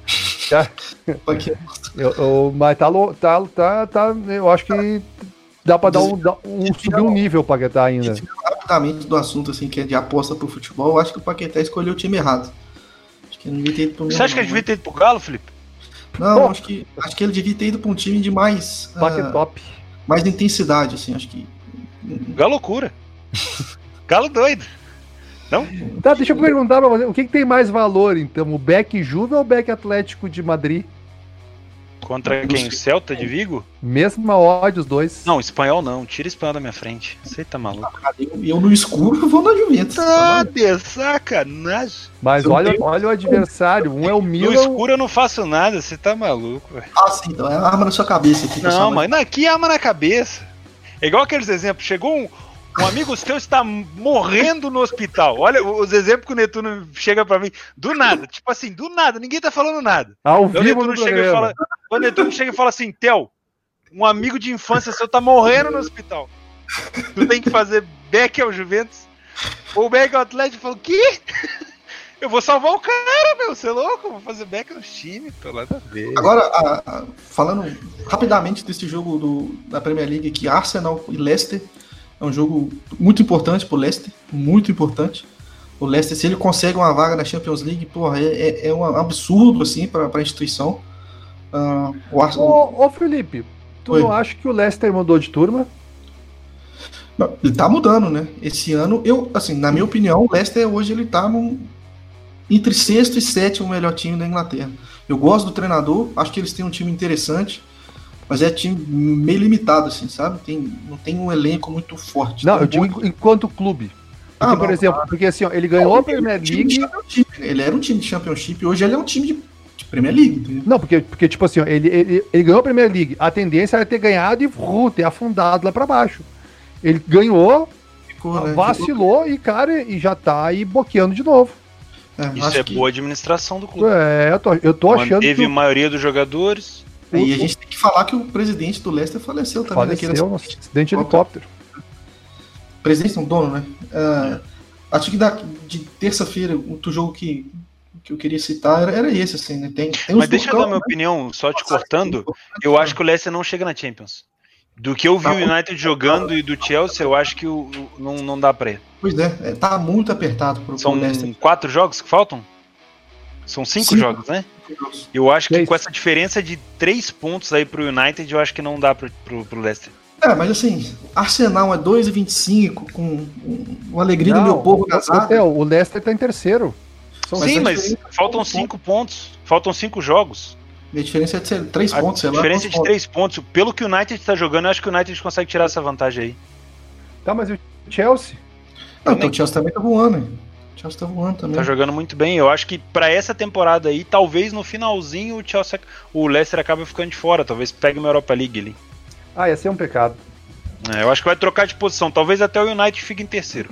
Speaker 2: Porque
Speaker 3: Eu, eu- mas tá, lo- tá, tá, tá, eu acho que dá pra dar um, dar um- subir um nível o Paquetá ainda.
Speaker 2: rapidamente do assunto, assim, que é de aposta pro futebol, eu acho que o Paquetá escolheu o time errado. Acho que ele não devia ter ido pro
Speaker 1: Você
Speaker 2: Milan,
Speaker 1: acha que ele
Speaker 2: não,
Speaker 1: devia ter ido pro Galo, Felipe?
Speaker 2: Não,
Speaker 3: Pô.
Speaker 2: acho que, acho que ele devia ter ido pra um time de mais, ah,
Speaker 3: Paquetop.
Speaker 2: mais intensidade, assim, acho que.
Speaker 1: Galo loucura. Galo doido. Não?
Speaker 3: Tá, deixa eu perguntar pra você, o que, que tem mais valor, então? O back Juve ou o back Atlético de Madrid?
Speaker 1: Contra quem? O Celta de Vigo?
Speaker 3: Mesma odd os dois.
Speaker 1: Não, espanhol não. Tira espanhol da minha frente. Você tá maluco.
Speaker 2: Eu, eu no escuro vou na Juventus.
Speaker 1: Tá
Speaker 2: Tá
Speaker 1: de sacanagem.
Speaker 3: Mas
Speaker 2: eu
Speaker 3: olha,
Speaker 2: tenho-
Speaker 3: olha o adversário. Um é o
Speaker 1: No
Speaker 3: Milan.
Speaker 1: escuro eu não faço nada, você tá maluco, velho.
Speaker 2: ah, sim, então é a arma na sua cabeça aqui.
Speaker 1: Não, mas não, aqui é arma na cabeça. É igual aqueles exemplos. Chegou um, um amigo seu está morrendo no hospital. Olha os exemplos que o Netuno chega pra mim. Do nada. Tipo assim, do nada. Ninguém tá falando nada.
Speaker 3: Ao
Speaker 1: Aí o
Speaker 3: vivo no
Speaker 1: Netuno chega e
Speaker 3: programa.
Speaker 1: fala. O Netuno chega e fala assim, Theo, um amigo de infância seu tá morrendo no hospital. Tu tem que fazer back ao Juventus. Ou back ao Atlético. Fala, o quê? Eu vou salvar o cara, meu. Você é louco? Eu vou fazer back nos times. Tô lá a ver.
Speaker 2: Agora, a- a- falando rapidamente desse jogo do, da Premier League aqui, Arsenal e Leicester, É um jogo muito importante pro Leicester, muito importante. O Leicester, se ele consegue uma vaga na Champions League, porra, é, é, é um absurdo, assim, pra, pra instituição. Uh, o Arsenal...
Speaker 3: ô, ô, Felipe, tu Oi. não acha que o Leicester mudou de turma?
Speaker 2: Não, ele tá mudando, né? Esse ano, eu, assim, na minha opinião, o Leicester hoje ele tá num, entre sexto e sétimo melhor time da Inglaterra. Eu gosto do treinador, acho que eles têm um time interessante, mas é time meio limitado, assim, sabe? Tem, não tem um elenco muito forte.
Speaker 3: Não, eu digo muito... enquanto clube. Porque, ah, por não, exemplo, claro. porque assim, ó, ele ganhou não, a Premier League.
Speaker 2: Ele era um time de Championship, hoje ele é um time de, de Premier League. Entendeu?
Speaker 3: Não, porque, porque tipo assim, ó, ele, ele, ele ganhou a Premier League. A tendência era ter ganhado e uh, ter afundado lá pra baixo. Ele ganhou, Ficou, né? vacilou Ficou. e, cara, e já tá aí boqueando de novo.
Speaker 1: É, Isso é que... boa administração do clube.
Speaker 3: É, eu tô, eu tô achando.
Speaker 1: Teve
Speaker 3: que...
Speaker 1: a maioria dos jogadores.
Speaker 2: É, e a gente tem que falar que o presidente do Leicester faleceu também.
Speaker 3: Faleceu no acidente de helicóptero.
Speaker 2: Presidente não, dono, né? Uh, acho que da, de terça-feira, o outro jogo que, que eu queria citar era, era esse, assim, né? Tem, tem
Speaker 1: Mas deixa eu dar minha né? opinião, só te cortando. Eu acho que o Leicester não chega na Champions. Do que eu vi tá, o United jogando e do Chelsea, eu acho que o, o, não, não dá pra ele.
Speaker 2: Pois é, é tá muito apertado pro,
Speaker 1: São
Speaker 2: pro Leicester.
Speaker 1: quatro jogos que faltam? São cinco, cinco jogos, né? Eu acho que com essa diferença de três pontos aí pro United, eu acho que não dá pro, pro, pro Leicester.
Speaker 2: É, mas assim, Arsenal é dois e vinte e cinco, com uma alegria não, do meu povo casado.
Speaker 3: O Leicester tá em terceiro.
Speaker 1: São Sim, mas faltam cinco pontos. pontos. Faltam cinco jogos.
Speaker 2: E a diferença é de três pontos, sei lá.
Speaker 1: A diferença é de três pontos. Pelo que o United tá jogando, eu acho que o United consegue tirar essa vantagem aí.
Speaker 3: Tá, mas e o Chelsea?
Speaker 2: Não, então o Chelsea também tá voando, hein? O Chelsea tá voando também.
Speaker 1: Tá jogando muito bem. Eu acho que pra essa temporada aí, talvez no finalzinho o Chelsea, o Leicester acabe ficando de fora. Talvez pegue uma Europa League ali.
Speaker 3: Ah, ia ser um pecado.
Speaker 1: É, eu acho que vai trocar de posição. Talvez até o United fique em terceiro.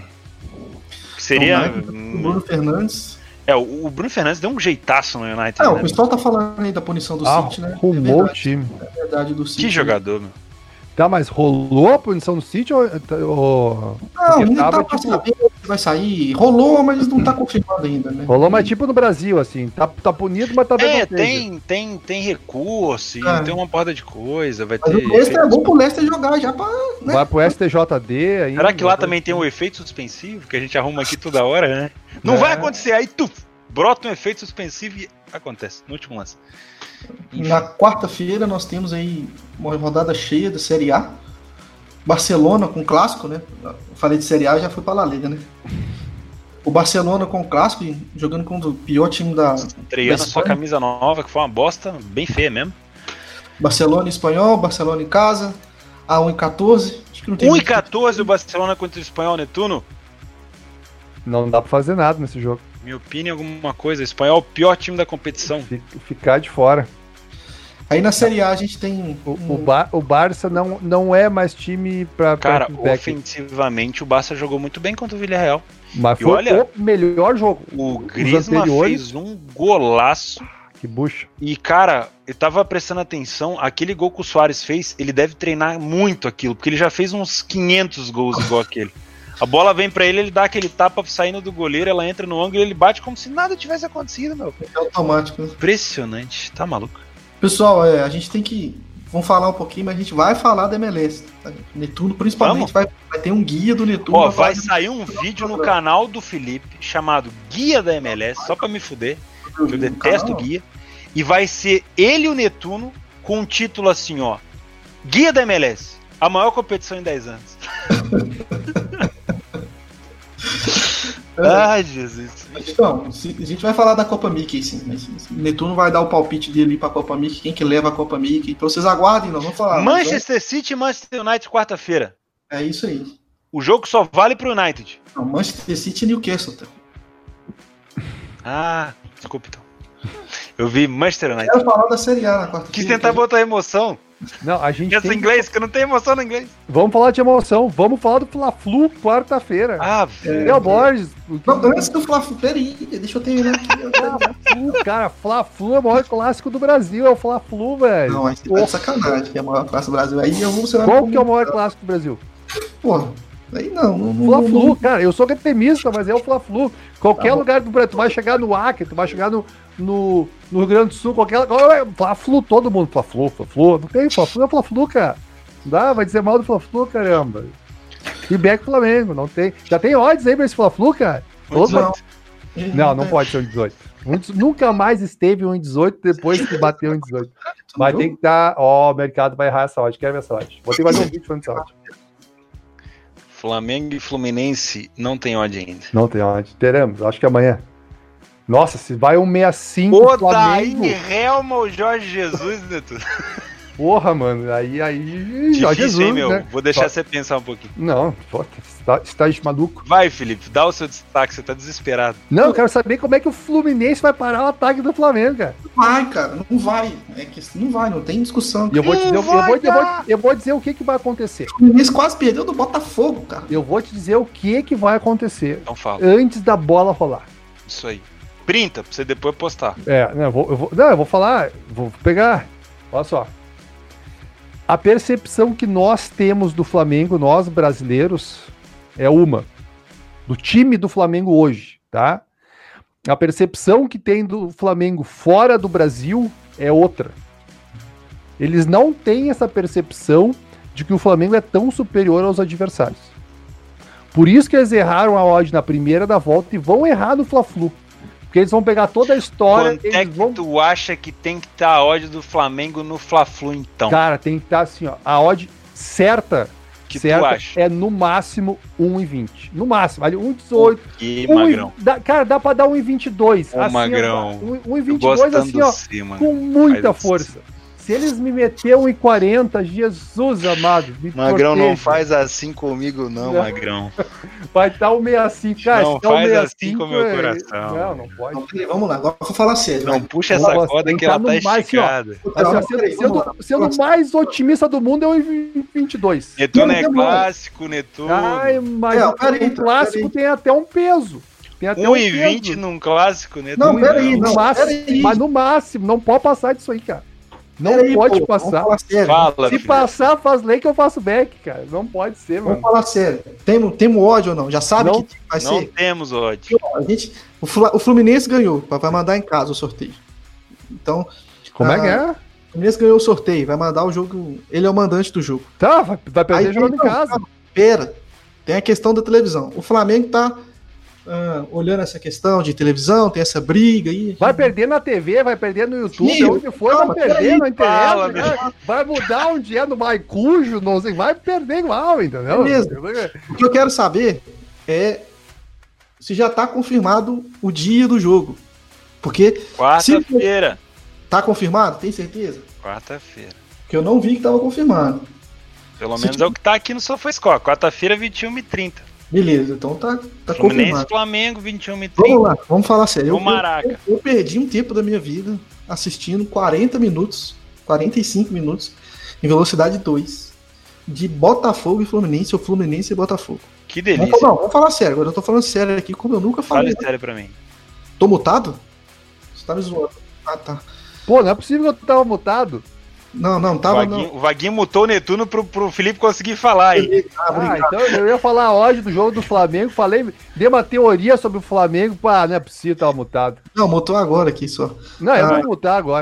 Speaker 1: Que seria...
Speaker 2: O Bruno Fernandes...
Speaker 1: É, o Bruno Fernandes deu um jeitaço no United.
Speaker 2: Ah,
Speaker 1: né,
Speaker 2: o pessoal tá falando aí da punição do
Speaker 3: ah,
Speaker 2: City, né?
Speaker 3: Arrumou é o time.
Speaker 2: É verdade do City.
Speaker 1: Que jogador, meu.
Speaker 3: Tá, mas rolou a punição do City ou... ou...
Speaker 2: Não, não tava, tá tipo... saber se vai sair. Rolou, mas não tá confirmado ainda, né?
Speaker 3: Rolou, mas tipo no Brasil, assim. Tá, tá punido, mas tá bem.
Speaker 1: É, tem, tem, tem recurso, é. tem uma porta de coisa. Vai
Speaker 2: mas
Speaker 1: ter
Speaker 2: o Leicester é bom pro Leicester jogar já pra...
Speaker 3: Né? Vai pro S T J D aí.
Speaker 1: Será que lá também tem um efeito suspensivo que a gente arruma aqui toda hora, né? Não é. vai acontecer, aí tu brota um efeito suspensivo e acontece, no último lance.
Speaker 2: Enfim. Na quarta-feira nós temos aí uma rodada cheia da Série A. Barcelona com o clássico, né? Eu falei de Série A, já fui pra La Liga, né? O Barcelona com o clássico, jogando com o pior time da...
Speaker 1: Estreando a sua camisa nova, que foi uma bosta, bem feia mesmo.
Speaker 2: Barcelona e Espanhol, Barcelona em casa, a um e quatorze.
Speaker 1: um e quatorze o Barcelona contra o Espanhol, Netuno?
Speaker 3: Não dá pra fazer nada nesse jogo.
Speaker 1: Me opine alguma coisa, o Espanhol é o pior time da competição.
Speaker 3: Ficar de fora.
Speaker 2: Aí na Série A a gente tem...
Speaker 3: O, um... o, Bar, o Barça não, não é mais time pra...
Speaker 1: Cara,
Speaker 3: pra
Speaker 1: ofensivamente o Barça jogou muito bem contra o Villarreal.
Speaker 3: Mas e foi olha, o melhor jogo.
Speaker 1: O Griezmann fez um golaço.
Speaker 3: Que bucha.
Speaker 1: E, cara, eu tava prestando atenção, aquele gol que o Suárez fez, ele deve treinar muito aquilo, porque ele já fez uns quinhentos gols igual aquele. A bola vem pra ele, ele dá aquele tapa saindo do goleiro, ela entra no ângulo e ele bate como se nada tivesse acontecido, meu.
Speaker 2: É automático. Né?
Speaker 1: Impressionante, tá maluco.
Speaker 2: Pessoal, é, a gente tem que... Vamos falar um pouquinho, mas a gente vai falar da M L S. Tá? Netuno, principalmente, vai, vai ter um guia do Netuno.
Speaker 1: Ó, vai sair um vídeo no canal do Felipe chamado Guia da M L S, só pra me fuder, que eu detesto guia. E vai ser ele e o Netuno com um título assim, ó. Guia da M L S, a maior competição em dez anos. Ai, Jesus.
Speaker 2: Então, a gente vai falar da Copa Mickey, sim. Mas o Netuno vai dar o palpite dele pra Copa Mickey, quem que leva a Copa Mickey. Então vocês aguardem, nós vamos falar.
Speaker 1: Manchester mas, City e Manchester United quarta-feira.
Speaker 2: É isso aí.
Speaker 1: O jogo só vale pro United.
Speaker 2: Não, Manchester City e Newcastle. Tá?
Speaker 1: Ah, desculpa então. Eu vi Manchester United.
Speaker 2: Eu quero falar da Série A na quarta-feira.
Speaker 1: Quis tentar botar emoção.
Speaker 3: Não, a gente
Speaker 1: Essa
Speaker 3: tem...
Speaker 1: inglês, que eu não tenho emoção no inglês.
Speaker 3: Vamos falar de emoção. Vamos falar do Fla-Flu quarta-feira.
Speaker 1: Ah,
Speaker 3: velho. É, Borges.
Speaker 2: Não, antes do Fla-Flu, peraí, deixa eu terminar aqui.
Speaker 3: Fla-Flu, cara, Fla-Flu é o maior clássico do Brasil, é o Fla-Flu, velho.
Speaker 2: Não, aí você tá de sacanagem, que é o maior clássico do Brasil. Aí eu vou ser
Speaker 3: Qual que é o maior clássico do Brasil?
Speaker 2: Porra, aí não. não
Speaker 3: Fla-Flu,
Speaker 2: não...
Speaker 3: cara, eu sou gremista, mas é o Fla-Flu. Qualquer tá lugar do Brasil, tu vai chegar no Acre, tu vai chegar no, no, no Rio Grande do Sul, qualquer lugar. Fla-Flu, todo mundo, Fla-Flu, Fla-Flu. Não tem Fla-Flu, é Fla-Flu, cara. Não dá, vai dizer mal do Fla-Flu, caramba. E back Flamengo, não tem. Já tem odds aí pra esse Fla-Flu, cara? Todos não. Não, não pode ser um dezoito. Um, nunca mais esteve um dezoito depois que bateu um dezoito. Vai ter que estar. Ó, o mercado vai errar essa odd. Quero ver essa odd. Vou ter que fazer um vídeo falando dessa odd.
Speaker 1: Flamengo e Fluminense não tem odd ainda.
Speaker 3: Não tem odd. Teremos, acho que amanhã. Nossa, se vai um sessenta e cinco
Speaker 1: Ô,
Speaker 3: Flamengo...
Speaker 1: daí Helma ou Jorge Jesus, né, tu?
Speaker 3: Porra, mano, aí, aí...
Speaker 1: Difícil,
Speaker 3: Jorge Jesus,
Speaker 1: hein, meu?
Speaker 3: né?
Speaker 1: Vou deixar
Speaker 3: Só...
Speaker 1: você pensar um pouquinho.
Speaker 3: Não, pô, você tá, você tá maluco.
Speaker 1: Vai, Felipe, dá o seu destaque, você tá desesperado.
Speaker 3: Não, eu quero saber como é que o Fluminense vai parar o ataque do Flamengo, cara.
Speaker 2: Não vai, cara, não vai. É que não vai, não tem discussão.
Speaker 3: E eu vou te dizer, eu vou, eu vou, eu vou, eu vou dizer o que, que vai acontecer.
Speaker 2: O Fluminense quase perdeu do Botafogo, cara.
Speaker 3: Eu vou te dizer o que, que vai acontecer.
Speaker 1: Então fala.
Speaker 3: Antes da bola rolar.
Speaker 1: Isso aí. Printa, pra você depois postar.
Speaker 3: É, não, eu vou, eu vou, não, eu vou falar, vou pegar. Olha só. A percepção que nós temos do Flamengo, nós brasileiros, é uma. Do time do Flamengo hoje, tá? A percepção que tem do Flamengo fora do Brasil é outra. Eles não têm essa percepção de que o Flamengo é tão superior aos adversários. Por isso que eles erraram a odd na primeira da volta e vão errar no Fla-Flu. Porque eles vão pegar toda a história.
Speaker 1: Quanto
Speaker 3: eles
Speaker 1: é que
Speaker 3: vão...
Speaker 1: tu acha que tem que estar a odd do Flamengo no Fla-Flu, então?
Speaker 3: Cara, tem que estar assim, ó. A odd certa,
Speaker 1: que
Speaker 3: certa
Speaker 1: tu acha?
Speaker 3: é no máximo um e vinte. No máximo, ali um e dezoito.
Speaker 1: Que
Speaker 3: um,
Speaker 1: magrão.
Speaker 3: Dá, cara, dá pra dar um e vinte e dois.
Speaker 1: Ô,
Speaker 3: assim,
Speaker 1: magrão.
Speaker 3: um e vinte e dois assim, ó.
Speaker 1: Sim, mano.
Speaker 3: Com muita
Speaker 1: faz
Speaker 3: força. Assim. Se eles me meter um e quarenta, Jesus amado. Me
Speaker 1: Magrão,
Speaker 3: proteja.
Speaker 1: não faz assim comigo, não,
Speaker 3: Não.
Speaker 1: Magrão.
Speaker 3: Vai estar o sessenta e cinco, cara.
Speaker 1: Não
Speaker 3: se tá o
Speaker 1: faz
Speaker 3: sessenta e
Speaker 1: assim
Speaker 3: cinco,
Speaker 1: com o meu
Speaker 3: é-
Speaker 1: coração.
Speaker 3: Não, não pode.
Speaker 2: Não, peraí, vamos lá, agora eu vou falar sério.
Speaker 1: Não
Speaker 2: vai.
Speaker 1: puxa
Speaker 3: Vamos
Speaker 1: essa
Speaker 3: lá,
Speaker 1: corda
Speaker 3: tem
Speaker 1: que
Speaker 3: que
Speaker 1: ela
Speaker 3: tá
Speaker 1: tá
Speaker 3: no mais, assim, ó.
Speaker 1: esticada.
Speaker 3: Assim, ó,
Speaker 2: Não,
Speaker 3: sendo
Speaker 2: peraí,
Speaker 3: sendo,
Speaker 2: vamos lá.
Speaker 3: sendo o mais otimista do mundo é o um e vinte e dois.
Speaker 1: Netuno é
Speaker 2: Não, não.
Speaker 1: clássico, Netuno.
Speaker 3: Ai, mas
Speaker 2: É,
Speaker 3: o,
Speaker 2: peraí,
Speaker 3: o clássico
Speaker 2: peraí.
Speaker 3: tem até um peso. Tem até
Speaker 1: um e vinte
Speaker 3: peso.
Speaker 1: num clássico, Netuno.
Speaker 2: Não, peraí,
Speaker 3: No
Speaker 2: não,
Speaker 3: máximo,
Speaker 2: peraí.
Speaker 3: mas no máximo, não pode passar disso aí, cara. Não
Speaker 2: Peraí,
Speaker 3: pode
Speaker 2: pô,
Speaker 3: passar.
Speaker 2: Vamos falar sério.
Speaker 1: Fala,
Speaker 3: Se
Speaker 1: filho.
Speaker 3: passar, faz lei que eu faço back, cara. Não pode ser,
Speaker 2: Vamos
Speaker 3: mano.
Speaker 2: falar sério. Temos, temos ódio ou não? Já sabe
Speaker 3: Não,
Speaker 2: que vai
Speaker 1: Não
Speaker 2: ser?
Speaker 1: temos ódio.
Speaker 2: A gente, o, Fla- o Fluminense ganhou, vai mandar em casa o sorteio. Então,
Speaker 3: Como é
Speaker 2: ah,
Speaker 3: que é?
Speaker 2: o Fluminense ganhou o sorteio, vai mandar o jogo. Ele é o mandante do jogo.
Speaker 3: Tá, vai, vai perder
Speaker 2: Aí,
Speaker 3: jogando em
Speaker 2: não,
Speaker 3: casa.
Speaker 2: calma, Pera, tem a questão da televisão. O Flamengo tá ah, olhando essa questão de televisão, tem essa briga aí.
Speaker 3: Vai perder na T V, vai perder no YouTube,
Speaker 2: Sim,
Speaker 3: onde for,
Speaker 2: calma,
Speaker 3: vai perder,
Speaker 2: peraí,
Speaker 3: não interessa.
Speaker 1: fala,
Speaker 3: cara. Vai mudar onde é no Maicujo, não sei, vai perder igual, entendeu?
Speaker 2: É mesmo. O que eu quero saber é se já tá confirmado o dia do jogo. Porque
Speaker 1: Quarta-feira.
Speaker 2: tá confirmado, tem certeza?
Speaker 1: Quarta-feira.
Speaker 2: Porque eu não vi que tava confirmado.
Speaker 1: Pelo
Speaker 2: Se
Speaker 1: menos
Speaker 2: tiver-
Speaker 1: é o que tá aqui no SofaScore. Quarta-feira, vinte e uma e trinta.
Speaker 2: Beleza, então tá, tá
Speaker 1: Fluminense
Speaker 2: confirmado.
Speaker 1: Flamengo, vinte e uma e
Speaker 2: Vamos
Speaker 1: trinta.
Speaker 2: lá, vamos falar sério.
Speaker 1: No
Speaker 2: Eu,
Speaker 1: Maraca.
Speaker 2: eu, eu perdi um tempo da minha vida assistindo quarenta minutos, quarenta e cinco minutos, em velocidade dois, de Botafogo e Fluminense, ou Fluminense e Botafogo.
Speaker 1: Que
Speaker 2: Vamos,
Speaker 1: delícia.
Speaker 2: não, vamos falar sério, agora eu tô falando sério aqui, como eu nunca falei.
Speaker 1: Fala sério pra mim.
Speaker 2: Tô mutado? Você tá me zoando. Ah, tá.
Speaker 3: Pô, não é possível que eu tava mutado.
Speaker 2: Não, não,
Speaker 1: O
Speaker 2: tava
Speaker 1: Vaguinho,
Speaker 2: não.
Speaker 1: o Vaguinho mutou o Netuno pro, pro Felipe conseguir falar aí.
Speaker 2: Ah,
Speaker 3: Ah,
Speaker 2: obrigado.
Speaker 3: então eu ia falar hoje do jogo do Flamengo, falei, dei uma teoria sobre o Flamengo, pá, não é possível, tava mutado.
Speaker 2: Não, mutou agora aqui só.
Speaker 3: Não, eu
Speaker 2: Ah.
Speaker 3: vou mutar agora.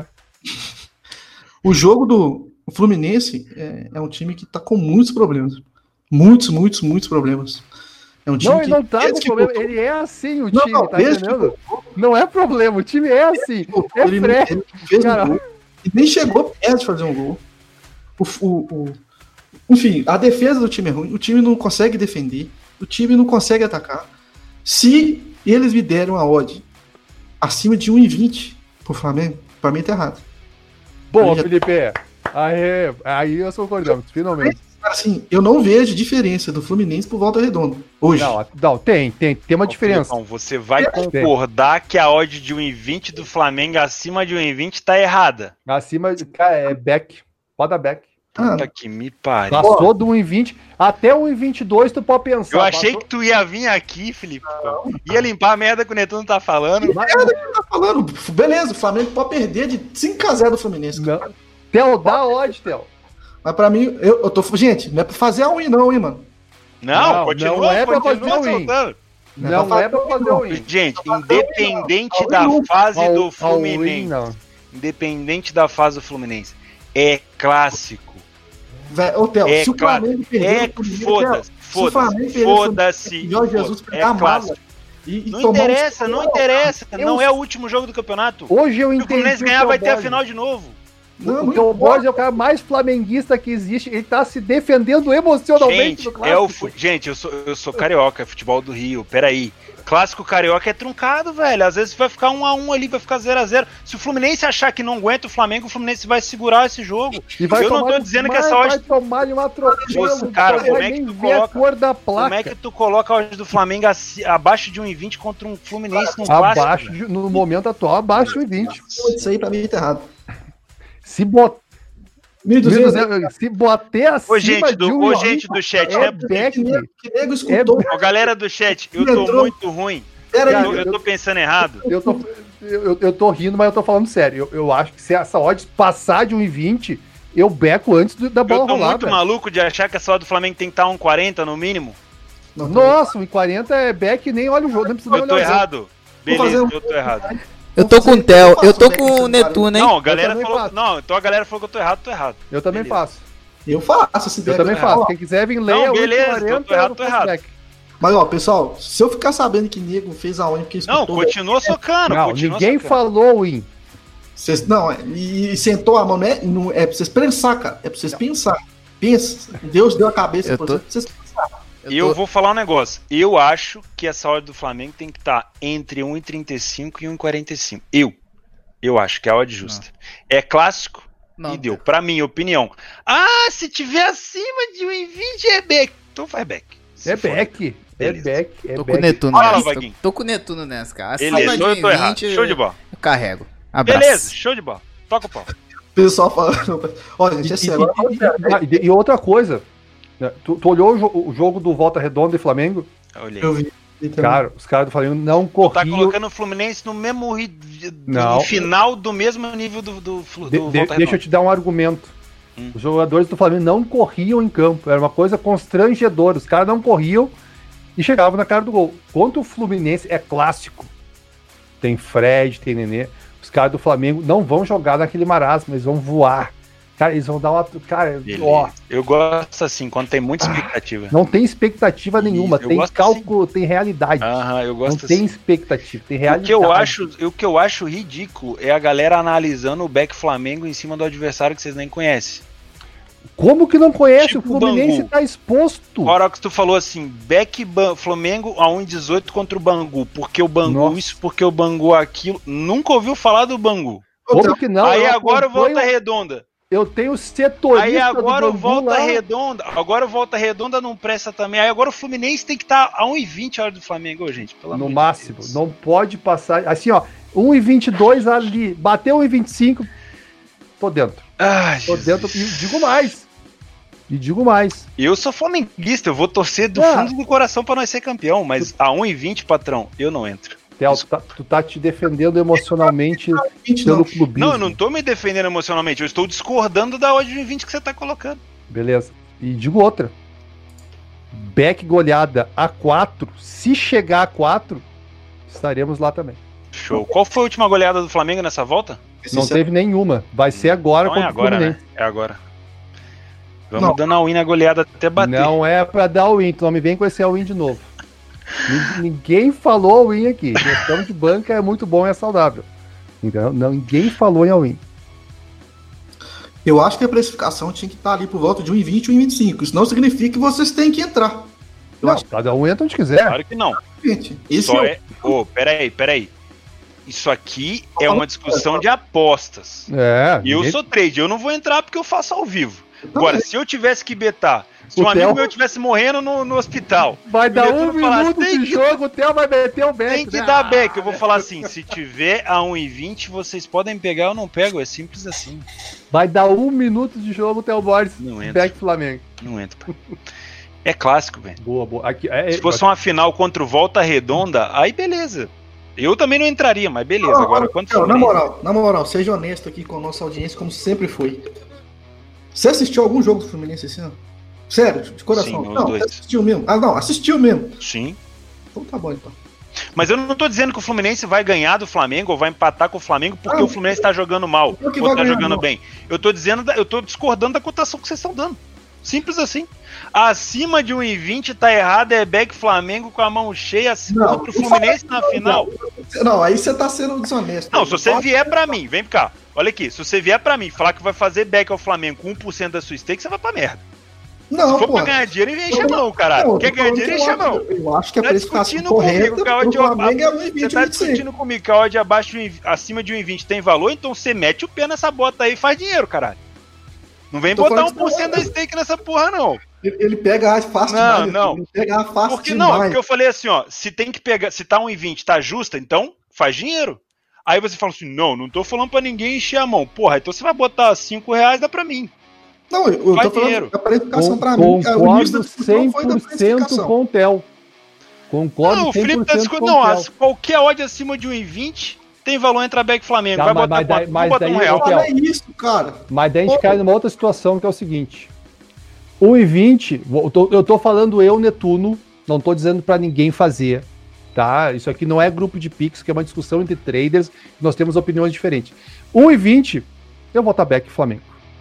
Speaker 2: O jogo do Fluminense é, é um time que tá com muitos problemas. Muitos, muitos, muitos problems. É um time
Speaker 3: Não, ele
Speaker 2: que,
Speaker 3: não tá
Speaker 2: desde
Speaker 3: com
Speaker 2: que
Speaker 3: problema,
Speaker 2: voltou-
Speaker 3: ele é assim o
Speaker 2: Não,
Speaker 3: time,
Speaker 2: não,
Speaker 3: tá
Speaker 2: desde que
Speaker 3: entendendo? Não é problema, o time é assim, é
Speaker 2: ele, não-
Speaker 3: fresco.
Speaker 2: ele não fez
Speaker 3: cara.
Speaker 2: um gol. E nem chegou perto de fazer um gol. O, o- o- enfim, a defesa do time é ruim. O time não consegue defender. O time não consegue atacar. Se eles me deram a odd acima de um e vinte pro Flamengo, pra mim tá errado.
Speaker 3: Bom,
Speaker 2: Já-
Speaker 3: Felipe, aí, aí nós concordamos, finalmente.
Speaker 2: Cara, assim, eu não vejo diferença do Fluminense pro Volta Redonda hoje.
Speaker 3: Não, não, tem, tem, tem uma
Speaker 1: Ô,
Speaker 3: diferença.
Speaker 1: Filipão, você vai
Speaker 3: Tem.
Speaker 1: concordar que a odd de um e vinte do Flamengo acima de um e vinte tá errada.
Speaker 3: Acima, de- cara, é back, roda back.
Speaker 2: Ah,
Speaker 1: Puta que me pariu.
Speaker 3: Passou do um e vinte até um e vinte e dois, tu pode pensar.
Speaker 1: Eu achei
Speaker 3: passou-
Speaker 1: que tu ia vir aqui, Felipe. Ia limpar a merda que o Netuno tá falando.
Speaker 3: Mas-
Speaker 2: tá falando, beleza, o Flamengo pode perder de cinco a zero do Fluminense.
Speaker 3: Não. Theo, dá odd, Theo.
Speaker 2: Mas pra mim, eu, eu tô. Gente, não é pra fazer a win, não, hein, mano.
Speaker 1: Não,
Speaker 3: Não,
Speaker 1: continua,
Speaker 3: não é pra
Speaker 1: continua
Speaker 3: fazer o win.
Speaker 1: soltando.
Speaker 2: Não,
Speaker 3: Não,
Speaker 2: pra
Speaker 3: é pra fazer o win.
Speaker 1: Gente,
Speaker 2: Não,
Speaker 1: independente
Speaker 2: não,
Speaker 1: da
Speaker 2: não.
Speaker 1: fase
Speaker 3: Ao-
Speaker 1: do
Speaker 3: ao win,
Speaker 1: Fluminense,
Speaker 3: não.
Speaker 1: independente da fase do Fluminense, é clássico.
Speaker 2: Velho, ô, Theo,
Speaker 1: É,
Speaker 2: se o
Speaker 1: claro,
Speaker 2: Flamengo perder
Speaker 1: é,
Speaker 2: pro Mineiro,
Speaker 1: foda-se,
Speaker 2: Theo, se o Flamengo perder
Speaker 1: foda-se,
Speaker 2: pro Jorge Jesus
Speaker 1: foda-se,
Speaker 2: pegar
Speaker 1: é
Speaker 2: a
Speaker 1: clássico.
Speaker 2: mala e, e
Speaker 1: Não
Speaker 2: tomar
Speaker 1: interessa,
Speaker 2: um...
Speaker 1: não interessa.
Speaker 3: Eu-
Speaker 1: Não é o último jogo do campeonato.
Speaker 3: Hoje eu
Speaker 1: Se o
Speaker 3: entendi.
Speaker 1: Fluminense
Speaker 3: o
Speaker 1: ganhar, vai ter a
Speaker 3: Teoborges.
Speaker 1: final de novo.
Speaker 2: Não,
Speaker 3: O
Speaker 2: não
Speaker 3: Teoborges é o cara mais flamenguista que existe. Ele tá se defendendo emocionalmente
Speaker 1: Gente,
Speaker 3: do
Speaker 1: é o
Speaker 3: clássico.
Speaker 1: fu- gente eu, sou, eu sou carioca, é futebol do Rio. Peraí. Clássico carioca é truncado, velho. Às vezes vai ficar um a um ali, vai ficar zero a zero. Se o Fluminense achar que não aguenta o Flamengo, o Fluminense vai segurar esse jogo.
Speaker 3: E vai
Speaker 1: eu não
Speaker 3: tomar
Speaker 1: tô
Speaker 3: um-
Speaker 1: dizendo que
Speaker 3: vai-
Speaker 1: essa odd.
Speaker 3: Vai tomar um atropelo.
Speaker 1: Nossa, cara,
Speaker 3: não
Speaker 1: como
Speaker 3: vai
Speaker 1: é que
Speaker 3: nem
Speaker 1: tu
Speaker 3: ver a
Speaker 1: coloca-
Speaker 3: cor da placa.
Speaker 1: Como é que tu coloca a odd do Flamengo aci- abaixo de um e vinte contra um Fluminense num clássico?
Speaker 3: Abaixo, de- no momento atual, abaixo de um e vinte.
Speaker 2: Isso aí pra mim tá errado.
Speaker 3: Se botar
Speaker 2: mil e duzentos
Speaker 3: se bater acima
Speaker 1: Ô, gente do,
Speaker 3: de um
Speaker 1: ô,
Speaker 3: e
Speaker 1: gente do chat,
Speaker 3: é
Speaker 1: né?
Speaker 3: back.
Speaker 2: que nego escutou.
Speaker 1: Ó, galera do chat, eu tô
Speaker 2: Entrou.
Speaker 1: muito ruim.
Speaker 2: Pera
Speaker 1: Eu,
Speaker 2: aí,
Speaker 1: tô- eu tô pensando errado.
Speaker 3: Eu tô, eu, eu tô rindo, mas eu tô falando sério. Eu, eu acho que se essa odd passar de um e vinte, eu beco antes do- da bola
Speaker 1: Eu tô
Speaker 3: rolar,
Speaker 1: muito
Speaker 3: velho.
Speaker 1: maluco de achar que essa odd do Flamengo tem que estar um e quarenta no mínimo.
Speaker 2: Não,
Speaker 3: Nossa, um e quarenta é back, nem olha o jogo, nem precisa nem
Speaker 1: Eu tô
Speaker 3: olhar o jogo.
Speaker 1: errado. Beleza,
Speaker 2: fazer um-
Speaker 1: eu tô errado.
Speaker 4: Eu tô com o Theo, eu tô
Speaker 2: faço
Speaker 4: com o
Speaker 2: back,
Speaker 4: Netuno, hein?
Speaker 1: Não, a galera
Speaker 3: também
Speaker 1: falou.
Speaker 3: faço.
Speaker 1: Não, então a galera falou que eu tô errado, tô errado.
Speaker 3: Eu também
Speaker 1: Beleza.
Speaker 3: faço.
Speaker 2: Eu faço esse
Speaker 3: Eu
Speaker 2: back.
Speaker 3: também
Speaker 2: Ó,
Speaker 3: faço. Quem quiser vir ler,
Speaker 1: Não,
Speaker 3: é
Speaker 1: beleza, tô- tô errado, tô
Speaker 3: eu faço
Speaker 1: errado.
Speaker 3: back.
Speaker 2: Mas ó, pessoal, se eu ficar sabendo que nego fez a unha porque
Speaker 1: Não,
Speaker 2: escutou,
Speaker 1: continua socando.
Speaker 3: Não,
Speaker 1: continua
Speaker 3: ninguém
Speaker 1: socando.
Speaker 3: falou, Win.
Speaker 2: vocês, não, é, e, e sentou a mão, não é, não, é pra vocês pensar, cara. É pra vocês pensar. Pensa. Deus deu a cabeça
Speaker 4: Eu
Speaker 2: pra
Speaker 4: tô-
Speaker 2: vocês, pra vocês pensar.
Speaker 1: E eu vou falar um negócio. Eu acho que essa odd do Flamengo tem que estar entre um e trinta e cinco e um e quarenta e cinco. Eu. Eu acho que é a odd justa. É clássico
Speaker 4: Não,
Speaker 1: e deu. Pra minha opinião. Ah, se tiver acima de um e vinte é back. Então vai back. Se
Speaker 3: É
Speaker 1: for.
Speaker 3: back. É
Speaker 1: Beleza.
Speaker 3: back. É
Speaker 4: Tô com o
Speaker 3: back.
Speaker 4: Netuno
Speaker 1: Fala,
Speaker 4: nessa.
Speaker 1: Vaguinho.
Speaker 4: Tô, tô com o Netuno nessa, cara. Acima
Speaker 1: Beleza,
Speaker 4: de
Speaker 1: eu tô errado.
Speaker 4: vinte,
Speaker 1: Show de bola.
Speaker 4: Eu carrego. Abraço.
Speaker 1: Beleza, show de bola. Toca o pau.
Speaker 2: O pessoal falando. Olha, gente, é
Speaker 3: E,
Speaker 2: sério.
Speaker 3: e- e- e outra coisa, né, tu, tu olhou o, jo- o jogo do Volta Redonda e Flamengo?
Speaker 1: Olha aí.
Speaker 2: Eu vi. Então,
Speaker 3: Cara, os caras do Flamengo não
Speaker 1: Tá
Speaker 3: corriam.
Speaker 1: colocando o Fluminense no mesmo ri-
Speaker 3: Não.
Speaker 1: no final do mesmo nível do, do, Flu-
Speaker 3: De-
Speaker 1: do
Speaker 3: de-
Speaker 1: Volta
Speaker 3: deixa eu
Speaker 1: Redonda.
Speaker 3: te dar um argumento.
Speaker 1: Hum.
Speaker 3: Os jogadores do Flamengo não corriam em campo. Era uma coisa constrangedora. Os caras não corriam e chegavam na cara do gol. Contra o Fluminense é clássico. Tem Fred, tem Nenê. Os caras do Flamengo não vão jogar naquele marasmo, eles vão voar. Cara, eles vão dar uma. Cara,
Speaker 1: Beleza.
Speaker 3: ó,
Speaker 1: Eu gosto assim, quando tem muita expectativa.
Speaker 3: não tem expectativa nenhuma.
Speaker 1: Eu
Speaker 3: Tem
Speaker 1: gosto
Speaker 3: cálculo, tem realidade.
Speaker 1: Aham, eu
Speaker 3: não
Speaker 1: gosto
Speaker 3: tem
Speaker 1: assim.
Speaker 3: expectativa, tem
Speaker 1: O
Speaker 3: realidade.
Speaker 1: que, eu acho, o que eu acho ridículo é a galera analisando o back Flamengo em cima do adversário que vocês nem conhecem.
Speaker 3: Como que não conhece?
Speaker 1: Tipo
Speaker 3: o Fluminense
Speaker 1: Bangu.
Speaker 3: tá exposto.
Speaker 1: Na hora que tu falou assim, back Ban- Flamengo a um e dezoito contra o Bangu, porque o Bangu
Speaker 3: Nossa.
Speaker 1: isso, porque o Bangu aquilo, nunca ouviu falar do Bangu.
Speaker 3: Como que não?
Speaker 1: Aí
Speaker 3: Eu
Speaker 1: agora o
Speaker 3: acompanho-
Speaker 1: Volta Redonda.
Speaker 3: Eu tenho setorista
Speaker 1: Aí agora
Speaker 3: do
Speaker 1: o
Speaker 3: Bangu
Speaker 1: Volta
Speaker 3: lá.
Speaker 1: Redonda, agora o Volta Redonda não presta também. Aí agora o Fluminense tem que estar a um e vinte a hora do Flamengo, Ô, gente, pelo amor
Speaker 3: No
Speaker 1: de
Speaker 3: máximo.
Speaker 1: Deus.
Speaker 3: Não pode passar. Assim, ó. um e vinte e dois ali. Bateu um e vinte e cinco. Tô dentro.
Speaker 1: Ai,
Speaker 3: Tô
Speaker 1: Jesus.
Speaker 3: dentro. E digo mais. E digo mais.
Speaker 1: Eu sou flamenguista, eu vou torcer do
Speaker 3: Ah.
Speaker 1: fundo do coração pra nós ser campeão, mas a um e vinte, patrão, eu não entro.
Speaker 3: Theo, tu tá, tu tá te defendendo emocionalmente
Speaker 2: vinte
Speaker 3: pelo
Speaker 2: não.
Speaker 3: clubismo.
Speaker 1: Não, eu não tô me defendendo emocionalmente, eu estou discordando da odd de um e vinte que você tá colocando.
Speaker 3: Beleza. E digo outra. Beck goleada a quatro. Se chegar a quatro, estaremos lá também.
Speaker 1: Show. Qual foi a última goleada do Flamengo nessa volta?
Speaker 3: Não
Speaker 2: Esse-
Speaker 3: teve nenhuma. Vai ser agora
Speaker 1: Não é
Speaker 3: contra o
Speaker 1: agora,
Speaker 3: Fluminense.
Speaker 1: né? É agora. Vamos
Speaker 2: Não.
Speaker 1: dando a win na goleada até bater.
Speaker 3: Não é pra dar o win, tu não me vem com esse all-in de novo. Nin- Ninguém falou all-in aqui. Gestão de banca é muito bom e é saudável. Então, não, ninguém falou em all-in.
Speaker 2: Eu acho que a precificação tinha que estar ali por volta de um e vinte e um e vinte e cinco. Isso não significa que vocês têm que entrar. Eu
Speaker 3: Não,
Speaker 2: acho
Speaker 3: cada um entra onde quiser.
Speaker 1: Claro que não.
Speaker 2: que, gente, esse
Speaker 1: Só
Speaker 2: é,
Speaker 1: é. Ô, peraí, peraí. Isso aqui é uma discussão de apostas.
Speaker 3: É.
Speaker 1: E eu
Speaker 3: ninguém-
Speaker 1: sou trade, eu não vou entrar porque eu faço ao vivo. Agora, se eu tivesse que betar, se
Speaker 3: O
Speaker 1: um amigo
Speaker 3: Theo-
Speaker 1: meu estivesse morrendo no, no hospital,
Speaker 3: Vai dar
Speaker 1: o
Speaker 3: um
Speaker 1: Netuno falasse,
Speaker 3: minuto
Speaker 1: "Tem
Speaker 3: de
Speaker 1: que-
Speaker 3: jogo, o Theo vai meter o back.
Speaker 1: tem que
Speaker 3: né?
Speaker 1: dar back. Eu vou falar assim: se tiver a um e vinte, vocês podem pegar, eu não pego. É simples assim.
Speaker 3: Vai dar um minuto de jogo, o Theo Borges.
Speaker 1: Não entra.
Speaker 3: Back Flamengo.
Speaker 1: Não entra. Pô. É clássico, velho.
Speaker 3: Boa, boa. Aqui, é,
Speaker 1: Se
Speaker 3: é-
Speaker 1: fosse uma final contra o Volta Redonda, aí beleza. Eu também não entraria, mas beleza.
Speaker 2: Não,
Speaker 1: Agora,
Speaker 2: não,
Speaker 1: quanto
Speaker 2: não, na
Speaker 1: Fluminense?
Speaker 2: moral, na moral, seja honesto aqui com a nossa audiência, como sempre foi. Você assistiu algum jogo do Fluminense esse ano? Sério, de coração?
Speaker 1: Sim, os
Speaker 2: não,
Speaker 1: dois.
Speaker 2: você assistiu mesmo? Ah, não, assistiu mesmo.
Speaker 1: Sim.
Speaker 2: Então tá bom, então.
Speaker 1: Mas eu não tô dizendo que o Fluminense vai ganhar do Flamengo ou vai empatar com o Flamengo porque
Speaker 2: Ah,
Speaker 1: o Fluminense tá jogando mal
Speaker 2: eu que
Speaker 1: ou
Speaker 2: vai
Speaker 1: tá
Speaker 2: ganhar,
Speaker 1: jogando
Speaker 2: não.
Speaker 1: bem. Eu tô dizendo, da- eu tô discordando da cotação que vocês estão dando. Simples assim. Acima de um e vinte tá errado, é back Flamengo com a mão cheia
Speaker 2: Não,
Speaker 1: contra o Fluminense na
Speaker 2: não,
Speaker 1: final.
Speaker 2: Não, não, aí você tá sendo desonesto.
Speaker 1: Não, se você vier pra mim, vem cá, olha aqui, se você vier pra mim falar que vai fazer back ao Flamengo com um por cento da sua stake, você vai pra merda.
Speaker 2: Não,
Speaker 1: se for
Speaker 2: pô,
Speaker 1: pra ganhar dinheiro, enche a mão, caralho.
Speaker 2: não,
Speaker 1: Quer ganhar dinheiro, enche a mão.
Speaker 2: Eu acho que a
Speaker 1: Tá
Speaker 2: precificação
Speaker 1: discutindo
Speaker 2: correta
Speaker 1: comigo que a
Speaker 2: pro
Speaker 1: odd
Speaker 2: Flamengo é um e
Speaker 1: Você
Speaker 2: vinte,
Speaker 1: tá
Speaker 2: vinte e cinco.
Speaker 1: discutindo comigo que a odd abaixo, de um- acima de um e vinte tem valor, então você mete o pé nessa bota aí e faz dinheiro, caralho. Não vem
Speaker 2: Tô
Speaker 1: botar
Speaker 2: falando
Speaker 1: um por cento
Speaker 2: que
Speaker 1: da stake nessa porra, não.
Speaker 2: Ele, ele pega a fácil
Speaker 1: Não,
Speaker 2: demais.
Speaker 1: não.
Speaker 2: Ele pega a fácil
Speaker 1: Porque não,
Speaker 2: demais.
Speaker 1: porque eu falei assim, ó, se tem que pegar, se tá um e vinte, tá justa, então faz dinheiro. Aí você fala assim, não, não tô falando pra ninguém encher a mão. Porra, então você vai botar cinco reais, dá pra mim.
Speaker 2: Não, eu, eu
Speaker 1: Faz
Speaker 2: tô falando
Speaker 1: dinheiro.
Speaker 2: da precificação
Speaker 3: Com-
Speaker 2: pra mim. cara, o início da
Speaker 3: Concordo
Speaker 2: discussão foi da
Speaker 3: cem por cento
Speaker 2: precificação.
Speaker 3: com o Theo. Concordo
Speaker 1: Não, o
Speaker 3: cem
Speaker 1: Felipe
Speaker 3: por
Speaker 1: tá
Speaker 3: cento
Speaker 1: discutindo,
Speaker 3: com
Speaker 1: não,
Speaker 3: o Theo.
Speaker 1: as- qualquer odd acima de um e vinte tem valor entre a Back Flamengo.
Speaker 3: Tá,
Speaker 1: vai
Speaker 3: mas-
Speaker 1: botar
Speaker 3: mas daí-
Speaker 1: quanto?
Speaker 3: mas
Speaker 1: Vou botar
Speaker 3: daí
Speaker 1: um real.
Speaker 3: eu quero-
Speaker 2: Olha isso, cara.
Speaker 3: Mas daí a gente
Speaker 2: Pô.
Speaker 3: cai numa outra situação que é o seguinte. um e vinte, eu tô, eu tô falando eu, Netuno, não tô dizendo pra ninguém fazer, tá? Isso aqui não é grupo de Pix, que é uma discussão entre traders, nós temos opiniões diferentes. um e vinte, eu vou botar back Flamengo.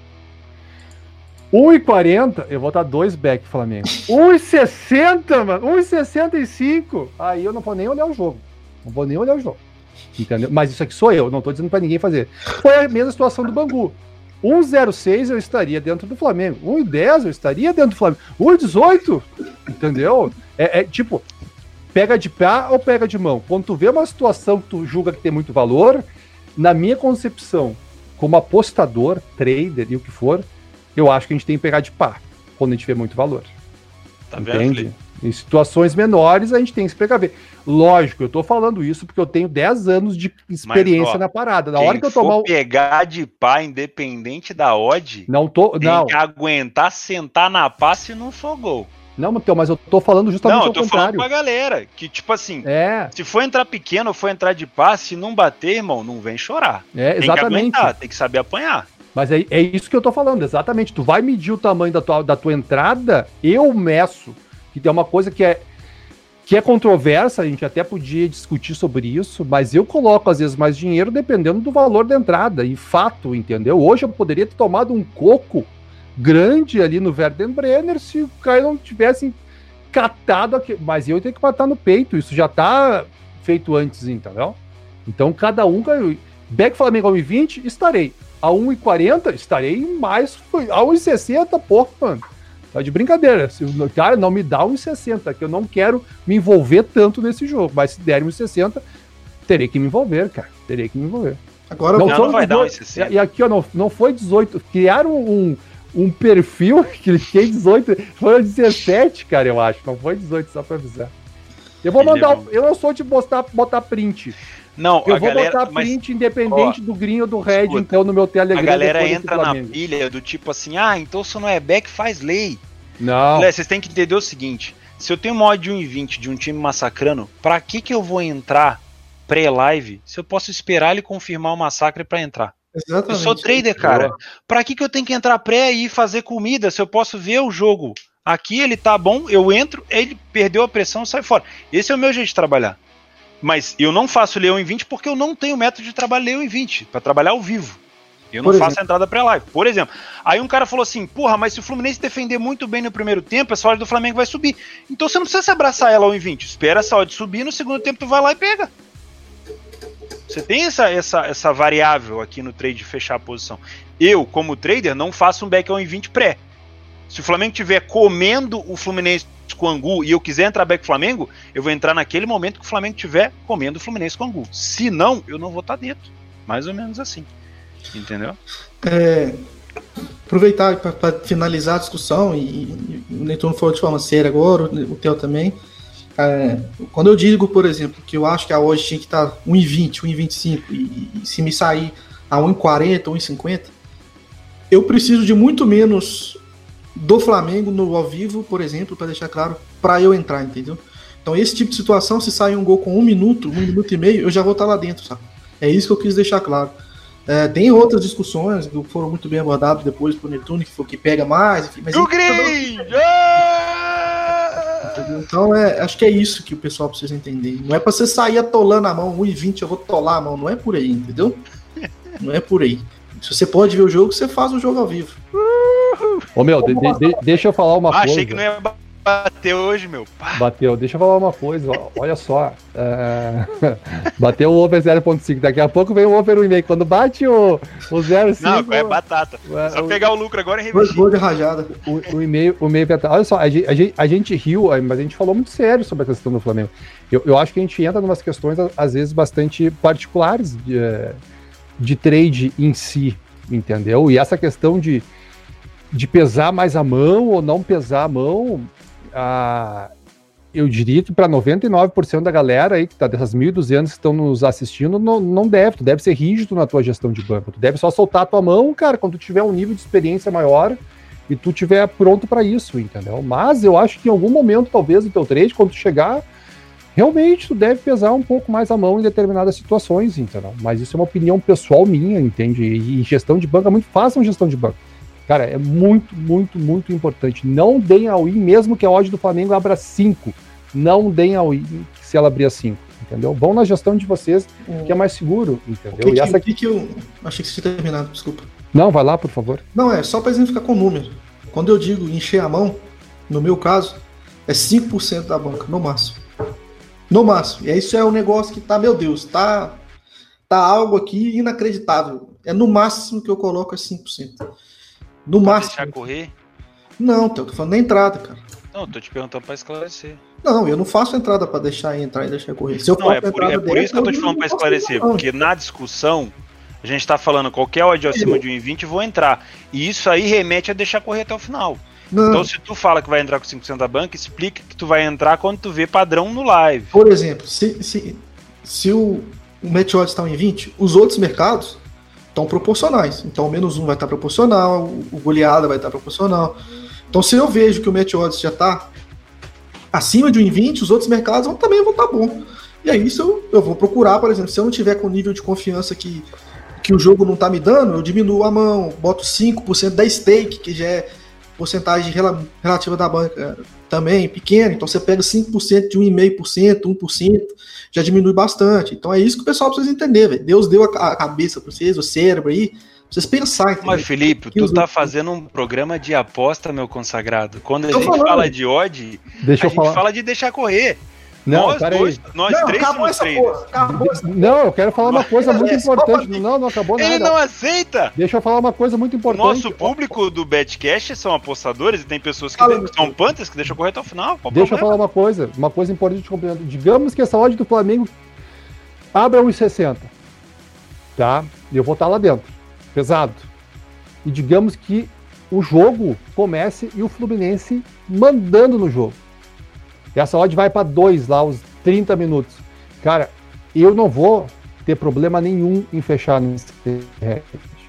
Speaker 3: um e quarenta, eu vou botar dois back Flamengo. um e sessenta, mano, um e sessenta e cinco, aí eu não vou nem olhar o jogo. Não vou nem olhar o jogo. Entendeu? Mas isso aqui sou eu, não tô dizendo pra ninguém fazer. Foi a mesma situação do Bangu. um e zero seis eu estaria dentro do Flamengo. um e dez eu estaria dentro do Flamengo. um e dezoito, entendeu? É, é tipo, pega de pé ou pega de mão. Quando tu vê uma situação que tu julga que tem muito valor, na minha concepção, como apostador, trader e o que for, eu acho que a gente tem que pegar de pá quando a gente vê muito valor.
Speaker 1: Tá vendo,
Speaker 3: Entende?
Speaker 1: Felipe?
Speaker 3: Em situações menores, a gente tem que se precaver. Lógico, eu tô falando isso porque eu tenho dez anos de experiência
Speaker 1: Mas, ó,
Speaker 3: na parada. Na
Speaker 1: Quem
Speaker 3: hora que eu
Speaker 1: for
Speaker 3: tomar o...
Speaker 1: pegar de pá, independente da odd,
Speaker 3: Não tô...
Speaker 1: tem
Speaker 3: Não,
Speaker 1: que aguentar sentar na pá se não for gol.
Speaker 3: não, Matheus, mas eu tô falando justamente
Speaker 1: Não, eu
Speaker 3: ao
Speaker 1: tô falando
Speaker 3: contrário.
Speaker 1: pra galera, que tipo assim,
Speaker 3: É,
Speaker 1: se for entrar pequeno ou for entrar de pá, se não bater, irmão, não vem chorar.
Speaker 3: é,
Speaker 1: Tem
Speaker 3: exatamente.
Speaker 1: que aguentar, tem que saber apanhar.
Speaker 3: Mas é, é isso que eu tô falando, exatamente. Tu vai medir o tamanho da tua, da tua entrada, eu meço, que tem uma coisa que é, que é controversa, a gente até podia discutir sobre isso, mas eu coloco às vezes mais dinheiro dependendo do valor da entrada, e fato, entendeu? Hoje eu poderia ter tomado um coco grande ali no Werdenbrenner se o cara não tivesse catado aqui, mas eu tenho que matar no peito, isso já tá feito antes, entendeu? Então cada um, back Flamengo a um e vinte, estarei. A um e quarenta, estarei mais. A um e sessenta, porra, mano. Tá de brincadeira. Se o cara não me dá um e sessenta, que eu não quero me envolver tanto nesse jogo. Mas se der um e sessenta, terei que me envolver, cara. Terei que me envolver.
Speaker 2: Agora
Speaker 1: Não,
Speaker 2: eu
Speaker 1: não vai dar um e sessenta.
Speaker 3: E, e aqui, ó, não, não foi dezoito. Criaram um, um perfil que ele tem dezoito. Foi dezessete, cara, eu acho. Não foi dezoito, só pra avisar. Eu vou
Speaker 1: Ele
Speaker 3: mandar.
Speaker 1: é bom.
Speaker 3: Eu não sou de botar, botar print.
Speaker 1: Não,
Speaker 3: Eu
Speaker 1: a
Speaker 3: vou
Speaker 1: galera,
Speaker 3: botar
Speaker 1: mas
Speaker 3: print independente
Speaker 1: ó,
Speaker 3: do green ou do red,
Speaker 1: escuta,
Speaker 3: então, no meu Telegram.
Speaker 1: a galera
Speaker 3: depois desse
Speaker 1: entra na
Speaker 3: Flamengo.
Speaker 1: pilha do tipo assim, ah, então se não é back, faz lei.
Speaker 3: Não.
Speaker 1: Galera, vocês têm que entender o seguinte, se eu tenho uma odd de um e vinte de um time massacrando, pra que que eu vou entrar pré-live se eu posso esperar ele confirmar o massacre pra entrar?
Speaker 2: Exatamente.
Speaker 1: Eu sou trader, cara. Pra que que eu tenho que entrar pré e fazer comida se eu posso ver o jogo? Aqui ele tá bom, eu entro, ele perdeu a pressão, sai fora. Esse é o meu jeito de trabalhar. Mas eu não faço leão em vinte porque eu não tenho método de trabalhar leão em vinte, pra trabalhar ao vivo. Eu não
Speaker 2: Por
Speaker 1: faço
Speaker 2: exemplo.
Speaker 1: a entrada pré-live. Por exemplo, aí um cara falou assim, porra, mas se o Fluminense defender muito bem no primeiro tempo, essa odd do Flamengo vai subir. Então você não precisa se abraçar ela ao em vinte. Espera essa odd subir, no segundo tempo tu vai lá e pega. Você tem essa, essa, essa variável aqui no trade de fechar a posição. Eu, como trader, não faço um back ao em vinte pré. Se o Flamengo estiver comendo o Fluminense com o Angu e eu quiser entrar back Flamengo, eu vou entrar naquele momento que o Flamengo estiver comendo o Fluminense com o Angu. Se não, eu não vou estar dentro. Mais ou menos assim. Entendeu?
Speaker 2: É, aproveitar para finalizar a discussão, e, e o Netuno falou de forma séria agora, o, o Theo também. É, quando eu digo, por exemplo, que eu acho que a hoje tinha que estar um e vinte, um e vinte e cinco, e, e se me sair a um e quarenta, um e cinquenta, eu preciso de muito menos do Flamengo no ao vivo, por exemplo, para deixar claro, para eu entrar, entendeu? Então, esse tipo de situação, se sair um gol com um minuto, um minuto e meio, eu já vou estar lá dentro, sabe? É isso que eu quis deixar claro. É, tem outras discussões que foram muito bem abordadas depois por Netuno, que foi que pega mais, enfim, mas
Speaker 1: O Green!
Speaker 2: então é, acho que é isso que o pessoal precisa entender. Não é pra você sair atolando a mão, um e vinte eu vou tolar a mão, não é por aí, entendeu? Não é por aí. Se você pode ver o jogo, você faz o jogo ao vivo.
Speaker 1: Uhul.
Speaker 3: Ô, meu, de, de, de, deixa eu falar uma
Speaker 1: ah,
Speaker 3: coisa.
Speaker 1: Achei que não ia bater hoje, meu. Pá.
Speaker 3: Bateu. Deixa eu falar uma coisa. Olha só. É... Bateu o over zero ponto cinco. Daqui a pouco vem o over um e meio. Quando bate o, o zero ponto cinco...
Speaker 1: Não, é batata. É, Só o... pegar o lucro agora e revistir.
Speaker 2: Gol de rajada.
Speaker 3: O, o e-mail... O e-mail... Olha só, a gente, a, gente, a gente riu, mas a gente falou muito sério sobre a questão do Flamengo. Eu, eu acho que a gente entra em umas questões, às vezes, bastante particulares de, de trade em si, entendeu? E essa questão de, de pesar mais a mão ou não pesar a mão... Ah, eu diria que para noventa e nove por cento da galera aí, que tá dessas mil e duzentos que estão nos assistindo, não, não deve, tu deve ser rígido na tua gestão de banco, tu deve só soltar a tua mão, cara, quando tu tiver um nível de experiência maior e tu tiver pronto para isso, entendeu? Mas eu acho que em algum momento, talvez, no teu trade, quando tu chegar, realmente tu deve pesar um pouco mais a mão em determinadas situações, entendeu? Mas isso é uma opinião pessoal minha, entende? E gestão de banco é muito fácil, gestão de banco. Cara, é muito, muito, muito importante. Não deem all-in, mesmo que a odd do Flamengo abra cinco. Não deem all-in se ela abrir cinco, entendeu? Vão na gestão de vocês, que é mais seguro, entendeu?
Speaker 2: O que,
Speaker 3: e essa
Speaker 2: que, que eu... Achei que você tinha terminado, desculpa.
Speaker 3: Não, vai lá, por favor.
Speaker 2: Não, é só para exemplificar com número. Quando eu digo encher a mão, no meu caso, é cinco por cento da banca, no máximo. No máximo. E isso é um negócio que tá, meu Deus, tá, tá algo aqui inacreditável. É no máximo que eu coloco é cinco por cento. No
Speaker 1: pra
Speaker 2: máximo.
Speaker 1: Deixar correr?
Speaker 2: Não, eu tô falando da entrada, cara.
Speaker 1: Não, tô te perguntando pra esclarecer.
Speaker 2: Não, eu não faço entrada pra deixar entrar e deixar correr. Se eu
Speaker 1: não, é por, é por isso que eu tô te falando pra esclarecer,
Speaker 2: não.
Speaker 1: Porque na discussão, a gente tá falando qualquer odd acima de um e vinte, vou entrar. E isso aí remete a deixar correr até o final. Não. Então, se tu fala que vai entrar com cinco por cento da banca, explica que tu vai entrar quando tu vê padrão no live.
Speaker 2: Por exemplo, se, se, se o, o match odds está em vinte, os outros mercados estão proporcionais. Então o menos um vai estar proporcional, o goleada vai estar proporcional. Então se eu vejo que o match odds já está acima de um e vinte, os outros mercados vão, também vão estar bom. E aí isso eu, eu vou procurar, por exemplo, se eu não tiver com nível de confiança que, que o jogo não está me dando, eu diminuo a mão, boto cinco por cento da stake, que já é porcentagem rel- relativa da banca também pequena. Então você pega cinco por cento de um vírgula cinco por cento, um por cento, já diminui bastante. Então é isso que o pessoal precisa entender, velho. Deus deu a, a cabeça para vocês, o cérebro aí, pra vocês pensarem.
Speaker 1: Mas Felipe, tu tá fazendo um programa de aposta, meu consagrado. Quando a gente
Speaker 2: falando.
Speaker 1: fala de odd,
Speaker 3: Deixa
Speaker 1: a
Speaker 3: eu
Speaker 1: gente
Speaker 3: falar.
Speaker 1: fala de deixar correr.
Speaker 3: Não,
Speaker 1: nós dois, nós
Speaker 2: não,
Speaker 1: três
Speaker 2: acabou
Speaker 1: somos
Speaker 2: essa
Speaker 1: traders.
Speaker 2: porra, acabou essa
Speaker 3: Não, eu quero falar uma coisa muito
Speaker 2: É,
Speaker 3: importante. Não, não acabou nada.
Speaker 1: Ele não aceita.
Speaker 3: Deixa eu falar uma coisa muito
Speaker 1: O
Speaker 3: importante.
Speaker 1: nosso público do Betcash são apostadores e tem pessoas que
Speaker 2: Fala,
Speaker 1: de- são panthers que deixam correr até o final. Qual
Speaker 3: Deixa eu
Speaker 1: problema?
Speaker 3: falar uma coisa, uma coisa importante de compreender. Digamos que essa odd do Flamengo abra um e sessenta, tá? E eu vou estar lá dentro, pesado. E digamos que o jogo comece e o Fluminense mandando no jogo. Essa odd vai para dois lá, os trinta minutos. Cara, eu não vou ter problema nenhum em fechar nesse head.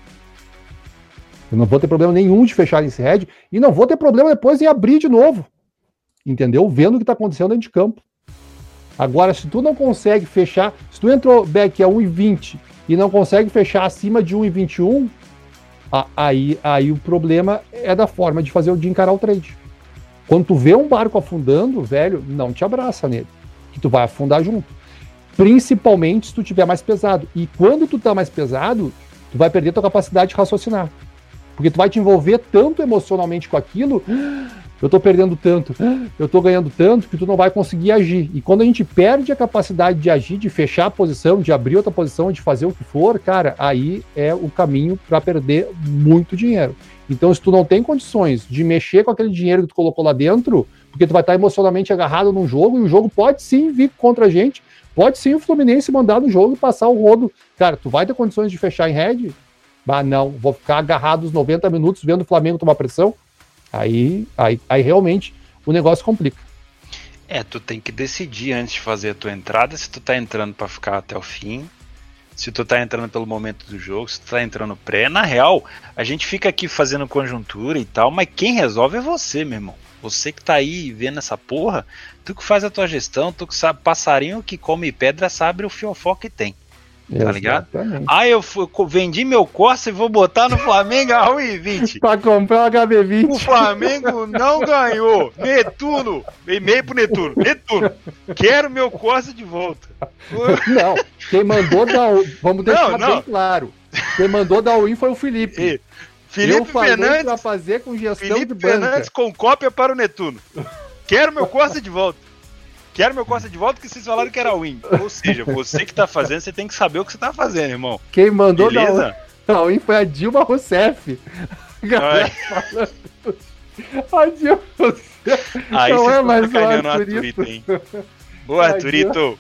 Speaker 3: Eu não vou ter problema nenhum de fechar nesse head e não vou ter problema depois em abrir de novo. Entendeu? Vendo o que está acontecendo dentro de campo. Agora, se tu não consegue fechar, se tu entrou back a um e vinte e não consegue fechar acima de um e vinte e um, aí, aí o problema é da forma de fazer o de encarar o trade. Quando tu vê um barco afundando, velho, não te abraça nele, que tu vai afundar junto. Principalmente se tu tiver mais pesado. E quando tu tá mais pesado, tu vai perder tua capacidade de raciocinar. Porque tu vai te envolver tanto emocionalmente com aquilo, eu tô perdendo tanto, eu tô ganhando tanto, que tu não vai conseguir agir. E quando a gente perde a capacidade de agir, de fechar a posição, de abrir outra posição, de fazer o que for, cara, aí é o caminho para perder muito dinheiro. Então, se tu não tem condições de mexer com aquele dinheiro que tu colocou lá dentro, porque tu vai estar emocionalmente agarrado num jogo, e o jogo pode sim vir contra a gente, pode sim o Fluminense mandar no jogo e passar o rodo. Cara, tu vai ter condições de fechar em head? Ah, não, vou ficar agarrado os noventa minutos vendo o Flamengo tomar pressão? Aí, aí, aí realmente o negócio complica.
Speaker 1: É, tu tem que decidir antes de fazer a tua entrada se tu tá entrando pra ficar até o fim, se tu tá entrando pelo momento do jogo, se tu tá entrando pré. Na real, a gente fica aqui fazendo conjuntura e tal, mas quem resolve é você, meu irmão. Você que tá aí vendo essa porra, tu que faz a tua gestão, tu que sabe, passarinho que come pedra sabe o fiofó que tem. Tá ligado? Ah, eu, fui, eu vendi meu Corsa e vou botar no Flamengo a um e vinte.
Speaker 3: Pra comprar o H B vinte.
Speaker 1: O Flamengo não ganhou. Netuno. E-mail pro Netuno. Netuno. Quero meu Corsa de volta.
Speaker 3: Não, quem mandou dar o... Vamos deixar
Speaker 1: não,
Speaker 3: não. bem claro. Quem mandou dar o win foi o Felipe.
Speaker 1: E... Felipe
Speaker 3: eu falei
Speaker 1: Fernandes,
Speaker 3: pra fazer com gestão
Speaker 1: Felipe
Speaker 3: de banca.
Speaker 1: Fernandes com cópia para o Netuno. Quero meu Costa de volta. Quero meu Costa de volta porque vocês falaram que era win. Ou seja, você que tá fazendo, você tem que saber o que você tá fazendo, irmão.
Speaker 3: Quem mandou
Speaker 1: Beleza?
Speaker 3: da win foi a Dilma Rousseff. Galera falando. A Dilma Rousseff.
Speaker 1: Aí
Speaker 3: não
Speaker 1: você
Speaker 3: é
Speaker 1: tá
Speaker 3: mais o
Speaker 1: sacaneando o
Speaker 3: Arthurito.
Speaker 1: Arthurito, hein? Ô, Arthurito.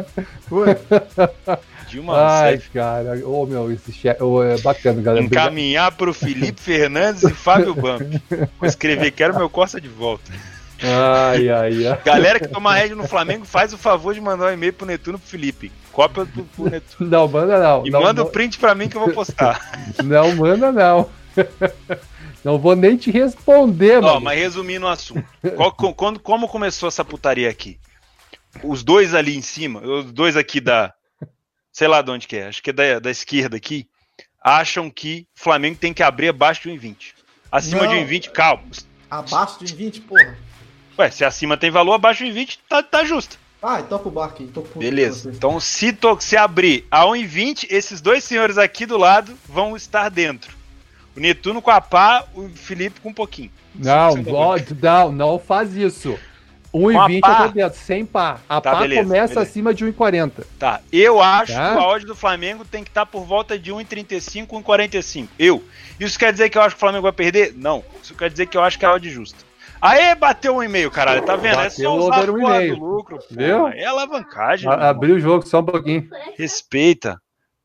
Speaker 1: Dilma
Speaker 3: Ai,
Speaker 1: Rousseff.
Speaker 3: cara. Ô, meu, esse chat. Oh, é bacana, galera.
Speaker 1: Encaminhar pro Felipe Fernandes e Fábio Bump. Vou escrever, quero meu Costa de volta.
Speaker 3: Ai, ai, ai.
Speaker 1: Galera que toma rédea no Flamengo, faz o favor de mandar um e-mail pro Netuno pro Felipe. Cópia pro, pro Netuno.
Speaker 3: Não, manda não.
Speaker 1: E
Speaker 3: não,
Speaker 1: manda
Speaker 3: não,
Speaker 1: o print pra mim que eu vou postar.
Speaker 3: Não, manda não. Não vou nem te responder, mano.
Speaker 1: Ó, mas resumindo o assunto. Qual, quando, como começou essa putaria aqui? Os dois ali em cima, os dois aqui da... Sei lá de onde que é, acho que é da, da esquerda aqui, acham que o Flamengo tem que abrir abaixo de um e vinte. Acima
Speaker 2: Não.
Speaker 1: de um e vinte, calma.
Speaker 2: Abaixo de vinte, porra.
Speaker 1: Ué, se acima tem valor, abaixo de um e vinte, tá, tá justo.
Speaker 2: Ah, toca o barco aí. Tô puto
Speaker 1: Beleza.
Speaker 2: com você.
Speaker 1: Então, se, to, se abrir a um e vinte, esses dois senhores aqui do lado vão estar dentro. O Netuno com a pá, o Felipe com um pouquinho.
Speaker 3: Não,
Speaker 1: cinco por cento
Speaker 3: ó, não, não faz isso. um
Speaker 1: Com a
Speaker 3: e vinte
Speaker 1: pá.
Speaker 3: eu tô dentro, sem pá. A
Speaker 1: Tá,
Speaker 3: pá
Speaker 1: beleza,
Speaker 3: começa
Speaker 1: beleza.
Speaker 3: acima de um e quarenta.
Speaker 1: Tá, eu acho
Speaker 3: Tá.
Speaker 1: que a odd do Flamengo tem que estar por volta de um e trinta e cinco, um e quarenta e cinco. Eu. Isso quer dizer que eu acho que o Flamengo vai perder? Não. Isso quer dizer que eu acho que é a odd justa. Aê, bateu um e meio, caralho. Tá vendo?
Speaker 3: Bateu
Speaker 1: é só usar
Speaker 3: over
Speaker 1: a
Speaker 3: um
Speaker 1: porra
Speaker 3: e-mail.
Speaker 1: do lucro. Porra.
Speaker 3: Viu?
Speaker 1: É alavancagem.
Speaker 3: A-
Speaker 1: meu irmão.
Speaker 3: Abriu o jogo só um pouquinho.
Speaker 1: Respeita.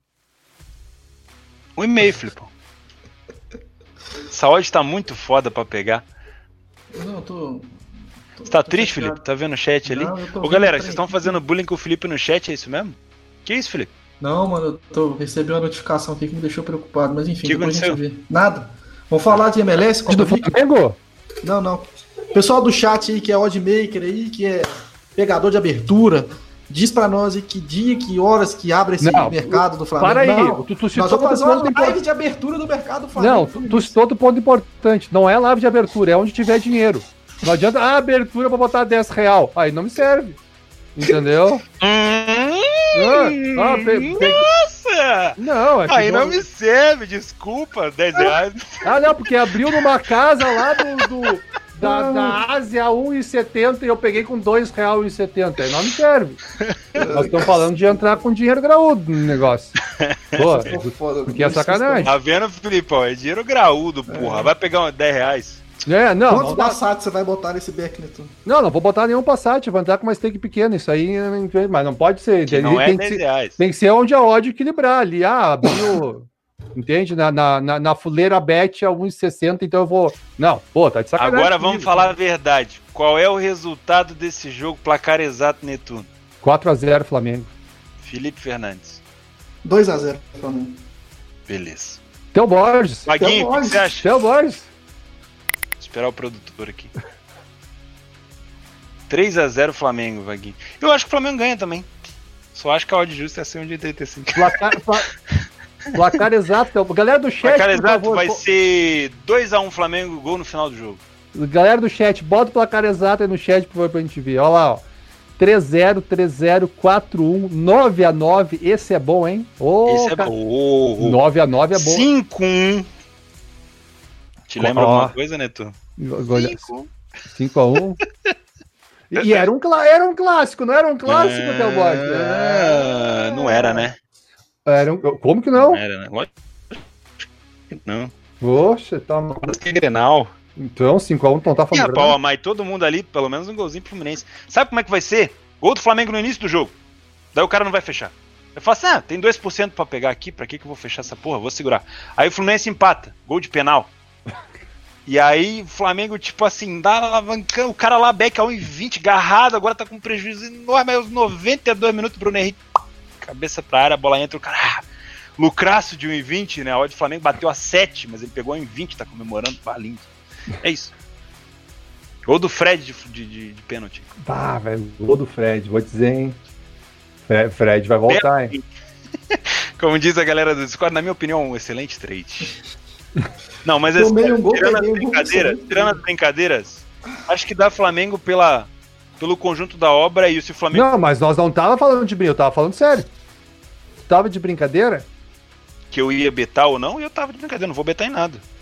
Speaker 1: Um e-mail, Filipão. Essa odd tá muito foda pra pegar.
Speaker 2: Não, eu tô. tô
Speaker 1: Você tá
Speaker 2: tô
Speaker 1: triste,
Speaker 2: chateado.
Speaker 1: Felipe? Tá vendo o chat ali?
Speaker 2: Não, eu tô
Speaker 1: Ô,
Speaker 2: vendo
Speaker 1: galera,
Speaker 2: o
Speaker 1: vocês
Speaker 2: trem
Speaker 1: estão
Speaker 2: aqui.
Speaker 1: fazendo bullying com o Felipe no chat, é isso mesmo? Que isso, Felipe?
Speaker 2: Não, mano, eu tô, recebi uma notificação aqui que me deixou preocupado, mas enfim,
Speaker 1: Que
Speaker 2: depois a gente
Speaker 1: aconteceu?
Speaker 2: vê. Nada. Vamos falar de M L S?
Speaker 3: Do
Speaker 2: Copa League?
Speaker 3: Flamengo?
Speaker 2: Não, não. Pessoal do chat aí, que é oddmaker aí, que é pegador de abertura, diz pra nós aí que dia, que horas que abre esse
Speaker 3: Não,
Speaker 2: mercado do Flamengo.
Speaker 3: Para aí,
Speaker 2: Não,
Speaker 3: tu, tu
Speaker 2: nós
Speaker 3: citou
Speaker 2: vamos fazer
Speaker 3: outro
Speaker 2: uma
Speaker 3: ponto
Speaker 2: live
Speaker 3: importante.
Speaker 2: de abertura do mercado do Flamengo.
Speaker 3: Não, tu, tu citou outro ponto importante. Não é live de abertura, é onde tiver dinheiro. Não adianta, ah, abertura pra botar dez real. Aí não me serve. Entendeu? Ah, ah, pe- pe-
Speaker 1: Nossa!
Speaker 3: Não, é que
Speaker 1: Aí não
Speaker 3: não-
Speaker 1: me serve, desculpa, dez reais.
Speaker 3: Ah, não, porque abriu numa casa lá do, do- da, da Ásia a um e setenta e eu peguei com dois reais e setenta. Aí não me serve. Nós estamos falando de entrar com dinheiro graúdo no negócio. Pô,
Speaker 2: Tô foda,
Speaker 3: porque é sacanagem.
Speaker 1: Tá vendo, Filipão? É dinheiro graúdo, porra. Vai pegar uns dez reais.
Speaker 3: É, não,
Speaker 2: Quantos
Speaker 3: não, dá-
Speaker 2: passados você vai botar nesse back, Neto?
Speaker 3: não, não vou botar nenhum Passat, vou entrar com uma stake pequena, isso aí, mas não pode ser.
Speaker 1: Que
Speaker 3: ele
Speaker 1: não é
Speaker 3: tem, que
Speaker 1: dez
Speaker 3: ser
Speaker 1: reais.
Speaker 3: tem que ser onde a odd equilibrar ali. Ah, abriu, entende? Na, na, na, na fuleira bet a um e sessenta, então eu vou... Não, pô, tá de sacanagem.
Speaker 1: Agora vamos
Speaker 3: comigo.
Speaker 1: falar a verdade. Qual é o resultado desse jogo, placar exato, Netuno?
Speaker 3: quatro a zero Flamengo.
Speaker 1: Felipe Fernandes.
Speaker 2: dois a zero Flamengo.
Speaker 1: Beleza.
Speaker 3: Teu Borges.
Speaker 1: Vaguinho, o que que
Speaker 2: Borges.
Speaker 1: você acha?
Speaker 3: Teu Borges.
Speaker 1: Esperar o produtor aqui. três a zero Flamengo, Vaguinho. Eu acho que o Flamengo ganha também. Só acho que a odd justa é ser um de oitenta e cinco.
Speaker 3: Placar, pla- placar exato. Teu... Galera do chat,
Speaker 1: Placar
Speaker 3: por
Speaker 1: exato
Speaker 3: favor,
Speaker 1: vai
Speaker 3: pô-
Speaker 1: ser dois a um Flamengo, gol no final do jogo.
Speaker 3: Galera do chat, bota o placar exato aí no chat, por favor, pra gente ver. Olha lá, ó. três a zero, três a zero, quatro a um, nove a nove. Esse é bom, hein? Ô,
Speaker 1: Esse é
Speaker 3: cara,
Speaker 1: bom.
Speaker 3: nove a nove é bom.
Speaker 1: cinco a um. Te lembra
Speaker 3: Ó.
Speaker 1: alguma coisa, Neto?
Speaker 3: Olha, cinco a um. E e era um, clá- era um clássico, não era um clássico, Théo Borges?
Speaker 1: Ah, não era, né?
Speaker 3: Era um, como que não?
Speaker 1: Não era, né? Lógico que não.
Speaker 3: Poxa, tá.
Speaker 1: Mas que Grenal.
Speaker 3: Então, cinco a um, não tá
Speaker 1: E,
Speaker 3: falando.
Speaker 1: rapaz, ó, mas todo mundo ali, pelo menos um golzinho pro Fluminense. Sabe como é que vai ser? Gol do Flamengo no início do jogo. Daí o cara não vai fechar. Eu falo assim, ah, tem dois por cento pra pegar aqui, pra que que eu vou fechar essa porra? Vou segurar. Aí o Fluminense empata, gol de penal. E aí o Flamengo, tipo assim, dá alavancando, o cara lá, back a um e vinte, garrado, agora tá com um prejuízo enorme, aí os noventa e dois minutos, Bruno Henrique, cabeça pra área, a bola entra, o cara, ah, lucraço de um e vinte, né, a odd do Flamengo bateu a sete, mas ele pegou um e vinte, tá comemorando, valendo. É isso. Ou do Fred de, de, de, de pênalti.
Speaker 3: Ah, velho, gol do Fred, vou dizer, hein? Fre- Fred vai voltar, hein?
Speaker 1: Como diz a galera do Discord, na minha opinião, um excelente trade. Não, mas
Speaker 2: Tomei
Speaker 1: assim,
Speaker 2: um gol,
Speaker 1: tirando, as
Speaker 2: peguei um gol,
Speaker 1: brincadeiras,
Speaker 2: excelente.
Speaker 1: tirando as brincadeiras, acho que dá Flamengo pela, pelo conjunto da obra e se o Flamengo...
Speaker 3: Não, mas nós não tava falando de brincadeira, eu tava falando sério. Tava de brincadeira?
Speaker 1: Que eu ia betar ou não, eu tava de brincadeira, não vou betar em nada.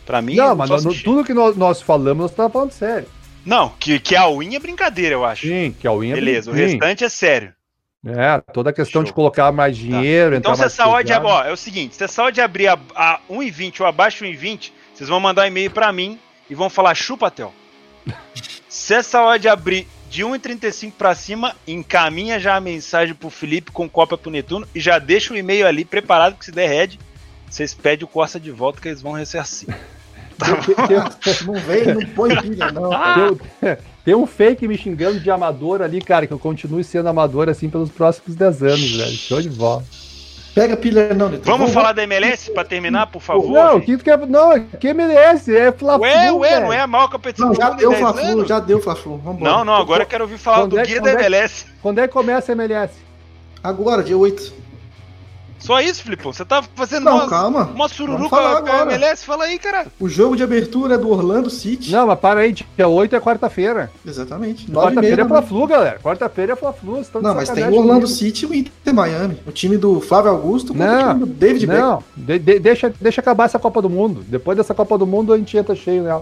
Speaker 1: Pra mim,
Speaker 3: Não,
Speaker 1: eu
Speaker 3: mas
Speaker 1: só
Speaker 3: no-
Speaker 1: assisti.
Speaker 3: tudo que nós, nós falamos, nós estamos falando sério.
Speaker 1: Não, que, que a win é brincadeira, eu acho.
Speaker 3: Sim, que a Win é
Speaker 1: Beleza, o
Speaker 3: sim.
Speaker 1: restante é sério.
Speaker 3: É, toda a questão
Speaker 1: Show.
Speaker 3: de colocar mais dinheiro,
Speaker 1: Então,
Speaker 3: entrar
Speaker 1: se
Speaker 3: mais
Speaker 1: essa odd,
Speaker 3: pesado.
Speaker 1: ó, é o seguinte, se essa odd abrir a, a um e vinte ou abaixo de um e vinte, vocês vão mandar um e-mail pra mim e vão falar chupa, Theo. Se essa odd abrir de um e trinta e cinco pra cima, encaminha já a mensagem pro Felipe com cópia pro Netuno e já deixa o e-mail ali preparado que se der head, vocês pedem o Corsa de volta que eles vão ressarcir.
Speaker 2: Não vem, não põe pilha, não.
Speaker 3: Tem, tem um fake me xingando de amador ali, cara, que eu continue sendo amador assim pelos próximos dez anos, velho. Show de bola.
Speaker 2: Pega pilha, não, Neto.
Speaker 1: Vamos falar da M L S pra terminar, por favor?
Speaker 3: Não,
Speaker 1: gente?
Speaker 3: que tu quer. Não, que M L S, é Fla-Flu.
Speaker 1: Ué, ué,
Speaker 3: velho.
Speaker 1: não é a maior competição
Speaker 2: Não,
Speaker 1: do
Speaker 2: já
Speaker 1: mundo em
Speaker 2: deu
Speaker 1: dez
Speaker 2: Fla-Flu,
Speaker 1: anos?
Speaker 2: já deu Fla-Flu. Vambora.
Speaker 1: Não, não, agora eu quero ouvir falar
Speaker 3: Quando
Speaker 1: do
Speaker 3: é-
Speaker 1: guia
Speaker 3: quando
Speaker 1: da
Speaker 3: é-
Speaker 1: M L S.
Speaker 3: Quando é que começa a M L S?
Speaker 2: Agora, dia oito.
Speaker 1: Só isso, Filipão? Você tá fazendo
Speaker 2: Não,
Speaker 1: uma,
Speaker 2: calma.
Speaker 1: uma sururu
Speaker 2: Vamos
Speaker 1: com a
Speaker 2: falar
Speaker 1: com a
Speaker 2: agora.
Speaker 1: M L S? Fala aí, cara.
Speaker 2: O jogo de abertura é do Orlando City.
Speaker 3: Não, mas para aí, dia oito é quarta-feira.
Speaker 2: Exatamente. nove e meia
Speaker 3: Quarta-feira é
Speaker 2: da noite.
Speaker 3: Fla-Flu, galera. Quarta-feira é Fla-Flu. vocês estão de
Speaker 2: Não, mas tem o
Speaker 3: sacanagem
Speaker 2: Orlando
Speaker 3: comigo.
Speaker 2: City e o Inter Miami. O time do Flávio Augusto contra o
Speaker 3: Não,
Speaker 2: time do David Beckham.
Speaker 3: não. De- de- deixa, deixa acabar essa Copa do Mundo. Depois dessa Copa do Mundo, a gente entra cheio nela.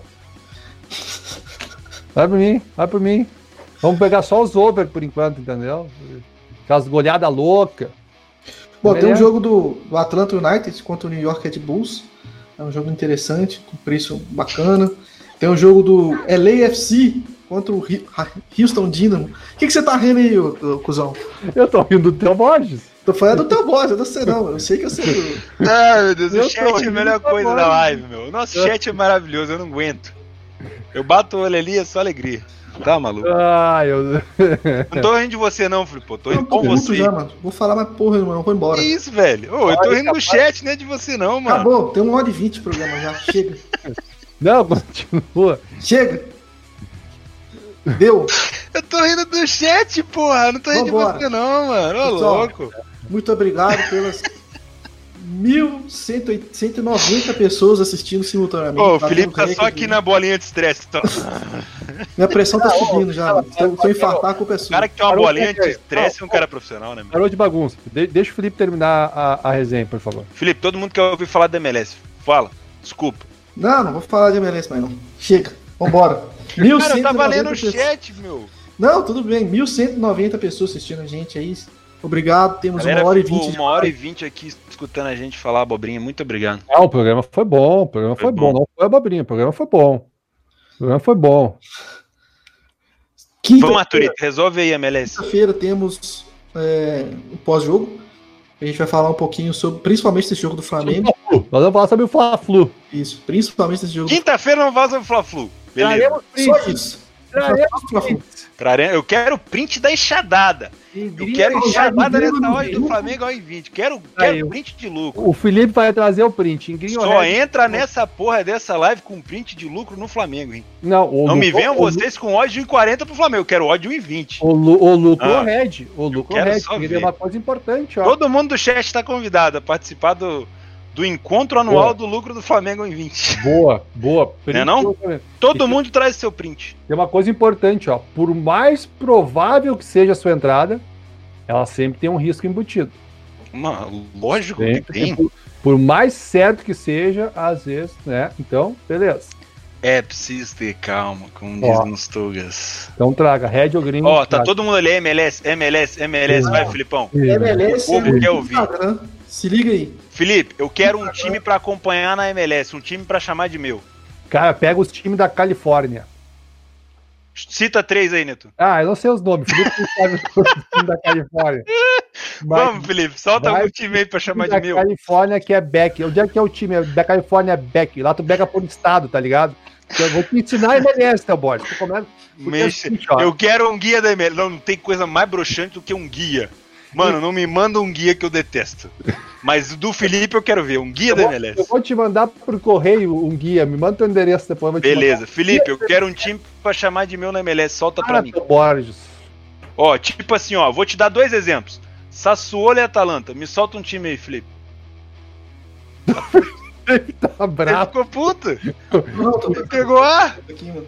Speaker 3: Vai por mim, vai por mim. Vamos pegar só os over por enquanto, entendeu? Aquelas goleadas loucas.
Speaker 2: Bom, tem um
Speaker 3: Beleza.
Speaker 2: jogo do, do Atlanta United contra o New York Red Bulls. É um jogo interessante, com preço bacana. Tem um jogo do L A F C contra o Ri- Houston Dynamo. O que, que você tá rindo aí, ô, ô, cuzão?
Speaker 3: Eu tô rindo do Theo Borges.
Speaker 2: Tô falando do teu boss, eu não sei não. Eu sei que eu sei do...
Speaker 1: Ai, meu Deus,
Speaker 3: Eu
Speaker 1: o chat
Speaker 3: tô
Speaker 1: é a
Speaker 3: rindo
Speaker 1: melhor
Speaker 3: pra
Speaker 1: coisa
Speaker 3: fora.
Speaker 1: da live, meu. O nosso chat é maravilhoso, eu não aguento. Eu bato o olho ali, é só alegria. Tá, maluco?
Speaker 3: Ah, eu.
Speaker 1: Não tô rindo de você não, Filipão. Tô
Speaker 2: Eu
Speaker 1: rindo
Speaker 2: tô
Speaker 1: com
Speaker 2: puto
Speaker 1: você.
Speaker 2: já, mano. Vou falar mais porra, mano. Vou embora.
Speaker 1: Que isso, velho? Ô, eu tô rindo do chat, não é de você não, mano.
Speaker 2: Acabou, tem uma hora e vinte de programa já. Chega.
Speaker 3: Não, continua.
Speaker 2: Chega. Deu.
Speaker 1: Eu tô rindo do chat, porra. Não tô rindo
Speaker 2: Vambora.
Speaker 1: de você não, mano. Ô,
Speaker 2: Pessoal,
Speaker 1: louco.
Speaker 2: Muito obrigado pelas mil cento e noventa pessoas assistindo simultaneamente.
Speaker 1: Ô, o
Speaker 2: Batendo
Speaker 1: Felipe tá só
Speaker 2: recorde.
Speaker 1: aqui na bolinha de estresse. Então.
Speaker 2: Minha pressão tá subindo já, mano. Se eu- se eu infartar, a culpa é
Speaker 1: O
Speaker 2: sua.
Speaker 1: cara que tem uma
Speaker 3: Parou,
Speaker 1: bolinha de
Speaker 3: peraí.
Speaker 1: estresse é um cara profissional, né, mano?
Speaker 3: Parou de bagunça. De- deixa o Felipe terminar a, a resenha, por favor.
Speaker 1: Felipe, todo mundo quer ouvir falar da M L S. Fala. Desculpa.
Speaker 2: Não, não vou falar de M L S mais não. Chega. Vambora. mil
Speaker 1: Cara,
Speaker 2: cento
Speaker 1: eu
Speaker 2: e
Speaker 1: tava
Speaker 2: noventa
Speaker 1: lendo o
Speaker 2: pessoas.
Speaker 1: chat, meu.
Speaker 2: Não, tudo bem. mil cento e noventa pessoas assistindo a gente aí. Obrigado. Temos
Speaker 1: Galera,
Speaker 2: uma hora e
Speaker 1: ficou
Speaker 2: vinte. de
Speaker 1: uma hora e
Speaker 2: live.
Speaker 1: vinte aqui escutando a gente falar abobrinha. Muito obrigado.
Speaker 3: Não, o programa foi bom, o programa foi,
Speaker 1: Foi
Speaker 3: bom.
Speaker 1: bom.
Speaker 3: Não foi abobrinha, o programa foi bom. O programa foi bom.
Speaker 2: Quinta-
Speaker 1: Vamos, Arthurito, resolve aí, M L S.
Speaker 2: Quinta-feira temos é, o pós-jogo. A gente vai falar um pouquinho sobre, principalmente esse jogo do Flamengo.
Speaker 3: Nós vamos falar sobre o Fla-Flu.
Speaker 2: Isso, principalmente esse jogo.
Speaker 1: Quinta-feira não vaza o Fla-Flu. Beleza.
Speaker 3: Traremos
Speaker 2: Só
Speaker 3: print.
Speaker 2: isso.
Speaker 3: Traremos
Speaker 2: Flamengo.
Speaker 1: Trare- Eu quero o print da enxadada. Eu quero
Speaker 2: eu já
Speaker 1: enxadada
Speaker 2: vi
Speaker 1: nessa
Speaker 2: no
Speaker 1: odd do
Speaker 2: grupo.
Speaker 1: Flamengo ao vinte. Quero,
Speaker 3: Aí,
Speaker 1: quero
Speaker 3: eu-
Speaker 1: print de lucro.
Speaker 3: O Felipe vai trazer o print. Ingrinho
Speaker 1: Só
Speaker 3: Red.
Speaker 1: entra nessa porra dessa live com print de lucro no Flamengo, hein?
Speaker 3: Não, o
Speaker 1: Não
Speaker 3: Lu-
Speaker 1: me venham
Speaker 3: o,
Speaker 1: vocês com odd de um e quarenta pro Flamengo. Eu quero odd de um e vinte.
Speaker 3: O, Lu- o lucro
Speaker 1: Ah,
Speaker 3: Red. O lucro
Speaker 1: quero
Speaker 3: Red.
Speaker 1: só
Speaker 3: Ele
Speaker 1: ver.
Speaker 3: é uma coisa importante, ó.
Speaker 1: Todo mundo do chat está convidado a participar do, do encontro anual
Speaker 3: Boa.
Speaker 1: do lucro do Flamengo em vinte.
Speaker 3: Boa, boa. Print
Speaker 1: Não é não?
Speaker 3: do Flamengo.
Speaker 1: Todo mundo traz seu print.
Speaker 3: Tem uma coisa importante, ó. Por mais provável que seja a sua entrada, ela sempre tem um risco embutido.
Speaker 1: Uma, lógico que
Speaker 3: Sempre
Speaker 1: tem.
Speaker 3: Por, por mais certo que seja, às vezes, né? Então, beleza.
Speaker 1: É preciso ter calma, como
Speaker 3: Ó.
Speaker 1: diz nos Tugas.
Speaker 3: Então traga, Red ou Green.
Speaker 1: Ó, tá
Speaker 3: traga.
Speaker 1: todo mundo ali, M L S, M L S, M L S, vai, Filipão.
Speaker 2: M L S
Speaker 1: O povo
Speaker 2: no
Speaker 1: quer ouvir.
Speaker 2: Instagram. Se liga aí.
Speaker 1: Felipe, eu quero um time pra acompanhar na M L S, um time pra chamar de meu.
Speaker 3: Cara, pega os times da Califórnia.
Speaker 1: Cita três aí, Neto.
Speaker 3: Ah, eu não sei os nomes. Felipe não sabe os times da Califórnia. Mas
Speaker 1: Vamos, Felipe, solta
Speaker 3: vai-
Speaker 1: algum time aí pra
Speaker 3: o
Speaker 1: chamar
Speaker 3: time
Speaker 1: de
Speaker 3: da
Speaker 1: meu.
Speaker 3: Califórnia que é Beck. Onde é que é o time? É da Califórnia é Beck. Lá tu pega por estado, tá ligado? Eu vou te ensinar a M L S, Theo Borges. Tu começa. porque é o
Speaker 1: Mexe-
Speaker 3: seguinte, ó.
Speaker 1: Eu quero um guia da M L S. Não, não tem coisa mais broxante do que um guia. Mano, não me manda um guia que eu detesto. Mas do Felipe eu quero ver, um guia
Speaker 3: Eu
Speaker 1: da
Speaker 3: vou,
Speaker 1: M L
Speaker 3: eu
Speaker 1: S.
Speaker 3: vou te mandar por correio um guia. Me manda o endereço depois. eu vou te
Speaker 1: Beleza. Felipe, eu quero um time pra chamar de meu na M L S. Solta
Speaker 3: mandar.
Speaker 1: pra
Speaker 3: Ah,
Speaker 1: mim.
Speaker 3: Theo Borges.
Speaker 1: Ó, tipo assim, ó, vou te dar dois exemplos. Sassuolo e Atalanta. Me solta um time aí, Felipe.
Speaker 3: Tá
Speaker 1: Você
Speaker 3: bravo.
Speaker 1: ficou puto?
Speaker 2: Não, tô
Speaker 1: Pegou a?
Speaker 2: aqui, mano.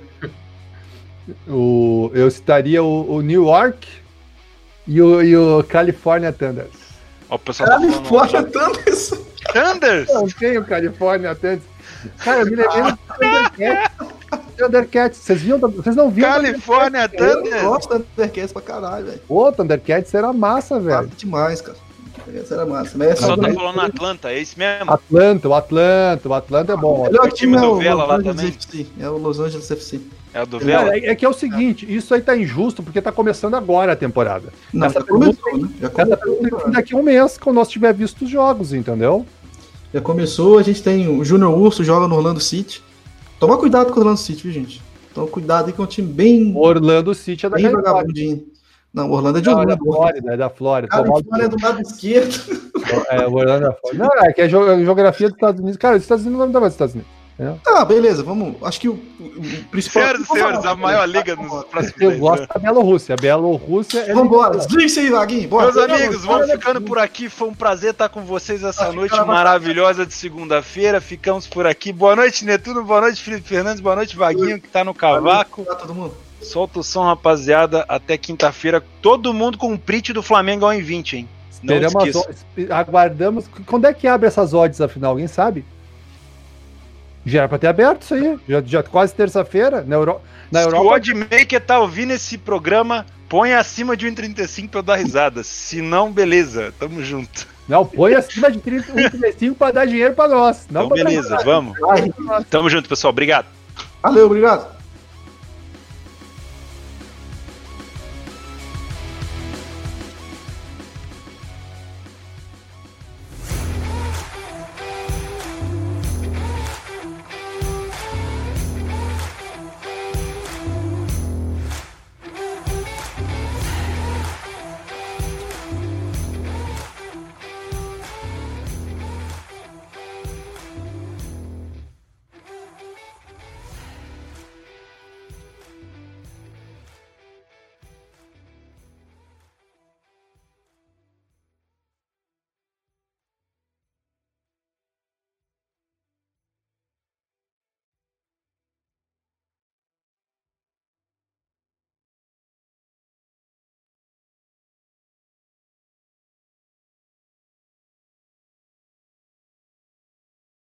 Speaker 3: O, eu citaria o, o New York e o, e o California Thunders.
Speaker 1: Ó, o pessoal tá falando.
Speaker 2: Califórnia Thunders.
Speaker 1: Thunders?
Speaker 3: Não tem o California Thunders. Cara, eu me lembrei do Thundercats. Thundercats, vocês viam? Vocês não viam?
Speaker 1: Califórnia Thunder.
Speaker 2: Eu gosto do Thundercats pra caralho, velho.
Speaker 3: Pô, Thundercats era massa, velho.
Speaker 2: Massa demais, cara. Thundercats era massa. Mas
Speaker 1: Só
Speaker 2: essa
Speaker 1: tá
Speaker 2: é
Speaker 1: falando Atlanta, é isso mesmo?
Speaker 3: Atlanta, o Atlanta, o Atlanta é bom.
Speaker 2: o melhor time é o
Speaker 1: Vela lá
Speaker 2: Los Angeles
Speaker 1: também.
Speaker 2: F C. É o Los Angeles F C.
Speaker 1: É o do Vela?
Speaker 3: Cara, é, é que é o seguinte, isso aí tá injusto porque tá começando agora a temporada.
Speaker 2: Não,
Speaker 3: Essa
Speaker 2: já começou, né? Já
Speaker 3: Essa
Speaker 2: começou,
Speaker 3: pergunta tem daqui a um mês, quando nós tiver visto os jogos, entendeu?
Speaker 2: já começou, a gente tem o Júnior Urso, joga no Orlando City. Toma cuidado com o Orlando City, viu, gente? Toma cuidado aí que é um time bem,
Speaker 3: O Orlando City é da
Speaker 2: bem
Speaker 3: Califórnia.
Speaker 2: vagabundinho. Não, o Orlando é de
Speaker 3: Não, é
Speaker 2: Orlando.
Speaker 3: da Flórida, é da Flórida.
Speaker 2: Cara,
Speaker 3: Tomar-
Speaker 2: o Flórida é do lado esquerdo.
Speaker 3: É, o Orlando é da Flórida. Não, é que é ge- geografia dos Estados Unidos. Cara, os Estados Unidos não dá mais dos Estados Unidos. Entendeu?
Speaker 2: Tá, beleza, vamos. Acho que o, o principal.
Speaker 1: Senhoras e senhores, a maior liga nos próximos
Speaker 3: Eu
Speaker 1: dez
Speaker 3: gosto
Speaker 1: anos.
Speaker 3: da Bielorrússia. A Bielorrússia é.
Speaker 2: Vambora, desliga isso aí, Vaguinho. Bora.
Speaker 1: Meus amigos, vamos ficando por aqui. Foi um prazer estar com vocês essa noite maravilhosa de segunda-feira. Ficamos por aqui. Boa noite, Netuno. Boa noite, Felipe Fernandes. Boa noite, Vaguinho, que tá no cavaco.
Speaker 2: Tá todo mundo.
Speaker 1: Solta o som, rapaziada. Até quinta-feira. Todo mundo com o print do Flamengo ao em vinte, hein? Não
Speaker 3: Esperamos as
Speaker 1: esqueça.
Speaker 3: odds, aguardamos. Quando é que abre essas odds, afinal? Alguém sabe? Já era pra ter aberto isso aí. Já, já quase terça-feira. Na, Euro... na
Speaker 1: Se o
Speaker 3: Europa.
Speaker 1: Oddmaker tá ouvindo esse programa, põe acima de um e trinta e cinco pra eu dar risada. Se não, beleza. Tamo junto.
Speaker 3: Não, põe acima de trinta, um e trinta e cinco pra dar dinheiro pra nós. Não
Speaker 1: Então,
Speaker 3: pra
Speaker 1: beleza,
Speaker 3: dar-
Speaker 1: vamos.
Speaker 2: Vai.
Speaker 1: Tamo junto, pessoal. Obrigado.
Speaker 2: Valeu, obrigado.